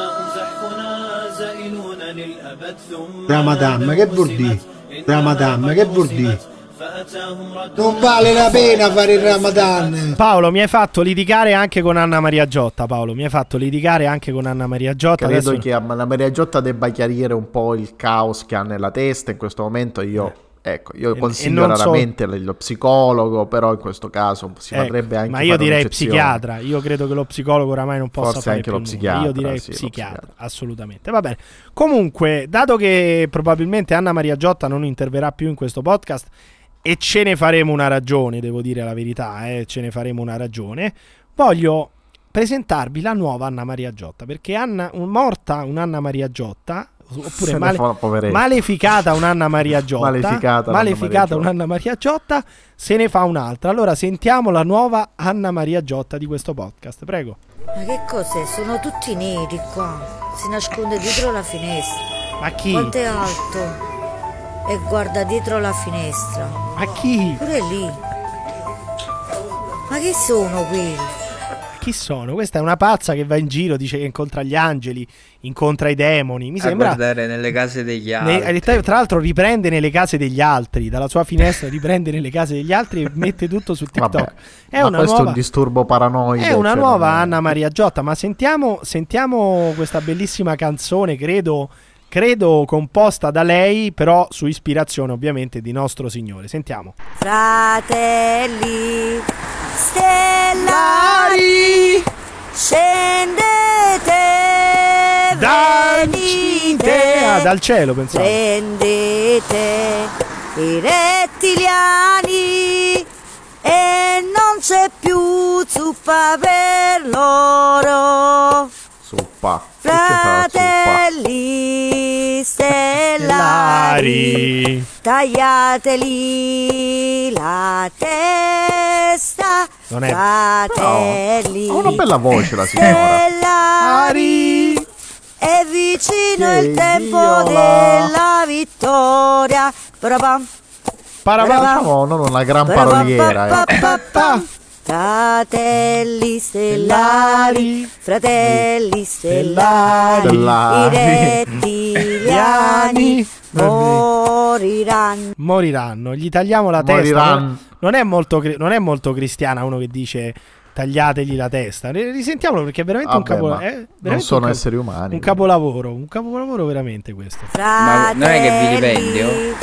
Ramadan, ma che vuol dire? Ramadan, ma che vuol dire? Non vale la pena fare il Ramadan. Paolo, mi hai fatto litigare anche con Anna Maria Giotta. Paolo, mi hai fatto litigare anche con Anna Maria Giotta. Credo Adesso... che Anna Maria Giotta debba chiarire un po' il caos che ha nella testa in questo momento. Io, ecco, io E- consiglio e non so- raramente lo psicologo, però in questo caso si Ecco, potrebbe anche ma io fare direi un'eccezione. psichiatra. Io credo che lo psicologo oramai non possa Forse fare anche più lo nulla. psichiatra, Io direi sì, lo psichiatra, psichiatra. assolutamente. Va bene. Comunque, dato che probabilmente Anna Maria Giotta non interverrà più in questo podcast, e ce ne faremo una ragione, devo dire la verità, eh, ce ne faremo una ragione, voglio presentarvi la nuova Anna Maria Giotta, perché Anna, un, morta un'Anna Maria Giotta, Se oppure ne male- fa, poveretta. maleficata un'Anna Maria Giotta, Maleficata maleficata un'Anna Maria un'Anna Maria Giotta, se ne fa un'altra. Allora sentiamo la nuova Anna Maria Giotta di questo podcast, prego. Ma che cos'è? Sono tutti neri qua. Si nasconde dietro la finestra. Ma chi? Quanto è alto? E guarda dietro la finestra. Ma chi? Pure lì. Ma che sono quelli? Chi sono? Questa è una pazza che va in giro, dice che incontra gli angeli, incontra i demoni. Mi A sembra. guardare nelle case degli Ne- altri. tra tra l'altro riprende nelle case degli altri, dalla sua finestra riprende nelle case degli altri e mette tutto su TikTok. Vabbè, È ma una questo è nuova un disturbo paranoide. È una cioè, nuova non è- Anna Maria Giotta, ma sentiamo, sentiamo questa bellissima canzone, credo, credo composta da lei, però su ispirazione ovviamente di Nostro Signore. Sentiamo. Fratelli stellari, scendete, venite, Ah, dal cielo, pensavo. prendete i rettiliani e non c'è più zuppa per loro. Zuppa. Che c'entra la zuppa? Fratelli stellari, tagliateli la testa. Non è- Fratelli Ha una bella voce la signora. stellari, è vicino Che il tempo Dio la- della vittoria. Parapam, Parapam. Diciamo non una gran parapam, paroliera. eh. papapapam. Fratelli stellari, fratelli stellari, Stellari. i rettiliani moriranno. Moriranno, gli tagliamo la testa. Moriranno. Non, non è molto, cri- non è molto cristiana uno che dice tagliategli la testa. Ri- Risentiamolo perché è veramente un Vabbè, capolavoro. ma È non veramente sono un cap- esseri umani. Un capolavoro, un capolavoro veramente questo. Ma non è che vi riprendi, oh? Fratelli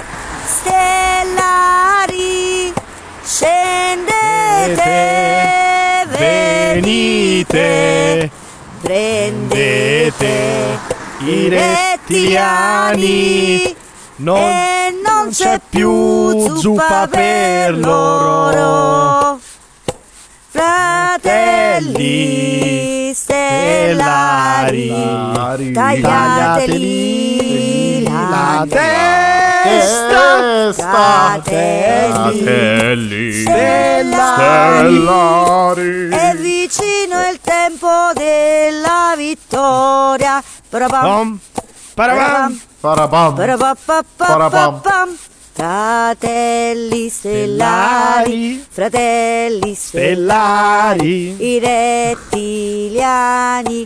stellari, scendete, venite, prendete i rettiliani, non, e non c'è più zuppa per loro. Fratelli stellari, tagliateli la testa, fratelli stellari, è vicino il tempo della vittoria. Parapam, parapam, Parapam. Parapam. Fratelli stellari, fratelli stellari, i rettiliani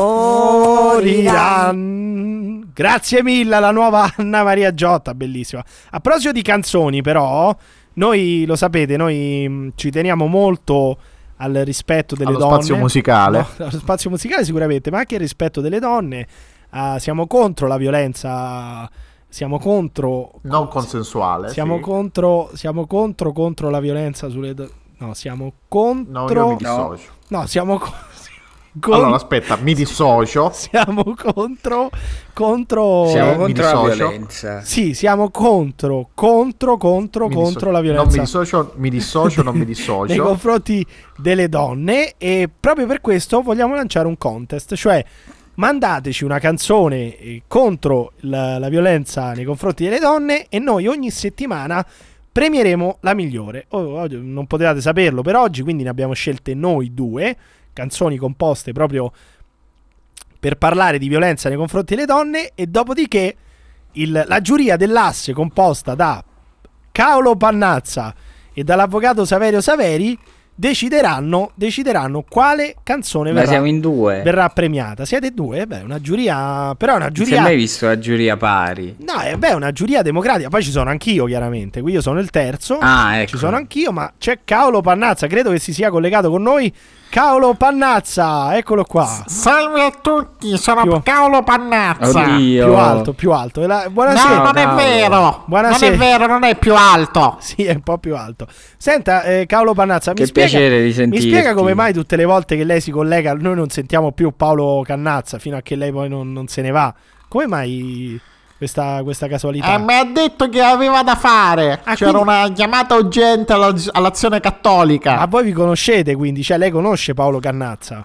moriranno. Grazie mille alla nuova Anna Maria Giotta, bellissima. A proposito di canzoni, però, noi lo sapete, noi mh, ci teniamo molto al rispetto delle Allo donne. spazio musicale. No, allo spazio musicale sicuramente, ma anche il rispetto delle donne. Uh, siamo contro la violenza. Siamo contro non consensuale. Siamo sì. contro siamo contro contro la violenza sulle donne. No, siamo contro No, io mi dissocio. No, siamo co- con... Allora, aspetta, mi dissocio. Siamo contro contro Siamo eh, contro la violenza. Sì, siamo contro contro contro Mi contro disso- la violenza. Non mi dissocio, mi dissocio, non mi nei dissocio. confronti delle donne, e proprio per questo vogliamo lanciare un contest, cioè mandateci una canzone eh, contro la, la violenza nei confronti delle donne e noi ogni settimana premieremo la migliore. Oh, oh, non potevate saperlo per oggi, quindi ne abbiamo scelte noi due canzoni composte proprio per parlare di violenza nei confronti delle donne, e dopodiché il, la giuria dell'Asse, composta da Paolo Pannazza e dall'avvocato Saverio Saveri, decideranno decideranno quale canzone Ma verrà, siamo in due. verrà premiata. Siete due? Beh, una giuria, però è una Non si è giuria. mai visto la giuria pari. No, è beh, una giuria democratica. Poi ci sono anch'io, chiaramente. Qui io sono il terzo. Ah, ecco. Ci sono anch'io, ma c'è Paolo Pannazza. Credo che si sia collegato con noi. Paolo Pannazza, eccolo qua. Salve a tutti, sono Più- Paolo Pannazza. Oddio. Più alto, più alto. E la- Buonasera. No, non è Paolo. vero. Buonasera. Non è vero, non è più alto. Sì, è un po' più alto. Senta, eh, Paolo Pannazza, mi Che spiega, piacere di mi sentirti. spiega come mai tutte le volte che lei si collega noi non sentiamo più Paolo Cannazza, fino a che lei poi non, non se ne va. Come mai questa, questa casualità? Eh, mi ha detto che aveva da fare. Ah, C'era quindi- una chiamata urgente alla- all'azione cattolica. Ma voi vi conoscete, quindi? Cioè, lei conosce Paolo Cannazza?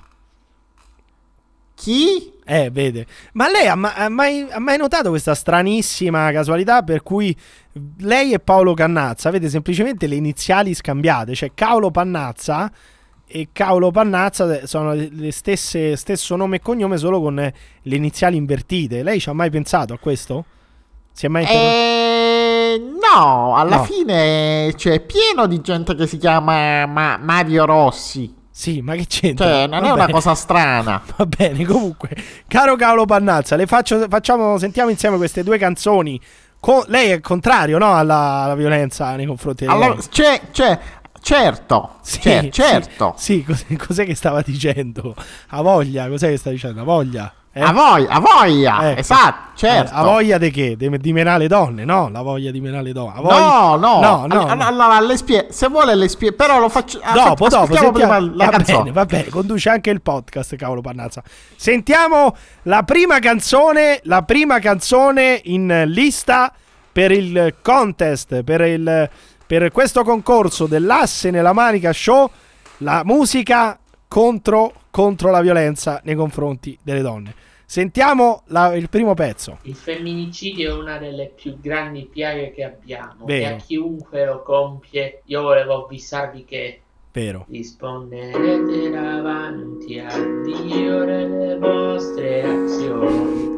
Chi? Eh, vede. Ma lei ha, ma- ha mai, ha mai notato questa stranissima casualità per cui lei e Paolo Cannazza avete semplicemente le iniziali scambiate? Cioè, Paolo Pannazza e Paolo Pannazza sono le stesse, stesso nome e cognome, solo con eh, le iniziali invertite. Lei ci ha mai pensato a questo? Si è mai interrogato? Eh, no, alla No. fine c'è pieno di gente che si chiama Ma- Mario Rossi. Sì, ma che c'entra? Cioè, non Va è una bene. cosa strana. Va bene, comunque, caro Paolo Pannazza, le faccio, facciamo, sentiamo insieme queste due canzoni. Co- lei è contrario, no, alla, alla violenza nei confronti delle Allora, donne? c'è, c'è, certo, Sì, c'è, sì, certo. Sì, cos'è, cos'è che stava dicendo? A voglia, cos'è che sta dicendo? A voglia? Eh? A voglia, a voglia, Ecco. esatto, certo. Eh, a voglia di che? Di, di menare le donne, no? La voglia di menare le donne. A voglia- No, no, no, no, All- no. allora le spie- se vuole le spie- però lo faccio Dopo, dopo, ascoltiamo prima sentiamo- la va canzone. bene, va bene, conduce anche il podcast, cavolo Pannazza. Sentiamo la prima canzone, la prima canzone in lista per il contest, per il per questo concorso dell'Asse nella Manica Show, la musica contro contro la violenza nei confronti delle donne. Sentiamo la- il primo pezzo. Il femminicidio è una delle più grandi piaghe che abbiamo, Vero. e a chiunque lo compie io volevo avvisarvi che Vero. risponderete davanti a Dio delle vostre azioni.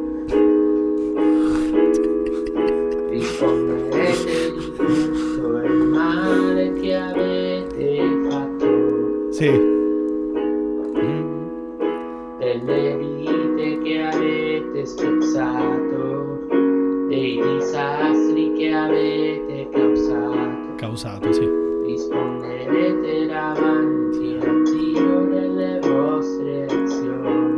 Risponderete di tutto il male che avete fatto, Sì. delle vite che avete spezzato, dei disastri che avete causato. Causato, sì. Risponderete davanti a Dio delle vostre azioni.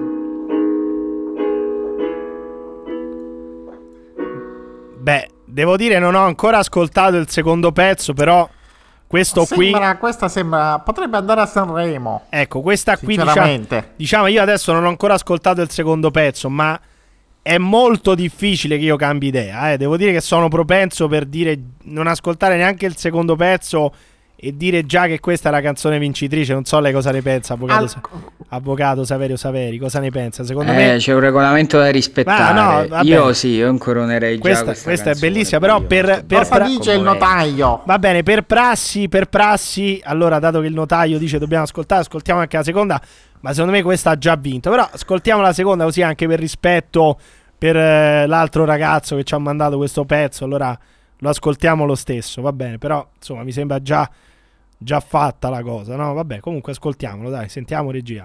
Beh, devo dire non ho ancora ascoltato il secondo pezzo, però questo qui sembra, questa sembra potrebbe andare a Sanremo. Ecco, questa qui sinceramente. Diciamo, diciamo io adesso non ho ancora ascoltato il secondo pezzo, ma è molto difficile che io cambi idea, eh. Devo dire che sono propenso per dire non ascoltare neanche il secondo pezzo e dire già che questa è la canzone vincitrice. Non so lei cosa ne pensa, avvocato, Sa- avvocato Saverio Saveri, cosa ne pensa? Secondo eh, me c'è un regolamento da rispettare. Ah, no, vabbè. Io sì, io incoronerei già questa, questa questa è canzone, bellissima, però per, per cosa pra- dice il notaio? Va bene, per prassi, per prassi, allora dato che il notaio dice dobbiamo ascoltare, ascoltiamo anche la seconda, ma secondo me questa ha già vinto. Però ascoltiamo la seconda così anche per rispetto per eh, l'altro ragazzo che ci ha mandato questo pezzo, allora lo ascoltiamo lo stesso, va bene, però insomma mi sembra già già fatta la cosa, no? Vabbè, comunque ascoltiamolo, dai, sentiamo regia.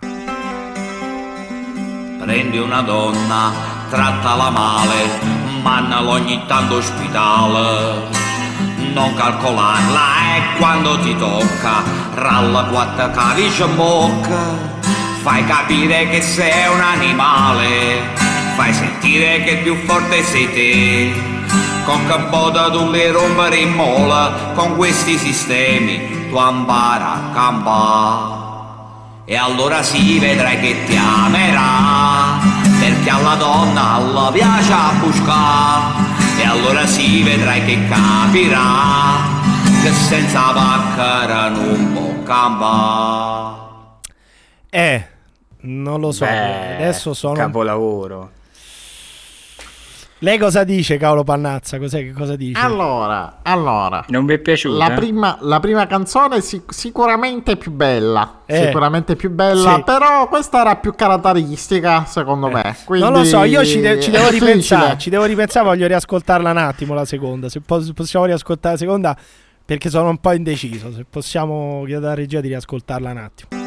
Prendi una donna, trattala male, mannala ogni tanto ospitale, non calcolarla e quando ti tocca ralla quattro cavici in bocca, fai capire che sei un animale, fai sentire che più forte sei te, con che boda tu le rompere in mola, con questi sistemi tu impara a campare. E allora sì vedrai che ti amerà, perché alla donna alla piace a buscare. E allora sì vedrai che capirà, che senza paccara non può campare. Eh, non lo so, Beh, adesso sono... capolavoro. Lei cosa dice, Paolo Pannazza? Cos'è, che cosa dice? Allora, allora. Non vi è piaciuta? La prima, la prima canzone sic- sicuramente più bella. Eh. Sicuramente più bella. Sì. Però questa era più caratteristica, secondo me. Quindi Non lo so, io ci, de- ci devo è difficile. ripensare. Ci devo ripensare, voglio riascoltarla un attimo la seconda. Se po- possiamo riascoltare la seconda, perché sono un po' indeciso. Se possiamo chiedere alla regia di riascoltarla un attimo.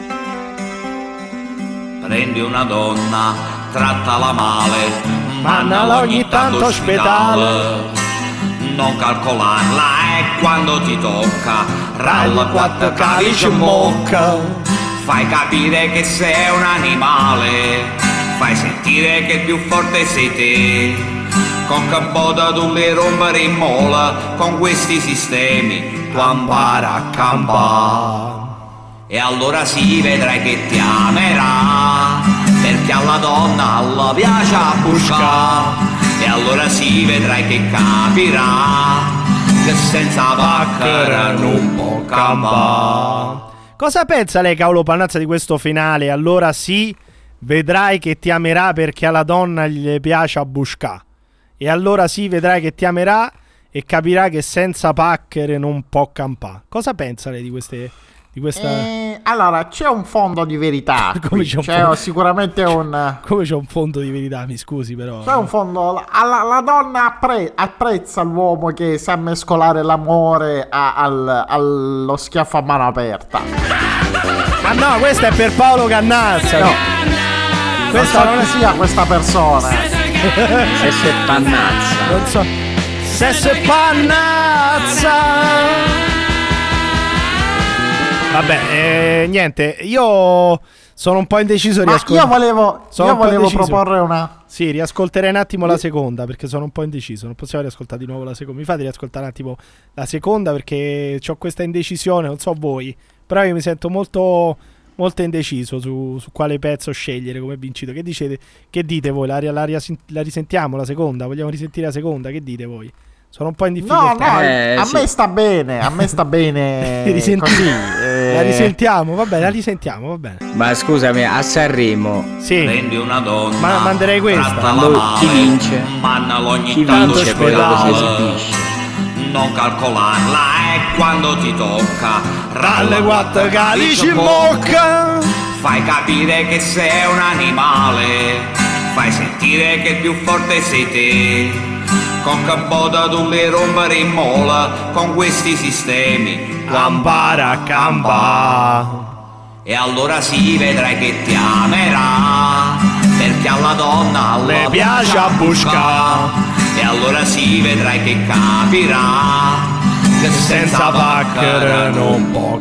Prendi una donna, trattala male, mannala ogni tanto ospedale, non calcolarla e quando ti tocca ralla quattro cavici in bocca, fai capire che sei un animale, fai sentire che più forte sei te, con che boda tu le rompere in mola, con questi sistemi tu impara a campare. E allora sì vedrai che ti amerà, perché alla donna alla piace a buscare. E allora sì vedrai che capirà, che senza paccara non può campare. Cosa pensa lei, Paolo Pannazza, di questo finale? Allora sì, vedrai che ti amerà perché alla donna gli piace a buscà. E allora sì, vedrai che ti amerà e capirà che senza pacchere non può campà. Cosa pensa lei di queste... Di questa... Eh, allora, c'è un fondo di verità. Come qui. c'è un C'è fondo... sicuramente un... Come c'è un fondo di verità, mi scusi però. C'è un fondo... La, la donna appre- apprezza l'uomo che sa mescolare l'amore a- al- allo schiaffo a mano aperta. Ma no, questa è per Paolo Cannazza. No. Questa non non è... sia questa persona. Sesso e Pannazza. Non so. Sesso e Pannazza. Vabbè, eh, niente, io sono un po' indeciso. Ma riascol- io volevo, sono io un po' volevo indeciso. proporre una... Sì, riascolterei un attimo la seconda perché sono un po' indeciso. Non possiamo riascoltare di nuovo la seconda. Mi fate riascoltare un attimo la seconda perché ho questa indecisione, non so voi, però io mi sento molto, molto indeciso su, su quale pezzo scegliere come vincito. Che dicete? Che dite voi? La, la, la, la risentiamo la seconda? Vogliamo risentire la seconda? Che dite voi? Sono un po' in No, difficoltà. no, Eh, a sì. me sta bene, a me sta bene Risenti- così. eh. La risentiamo, va bene, la risentiamo, va bene. Ma scusami, a Sanremo Sì, Prendi una donna, ma manderei questa. trattala Quando male, chi vince? mannala ogni Chi tanto vince poi dopo si ospedale, esibisce. non calcolarla e quando ti tocca Alle quattro calici in bocca. fai capire che sei un animale, fai sentire che più forte sei te, con che boda tu le rompere in mola, con questi sistemi tu Campara a campa. e allora sì vedrai che ti amerà, perché alla donna alla Le piace a busca. e allora sì vedrai che capirà, che Senza pacchera non può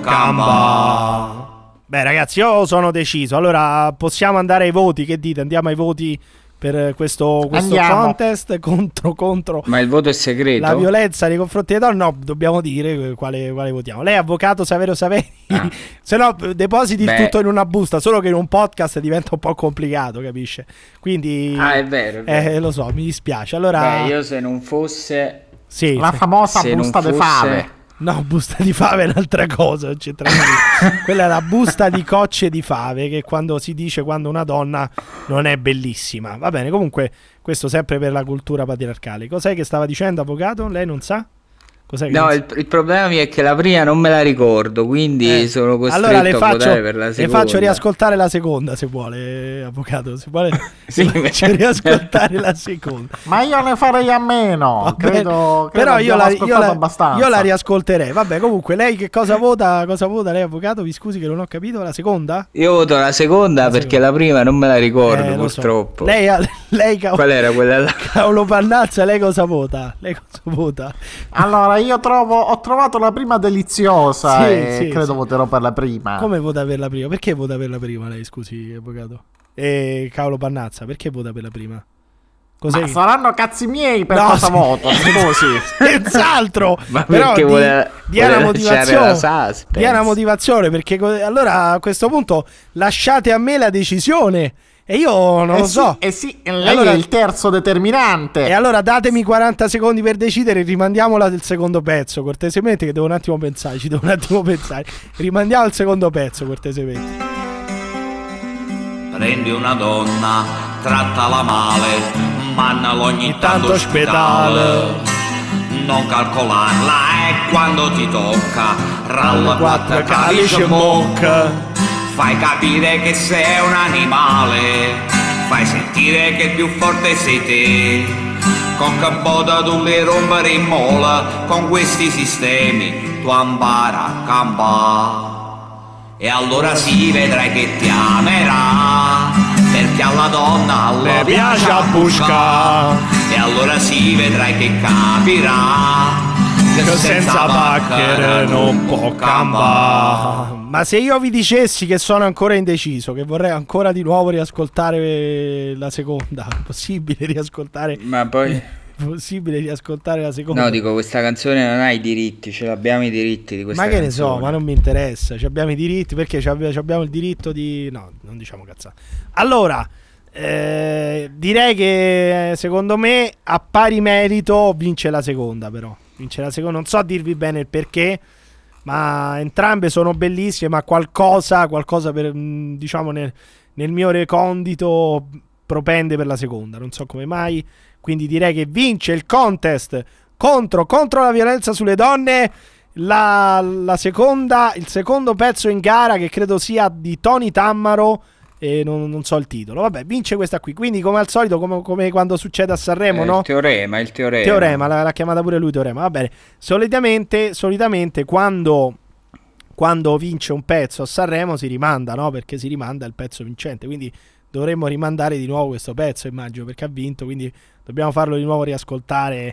campa. Beh ragazzi, io sono deciso. Allora possiamo andare ai voti, che dite? Andiamo ai voti per questo, questo contest contro, contro Ma il voto è segreto? la violenza nei confronti delle donne. No, dobbiamo dire quale, quale votiamo. Lei è avvocato Saverio Saveri, ah. se no depositi Beh. il tutto in una busta, solo che in un podcast diventa un po' complicato, capisce? Quindi ah è vero, è vero. Eh, lo so, mi dispiace. Allora Beh, io se non fosse sì, la se... famosa se busta fosse... di fave. No, busta di fave è un'altra cosa, non c'entra niente. Quella è la busta di cocce di fave, che quando si dice quando una donna non è bellissima. Va bene, comunque questo sempre per la cultura patriarcale. Cos'è che stava dicendo, avvocato? Lei non sa? Cos'è che no, non il, il problema mio è che la prima non me la ricordo, quindi eh. sono costretto allora le a faccio, votare per la seconda. Le faccio riascoltare la seconda, se vuole, avvocato. Se vuole, sì, le faccio riascoltare la seconda. Ma io ne farei a meno. Credo, credo però io la, io, la, abbastanza. io la riascolterei. Vabbè, comunque, lei che cosa vota? Cosa vota lei, avvocato? Vi scusi che non ho capito. La seconda? Io voto la seconda la perché seconda. La prima non me la ricordo, eh, purtroppo. So. Lei, lei cavolo, qual era quella là? Cavolo Pannazza, lei cosa vota? Lei cosa vota? Allora, io trovo. Ho trovato la prima deliziosa sì, e sì, credo sì. voterò per la prima. Come vota per la prima? Perché vota per la prima lei, scusi, avvocato? E cavolo Pannazza, perché vota per la prima? Cos'è? Ma saranno cazzi miei per no, cosa sì. voto, scusi. Senz'altro. Ma però perché di, vuole, di una motivazione. Di una motivazione, perché allora a questo punto lasciate a me la decisione. E io non eh lo sì, so. Eh sì, lei allora, è il terzo determinante. E allora datemi quaranta secondi per decidere. Rimandiamola del secondo pezzo, cortesemente, che devo un attimo pensare. Ci devo un attimo pensare. Rimandiamo il secondo pezzo, cortesemente. Prendi una donna, trattala male, mannala ogni tanto ospedale. Non calcolarla e quando ti tocca, ralla quattro calice mocca. Fai capire che sei un animale, fai sentire che più forte sei te. Con che boda tu le rompere in mola, con questi sistemi tu impara a campare. E allora sì vedrai che ti amerà, perché alla donna le piace a buscare. E allora sì vedrai che capirà che senza pacchera non può campare. Ma se io vi dicessi che sono ancora indeciso, che vorrei ancora di nuovo riascoltare la seconda, è possibile riascoltare? Ma poi è possibile riascoltare la seconda? No, dico, questa canzone non ha i diritti, ce l'abbiamo i diritti di questa ma che canzone. ne so, ma non mi interessa, ci abbiamo i diritti, perché ci abbiamo il diritto di... No, non diciamo cazzate. Allora, eh, direi che secondo me a pari merito vince la seconda, però. Vince la seconda, non so dirvi bene il perché, ma entrambe sono bellissime, ma qualcosa, qualcosa per, diciamo, nel, nel mio recondito propende per la seconda, non so come mai, quindi direi che vince il contest contro, contro la violenza sulle donne, la, la seconda, il secondo pezzo in gara, che credo sia di Tony Tammaro, e non, non so il titolo. Vabbè, vince questa qui. Quindi, come al solito, come, come quando succede a Sanremo, eh, no? Il teorema, il teorema. Teorema, l'ha, l'ha chiamata pure lui teorema. Va bene. Solitamente, solitamente quando, quando vince un pezzo a Sanremo si rimanda, no? Perché si rimanda il pezzo vincente. Quindi dovremmo rimandare di nuovo questo pezzo, immagino, perché ha vinto. Quindi dobbiamo farlo di nuovo riascoltare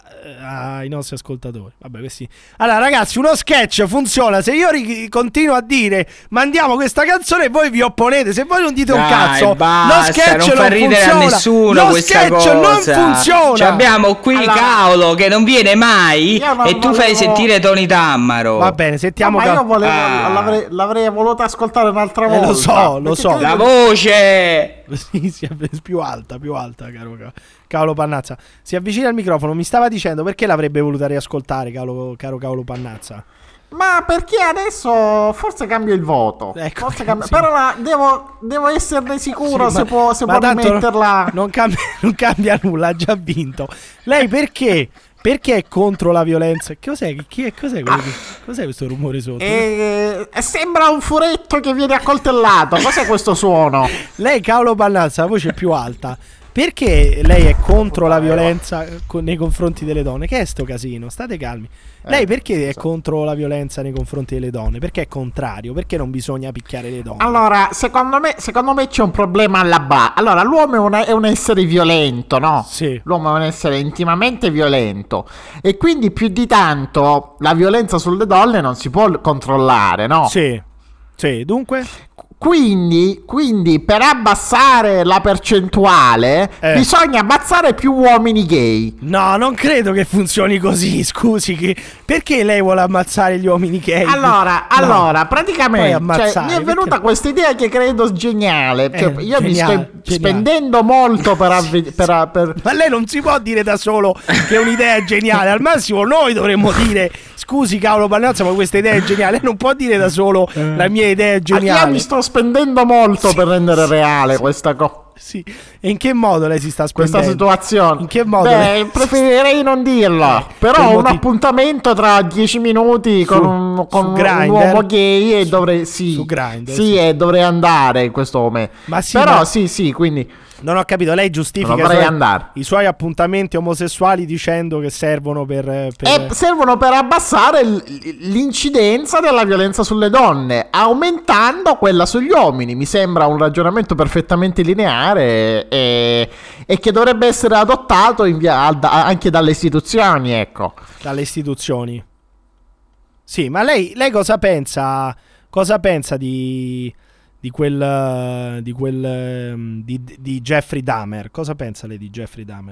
ai nostri ascoltatori. Vabbè, questi. Allora, ragazzi, uno sketch funziona se io ri- continuo a dire mandiamo questa canzone e voi vi opponete. Se voi non dite un Dai, cazzo, basta, lo sketch non fa non ridere funziona. a nessuno lo questa sketch cosa. non funziona. Ci abbiamo qui allora, Cavolo che non viene mai e tu volevo... fai sentire Tony Tammaro. Va bene, sentiamo. No, ma io volevo, ah. l'avrei, l'avrei voluto ascoltare un'altra eh, volta. Lo so, lo so. La voce. Sì, sì, più alta, più alta, caro Cavolo Pannazza. Si avvicina al microfono, mi stava dicendo perché l'avrebbe voluta riascoltare, cavolo, caro Cavolo Pannazza. Ma perché adesso forse cambio il voto. Ecco, forse cambio... sì. Però la, devo, devo esserne sicuro sì, se ma, può, se ma può rimetterla. Non, non, cambia, non cambia nulla, ha già vinto. Lei perché? Perché è contro la violenza? Cos'è? Chi è? Cos'è, quello che, cos'è questo rumore sotto? Eh, sembra un furetto che viene accoltellato. Cos'è questo suono? Lei, Cavolo Pannazza, la voce è più alta. Perché lei è contro la violenza con, nei confronti delle donne? Che è sto casino? State calmi. Lei perché è contro la violenza nei confronti delle donne? Perché è contrario? Perché non bisogna picchiare le donne? Allora, secondo me, secondo me c'è un problema alla base. Allora, l'uomo è, una, è un essere violento, no? Sì. L'uomo è un essere intimamente violento. E quindi più di tanto la violenza sulle donne non si può controllare, no? Sì. Sì, dunque? Quindi, quindi per abbassare la percentuale Eh. bisogna ammazzare più uomini gay. No, non credo che funzioni così, scusi, che... perché lei vuole ammazzare gli uomini gay? Allora, No. allora, Poi praticamente, ammazzare, cioè, mi è perché- venuta questa idea che credo geniale. Cioè, Eh, io mi geniale, sto geniale. spendendo molto per, avvi- per, per- Ma lei non si può dire da solo che un'idea è geniale. Al massimo noi dovremmo dire: scusi Paolo Pannazza, ma questa idea è geniale. Lei non può dire da solo la mia idea è geniale. Ah, io mi sto spendendo molto Sì, per rendere sì, reale sì. questa cosa. Sì. E in che modo lei si sta spendendo? Questa situazione. In che modo? Beh, lei- preferirei non dirlo. per Però un motivi- appuntamento tra dieci minuti con, Su- un, con su un Grindr? uomo gay e dovrei sì, su Grindr, sì, sì. e dovrei andare in questo momento. Ma sì, Però ma- sì, sì, quindi Non ho capito, lei giustifica non i dovrei suoi, andare. i suoi appuntamenti omosessuali dicendo che servono per... per... E servono per abbassare l- l'incidenza della violenza sulle donne, aumentando quella sugli uomini. Mi sembra un ragionamento perfettamente lineare e, e che dovrebbe essere adottato in via- da- anche dalle istituzioni, ecco. dalle istituzioni. Sì, ma lei, lei cosa pensa? Cosa pensa di di quel eh, di quel ehm, di, di Jeffrey Dahmer? Cosa pensa lei di Jeffrey Dahmer?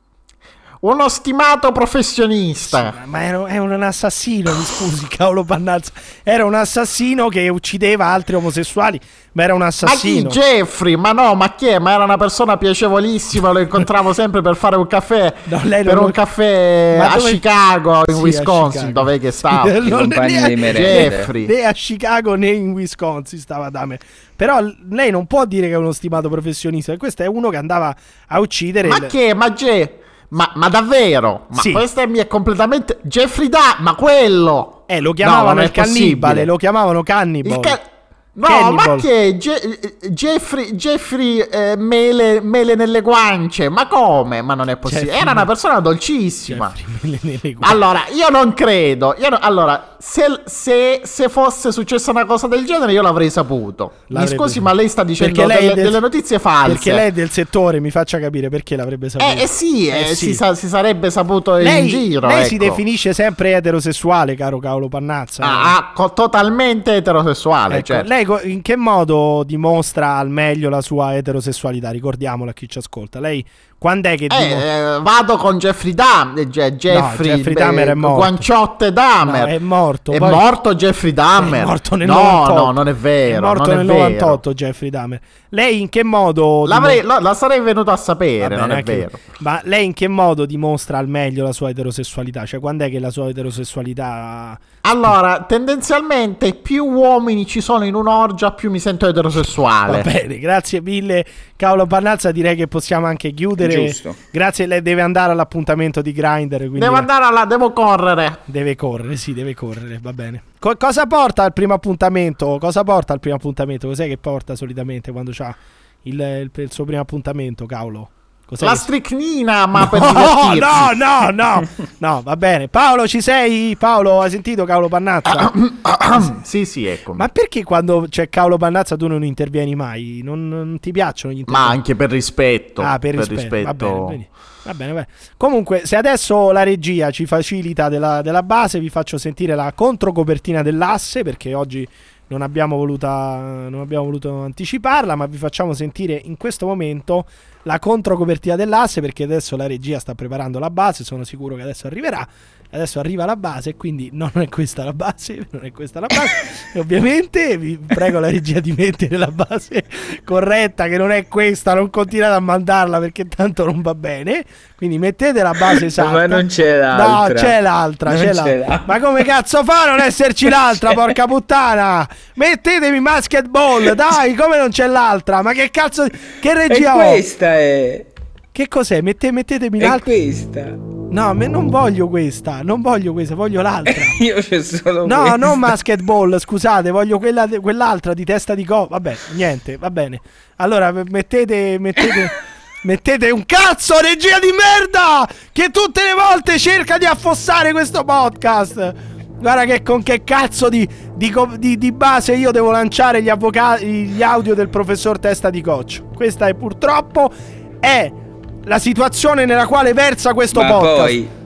Uno stimato professionista. Ma, ma era, è un assassino, mi scusi, cavolo Pannazza. Era un assassino che uccideva altri omosessuali, ma era un Ma chi? assassino. Jeffrey? Ma no, ma chi è? Ma era una persona piacevolissima, lo incontravo sempre per fare un caffè. No, lei per non- un caffè Ma a dove- Chicago, in Sì, a Wisconsin, Chicago. dov'è che stava? Non- compagni né- di merende. Jeffrey. né a Chicago né in Wisconsin stava Dahmer. Però l- lei non può dire che è uno stimato professionista. Questo è uno che andava a uccidere. Ma il- che? Ma Ge- Ma, ma davvero? Ma Sì. questo è, mi è completamente... Jeffrey Da, ma quello... Eh, lo No, chiamavano non è il cannibale, possibile. lo chiamavano cannibal. Il ca- No, Cannibal. ma che? Ge- Jeffrey, Jeffrey eh, mele, mele nelle guance, ma come? Ma non è possibile. Jeffrey Era una me- persona dolcissima. Nelle- nelle guance. Allora, io non credo. Io no- allora, se, se, se fosse successa una cosa del genere, io l'avrei saputo. L'avrebbe Mi scusi, saputo. ma lei sta dicendo Perché lei è delle, del- delle notizie false. Perché lei è del settore, mi faccia capire perché l'avrebbe saputo. Eh, eh sì, eh, Eh sì. Si, sa- si sarebbe saputo Lei, in giro. lei si ecco. definisce sempre eterosessuale, caro Paolo Pannazza. Ah, ah, co- totalmente eterosessuale. Ecco, certo. lei co- in che modo dimostra al meglio la sua eterosessualità? Ricordiamolo a chi ci ascolta. Lei quando è che Eh, dimostra? eh, vado con Jeffrey Dahmer. Jeffrey, Jeffrey beh, Dahmer è morto. Guanciotte Dahmer. No, è morto. È poi- morto Jeffrey Dahmer. È morto nel no, novantotto. no, non è vero. È morto non è nel vero. novantotto Jeffrey Dahmer. Lei in che modo L'avrei- dimo- la, la sarei venuto a sapere, Va non bene, è anche- vero. Ma lei in che modo dimostra al meglio la sua eterosessualità? Cioè quando è che la sua eterosessualità... Allora, tendenzialmente più uomini ci sono in un'orgia, più mi sento Va eterosessuale. bene, grazie mille Paolo Pannazza, direi che possiamo anche chiudere. Giusto. Grazie, lei deve andare all'appuntamento di Grindr, quindi Devo andare alla, devo correre. deve correre, sì, deve correre, va bene. Co- cosa porta al primo appuntamento? Cosa porta al primo appuntamento? Cos'è che porta solitamente quando c'ha il, il- il suo primo appuntamento, Cavolo? Cos'è La che- stricnina, ma per No, divertirsi. no, no, no, no, va bene. Paolo, ci sei? Paolo, hai sentito Paolo Pannazza? Sì, sì, ecco. Ma perché quando c'è Paolo Pannazza tu non intervieni mai? Non, non ti piacciono gli Ma interventi? anche per rispetto. Ah, per, per rispetto. rispetto. Va bene, vedi. Va bene, va bene. Comunque, se adesso la regia ci facilita della, della base, vi faccio sentire la controcopertina dell'asse, perché oggi non abbiamo, voluta, non abbiamo voluto anticiparla, ma vi facciamo sentire in questo momento la controcopertina dell'asse, perché adesso la regia sta preparando la base, sono sicuro che adesso arriverà. Adesso arriva la base, quindi non è questa la base, non è questa la base. E ovviamente vi prego la regia di mettere la base corretta, che non è questa, non continuate a mandarla perché tanto non va bene. Quindi mettete la base esatta. Ma non c'è l'altra. No, c'è l'altra, Non c'è c'è l'altra. l'altra. Ma come cazzo fa a non esserci l'altra, porca puttana? Mettetemi basketball, dai, come non c'è l'altra? Ma che cazzo, che regia E ho? questa è... Che cos'è? Mette, mettetemi È l'altra. questa. No, me non voglio questa, non voglio questa, voglio l'altra. Io c'è solo No, questa. non basketball, scusate, voglio quella de- quell'altra di testa di co. Vabbè, niente, va bene. Allora, m- mettete mettete mettete un cazzo regia di merda che tutte le volte cerca di affossare questo podcast. Guarda che con che cazzo di, di, co- di- di base io devo lanciare gli avvocati, gli audio del professor Testa di Coccio. Questa è purtroppo è la situazione nella quale versa questo Ma podcast. poi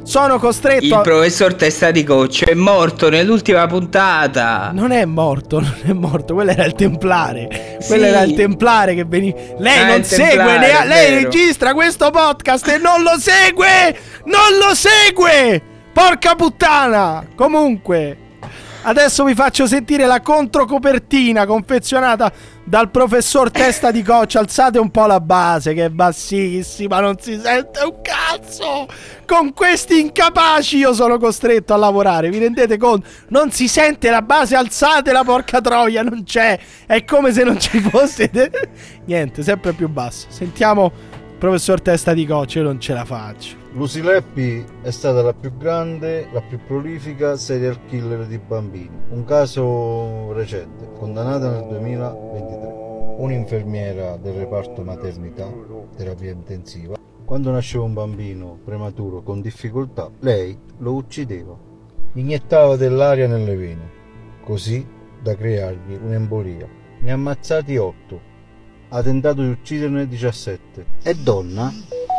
sono costretto Il a... professor Testa di Coccio è morto nell'ultima puntata. Non è morto, non è morto, quello era il templare. Sì. Quello era il templare che veniva. Lei Ah, non il segue, templare, ne ha- è lei vero. registra questo podcast e non lo segue! Non lo segue! Porca puttana! Comunque, adesso vi faccio sentire la controcopertina confezionata dal professor Testa di Coccio. Alzate un po' la base, che è bassissima, non si sente un cazzo. Con questi incapaci io sono costretto a lavorare, vi rendete conto? Non si sente la base, alzate la porca troia, non c'è. È come se non ci fosse. Niente, sempre più basso. Sentiamo professor Testa di Coccio, io non ce la faccio. Lucy Leppi è stata la più grande, la più prolifica serial killer di bambini. Un caso recente, condannata nel duemilaventitré. Un'infermiera del reparto maternità, terapia intensiva, quando nasceva un bambino prematuro con difficoltà, lei lo uccideva. Iniettava dell'aria nelle vene, così da creargli un'embolia. Ne ha ammazzati otto. Ha tentato di ucciderne diciassette. È donna?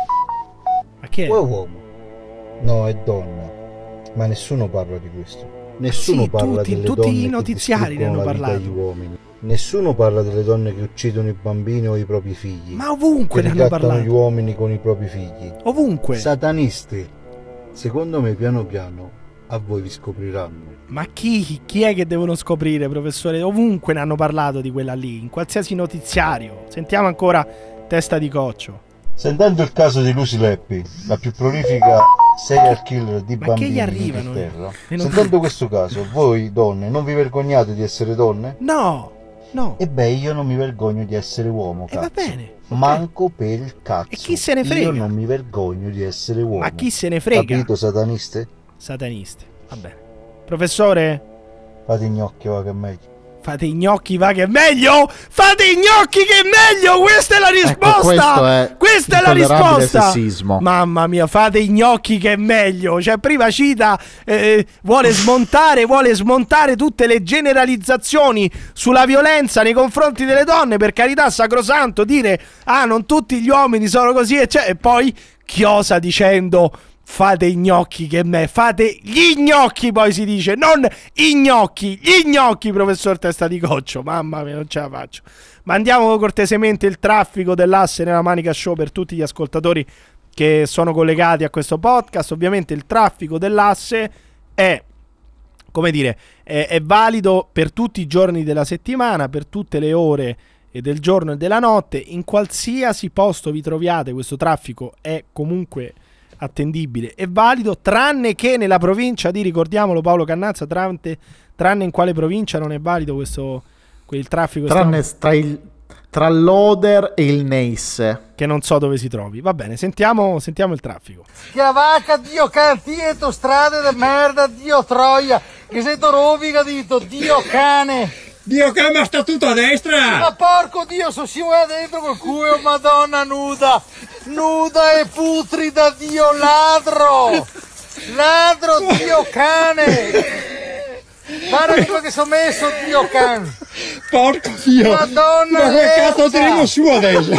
Ma che è? O è uomo? No, è donna. Ma nessuno parla di questo. Nessuno Sì, parla tutti- delle tutti donne i notiziari che ne hanno distruggono la vita parlato. agli uomini. Nessuno parla delle donne che uccidono i bambini o i propri figli. Ma ovunque che ne hanno ricattano parlato. gli uomini con i propri figli. Ovunque. Satanisti. Secondo me piano piano a voi vi scopriranno. Ma chi, chi è che devono scoprire, professore? Ovunque ne hanno parlato di quella lì, in qualsiasi notiziario. Sentiamo ancora Testa di Coccio. Sentendo il caso di Lucy Leppi, la più prolifica serial killer di Ma che bambini gli arrivano? in Inghilterra, Le notizie? sentendo questo caso, voi donne non vi vergognate di essere donne? No, no. E beh, io non mi vergogno di essere uomo, E va cazzo. bene. Manco per il cazzo. E chi se ne frega? Io non mi vergogno di essere uomo. Ma chi se ne frega? Capito, sataniste? Sataniste. Va bene. Professore? Fate i gnocchi, va che è meglio. Fate i gnocchi, va che è meglio! Fate i gnocchi che è meglio! Questa è la risposta! Ecco, questo è Questa è la intollerabile risposta! sessismo. Mamma mia, fate i gnocchi che è meglio! Cioè, prima Cita eh, vuole smontare, vuole smontare tutte le generalizzazioni sulla violenza nei confronti delle donne, per carità, sacrosanto, dire ah, non tutti gli uomini sono così, e, cioè, e poi chiosa dicendo fate i gnocchi che me, fate gli gnocchi, poi si dice, non i gnocchi, gli gnocchi, professor Testa di Coccio. Mamma mia, non ce la faccio. Mandiamo cortesemente il traffico dell'asse nella Manica Show per tutti gli ascoltatori che sono collegati a questo podcast. Ovviamente il traffico dell'asse è, come dire, è, è valido per tutti i giorni della settimana, per tutte le ore e del giorno e della notte. In qualsiasi posto vi troviate, questo traffico è comunque attendibile e valido, tranne che nella provincia di, ricordiamolo Paolo Cannazza, tranne, tranne in quale provincia non è valido questo, quel traffico, tranne tra, il, tra l'Oder e il Neisse, che non so dove si trovi. Va bene, sentiamo, sentiamo il traffico. Che vacca, Dio cantietto, strade de merda, Dio troia, che sei roviga dito, Dio cane. Dio che ma sta tutto a destra! Ma porco Dio, sono scivolata dentro col culo, madonna nuda, nuda e putrida, Dio ladro, ladro, Dio cane. Guarda quello che sono messo, Dio cane. Porco Dio! Madonna ma che cazzo lezza. tiriamo su adesso?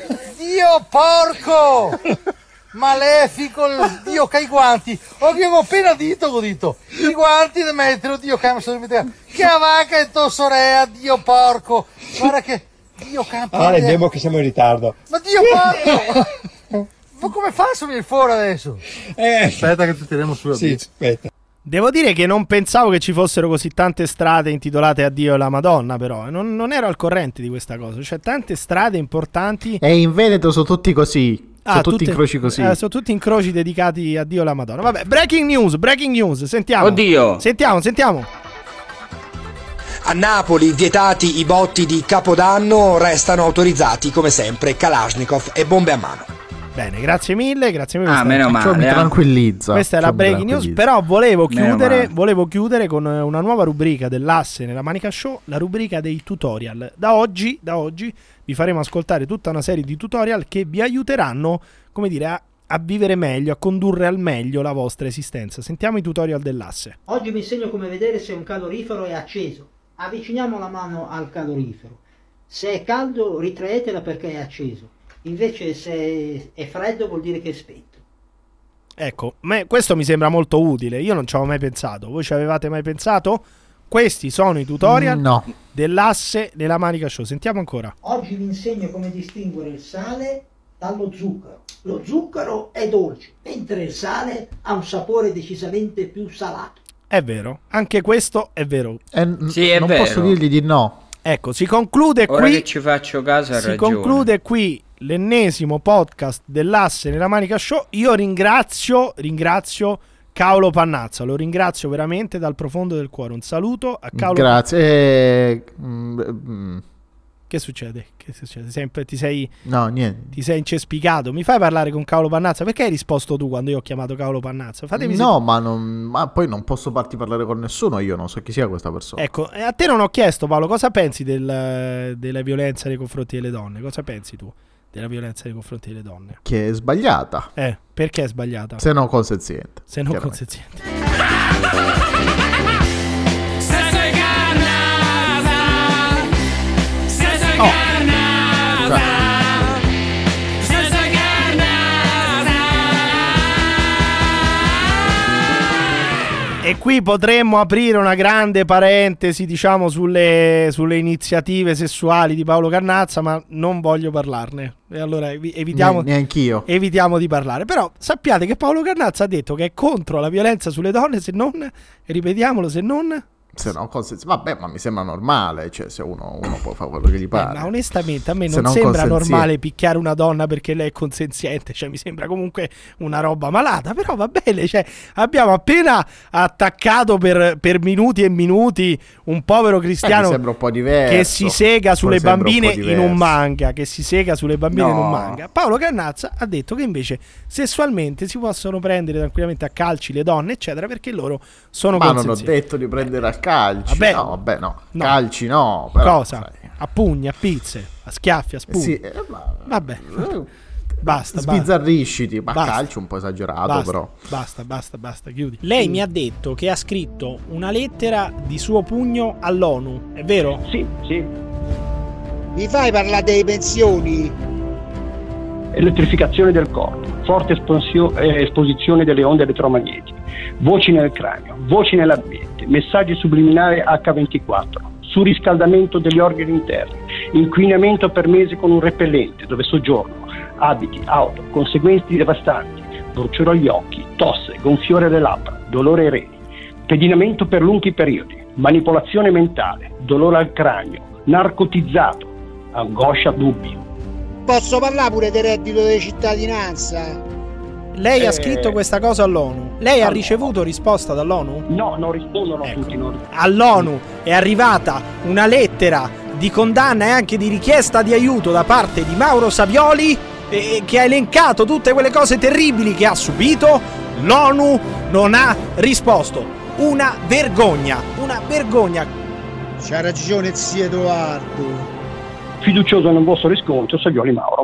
Dio porco! Malefico, Dio che i guanti. Oh, che avevo appena detto, ho detto. I guanti da mettere, Dio che mi sono dimenticato. Che vacca e tua sorella, Dio porco. Guarda che Dio campo. Ah, rendiamo che siamo in ritardo. Ma Dio porco! Ma come fa a venire fuori adesso? Eh, aspetta che ti tiriamo su. Sì, aspetta. Devo dire che non pensavo che ci fossero così tante strade intitolate a Dio e la Madonna, però non, non ero al corrente di questa cosa. C'è tante strade importanti. E in Veneto sono tutti così. Sono Ah, tutti tutte- incroci così. eh, sono tutti incroci dedicati a Dio e la Madonna. Vabbè, breaking news, breaking news. Sentiamo. Oddio. Sentiamo, sentiamo. A Napoli, vietati i botti di Capodanno, restano autorizzati come sempre Kalashnikov e bombe a mano. Bene, grazie mille, grazie mille. Ah, Questa- meno male. Ciò mi eh. tranquillizza. Questa è Ciò la mi breaking news, tranquillizza. però volevo Meno chiudere, male. volevo chiudere con una nuova rubrica dell'asse nella Manica Show, la rubrica dei tutorial. Da oggi, da oggi vi faremo ascoltare tutta una serie di tutorial che vi aiuteranno, come dire, a, a vivere meglio, a condurre al meglio la vostra esistenza. Sentiamo i tutorial dell'asse. Oggi vi insegno come vedere se un calorifero è acceso. Avviciniamo la mano al calorifero. Se è caldo ritraetela perché è acceso. Invece se è freddo vuol dire che è spento. Ecco, me, questo mi sembra molto utile. Io non ci avevo mai pensato. Voi ci avevate mai pensato? Questi sono i tutorial no. dell'asse nella Manica Show. Sentiamo ancora. Oggi vi insegno come distinguere il sale dallo zucchero. Lo zucchero è dolce, mentre il sale ha un sapore decisamente più salato. È vero, anche questo è vero. Eh, Sì, è non vero. posso dirgli di no. Ecco, si conclude Ora qui. che ci faccio caso, ha Si ragione. conclude qui l'ennesimo podcast dell'asse nella Manica Show. Io ringrazio, ringrazio Caolo Pannazza, lo ringrazio veramente dal profondo del cuore. Un saluto a Caolo. Grazie. Eh, mm, mm. Che succede? Che succede? Sempre ti sei No, niente. ti sei incespicato. Mi fai parlare con Caolo Pannazza? Perché hai risposto tu quando io ho chiamato Caolo Pannazza? Fatemi No, ma, non, ma poi non posso farti parlare con nessuno. Io non so chi sia questa persona. Ecco, e a te non ho chiesto, Paolo, cosa pensi del, della violenza nei confronti delle donne? Cosa pensi tu della violenza nei confronti delle donne? Che è sbagliata. Eh, perché è sbagliata? Se non consenziente. Se non chiaramente. consenziente. E qui potremmo aprire una grande parentesi, diciamo, sulle, sulle iniziative sessuali di Paolo Cannazza, ma non voglio parlarne. E allora evi- evitiamo, Ne- neanch'io. evitiamo di parlare. Però sappiate che Paolo Cannazza ha detto che è contro la violenza sulle donne, se non, ripetiamolo, se non... Se non consenzi- Vabbè, ma mi sembra normale. Cioè, se uno, uno può fare quello che gli Eh, pare. ma onestamente a me Se non, non sembra consenziente. normale picchiare una donna perché lei è consenziente, cioè mi sembra comunque una roba malata, però va bene, cioè abbiamo appena attaccato per, per minuti e minuti un povero Eh, cristiano mi sembra un po' diverso. che si sega sulle Mi sembra un bambine po' in diverso. un manga, che si sega sulle bambine in un No. manga. Paolo Cannazza ha detto che invece sessualmente si possono prendere tranquillamente a calci le donne, eccetera, perché loro sono Ma non ho consenzienti. detto di prendere a calci. Vabbè. no, vabbè, no. No. Calci no. Però, Cosa? sai. A pugni, a pizze, a schiaffi, a spugni. Sì, eh, ma- Vabbè. eh, Basta, basta. Sbizzarrisciti. Ma Basta. calcio un po' esagerato, Basta, però. basta, basta, basta, chiudi. Lei mi ha detto che ha scritto una lettera di suo pugno all'ONU, è vero? Sì, sì. Mi fai parlare delle pensioni? Elettrificazione del corpo, forte espansio- eh, esposizione delle onde elettromagnetiche, voci nel cranio, voci nell'ambiente, messaggi subliminali acca ventiquattro, surriscaldamento degli organi interni, inquinamento per mesi con un repellente dove soggiorno, abiti, auto, conseguenze devastanti, bruciore agli occhi, tosse, gonfiore alle labbra, dolore ai reni, pedinamento per lunghi periodi, manipolazione mentale, dolore al cranio, narcotizzato, angoscia, dubbi. Posso parlare pure del reddito di cittadinanza? Lei Eh, ha scritto questa cosa all'ONU. Lei ha allora. ricevuto risposta dall'ONU? No, non rispondono tutti. Non... All'ONU è arrivata una lettera di condanna e anche di richiesta di aiuto da parte di Mauro Savioli, eh, che ha elencato tutte quelle cose terribili che ha subito. L'ONU non ha risposto. Una vergogna, una vergogna. C'ha ragione zio Edoardo. Fiducioso nel vostro riscontro, Savioli Mauro.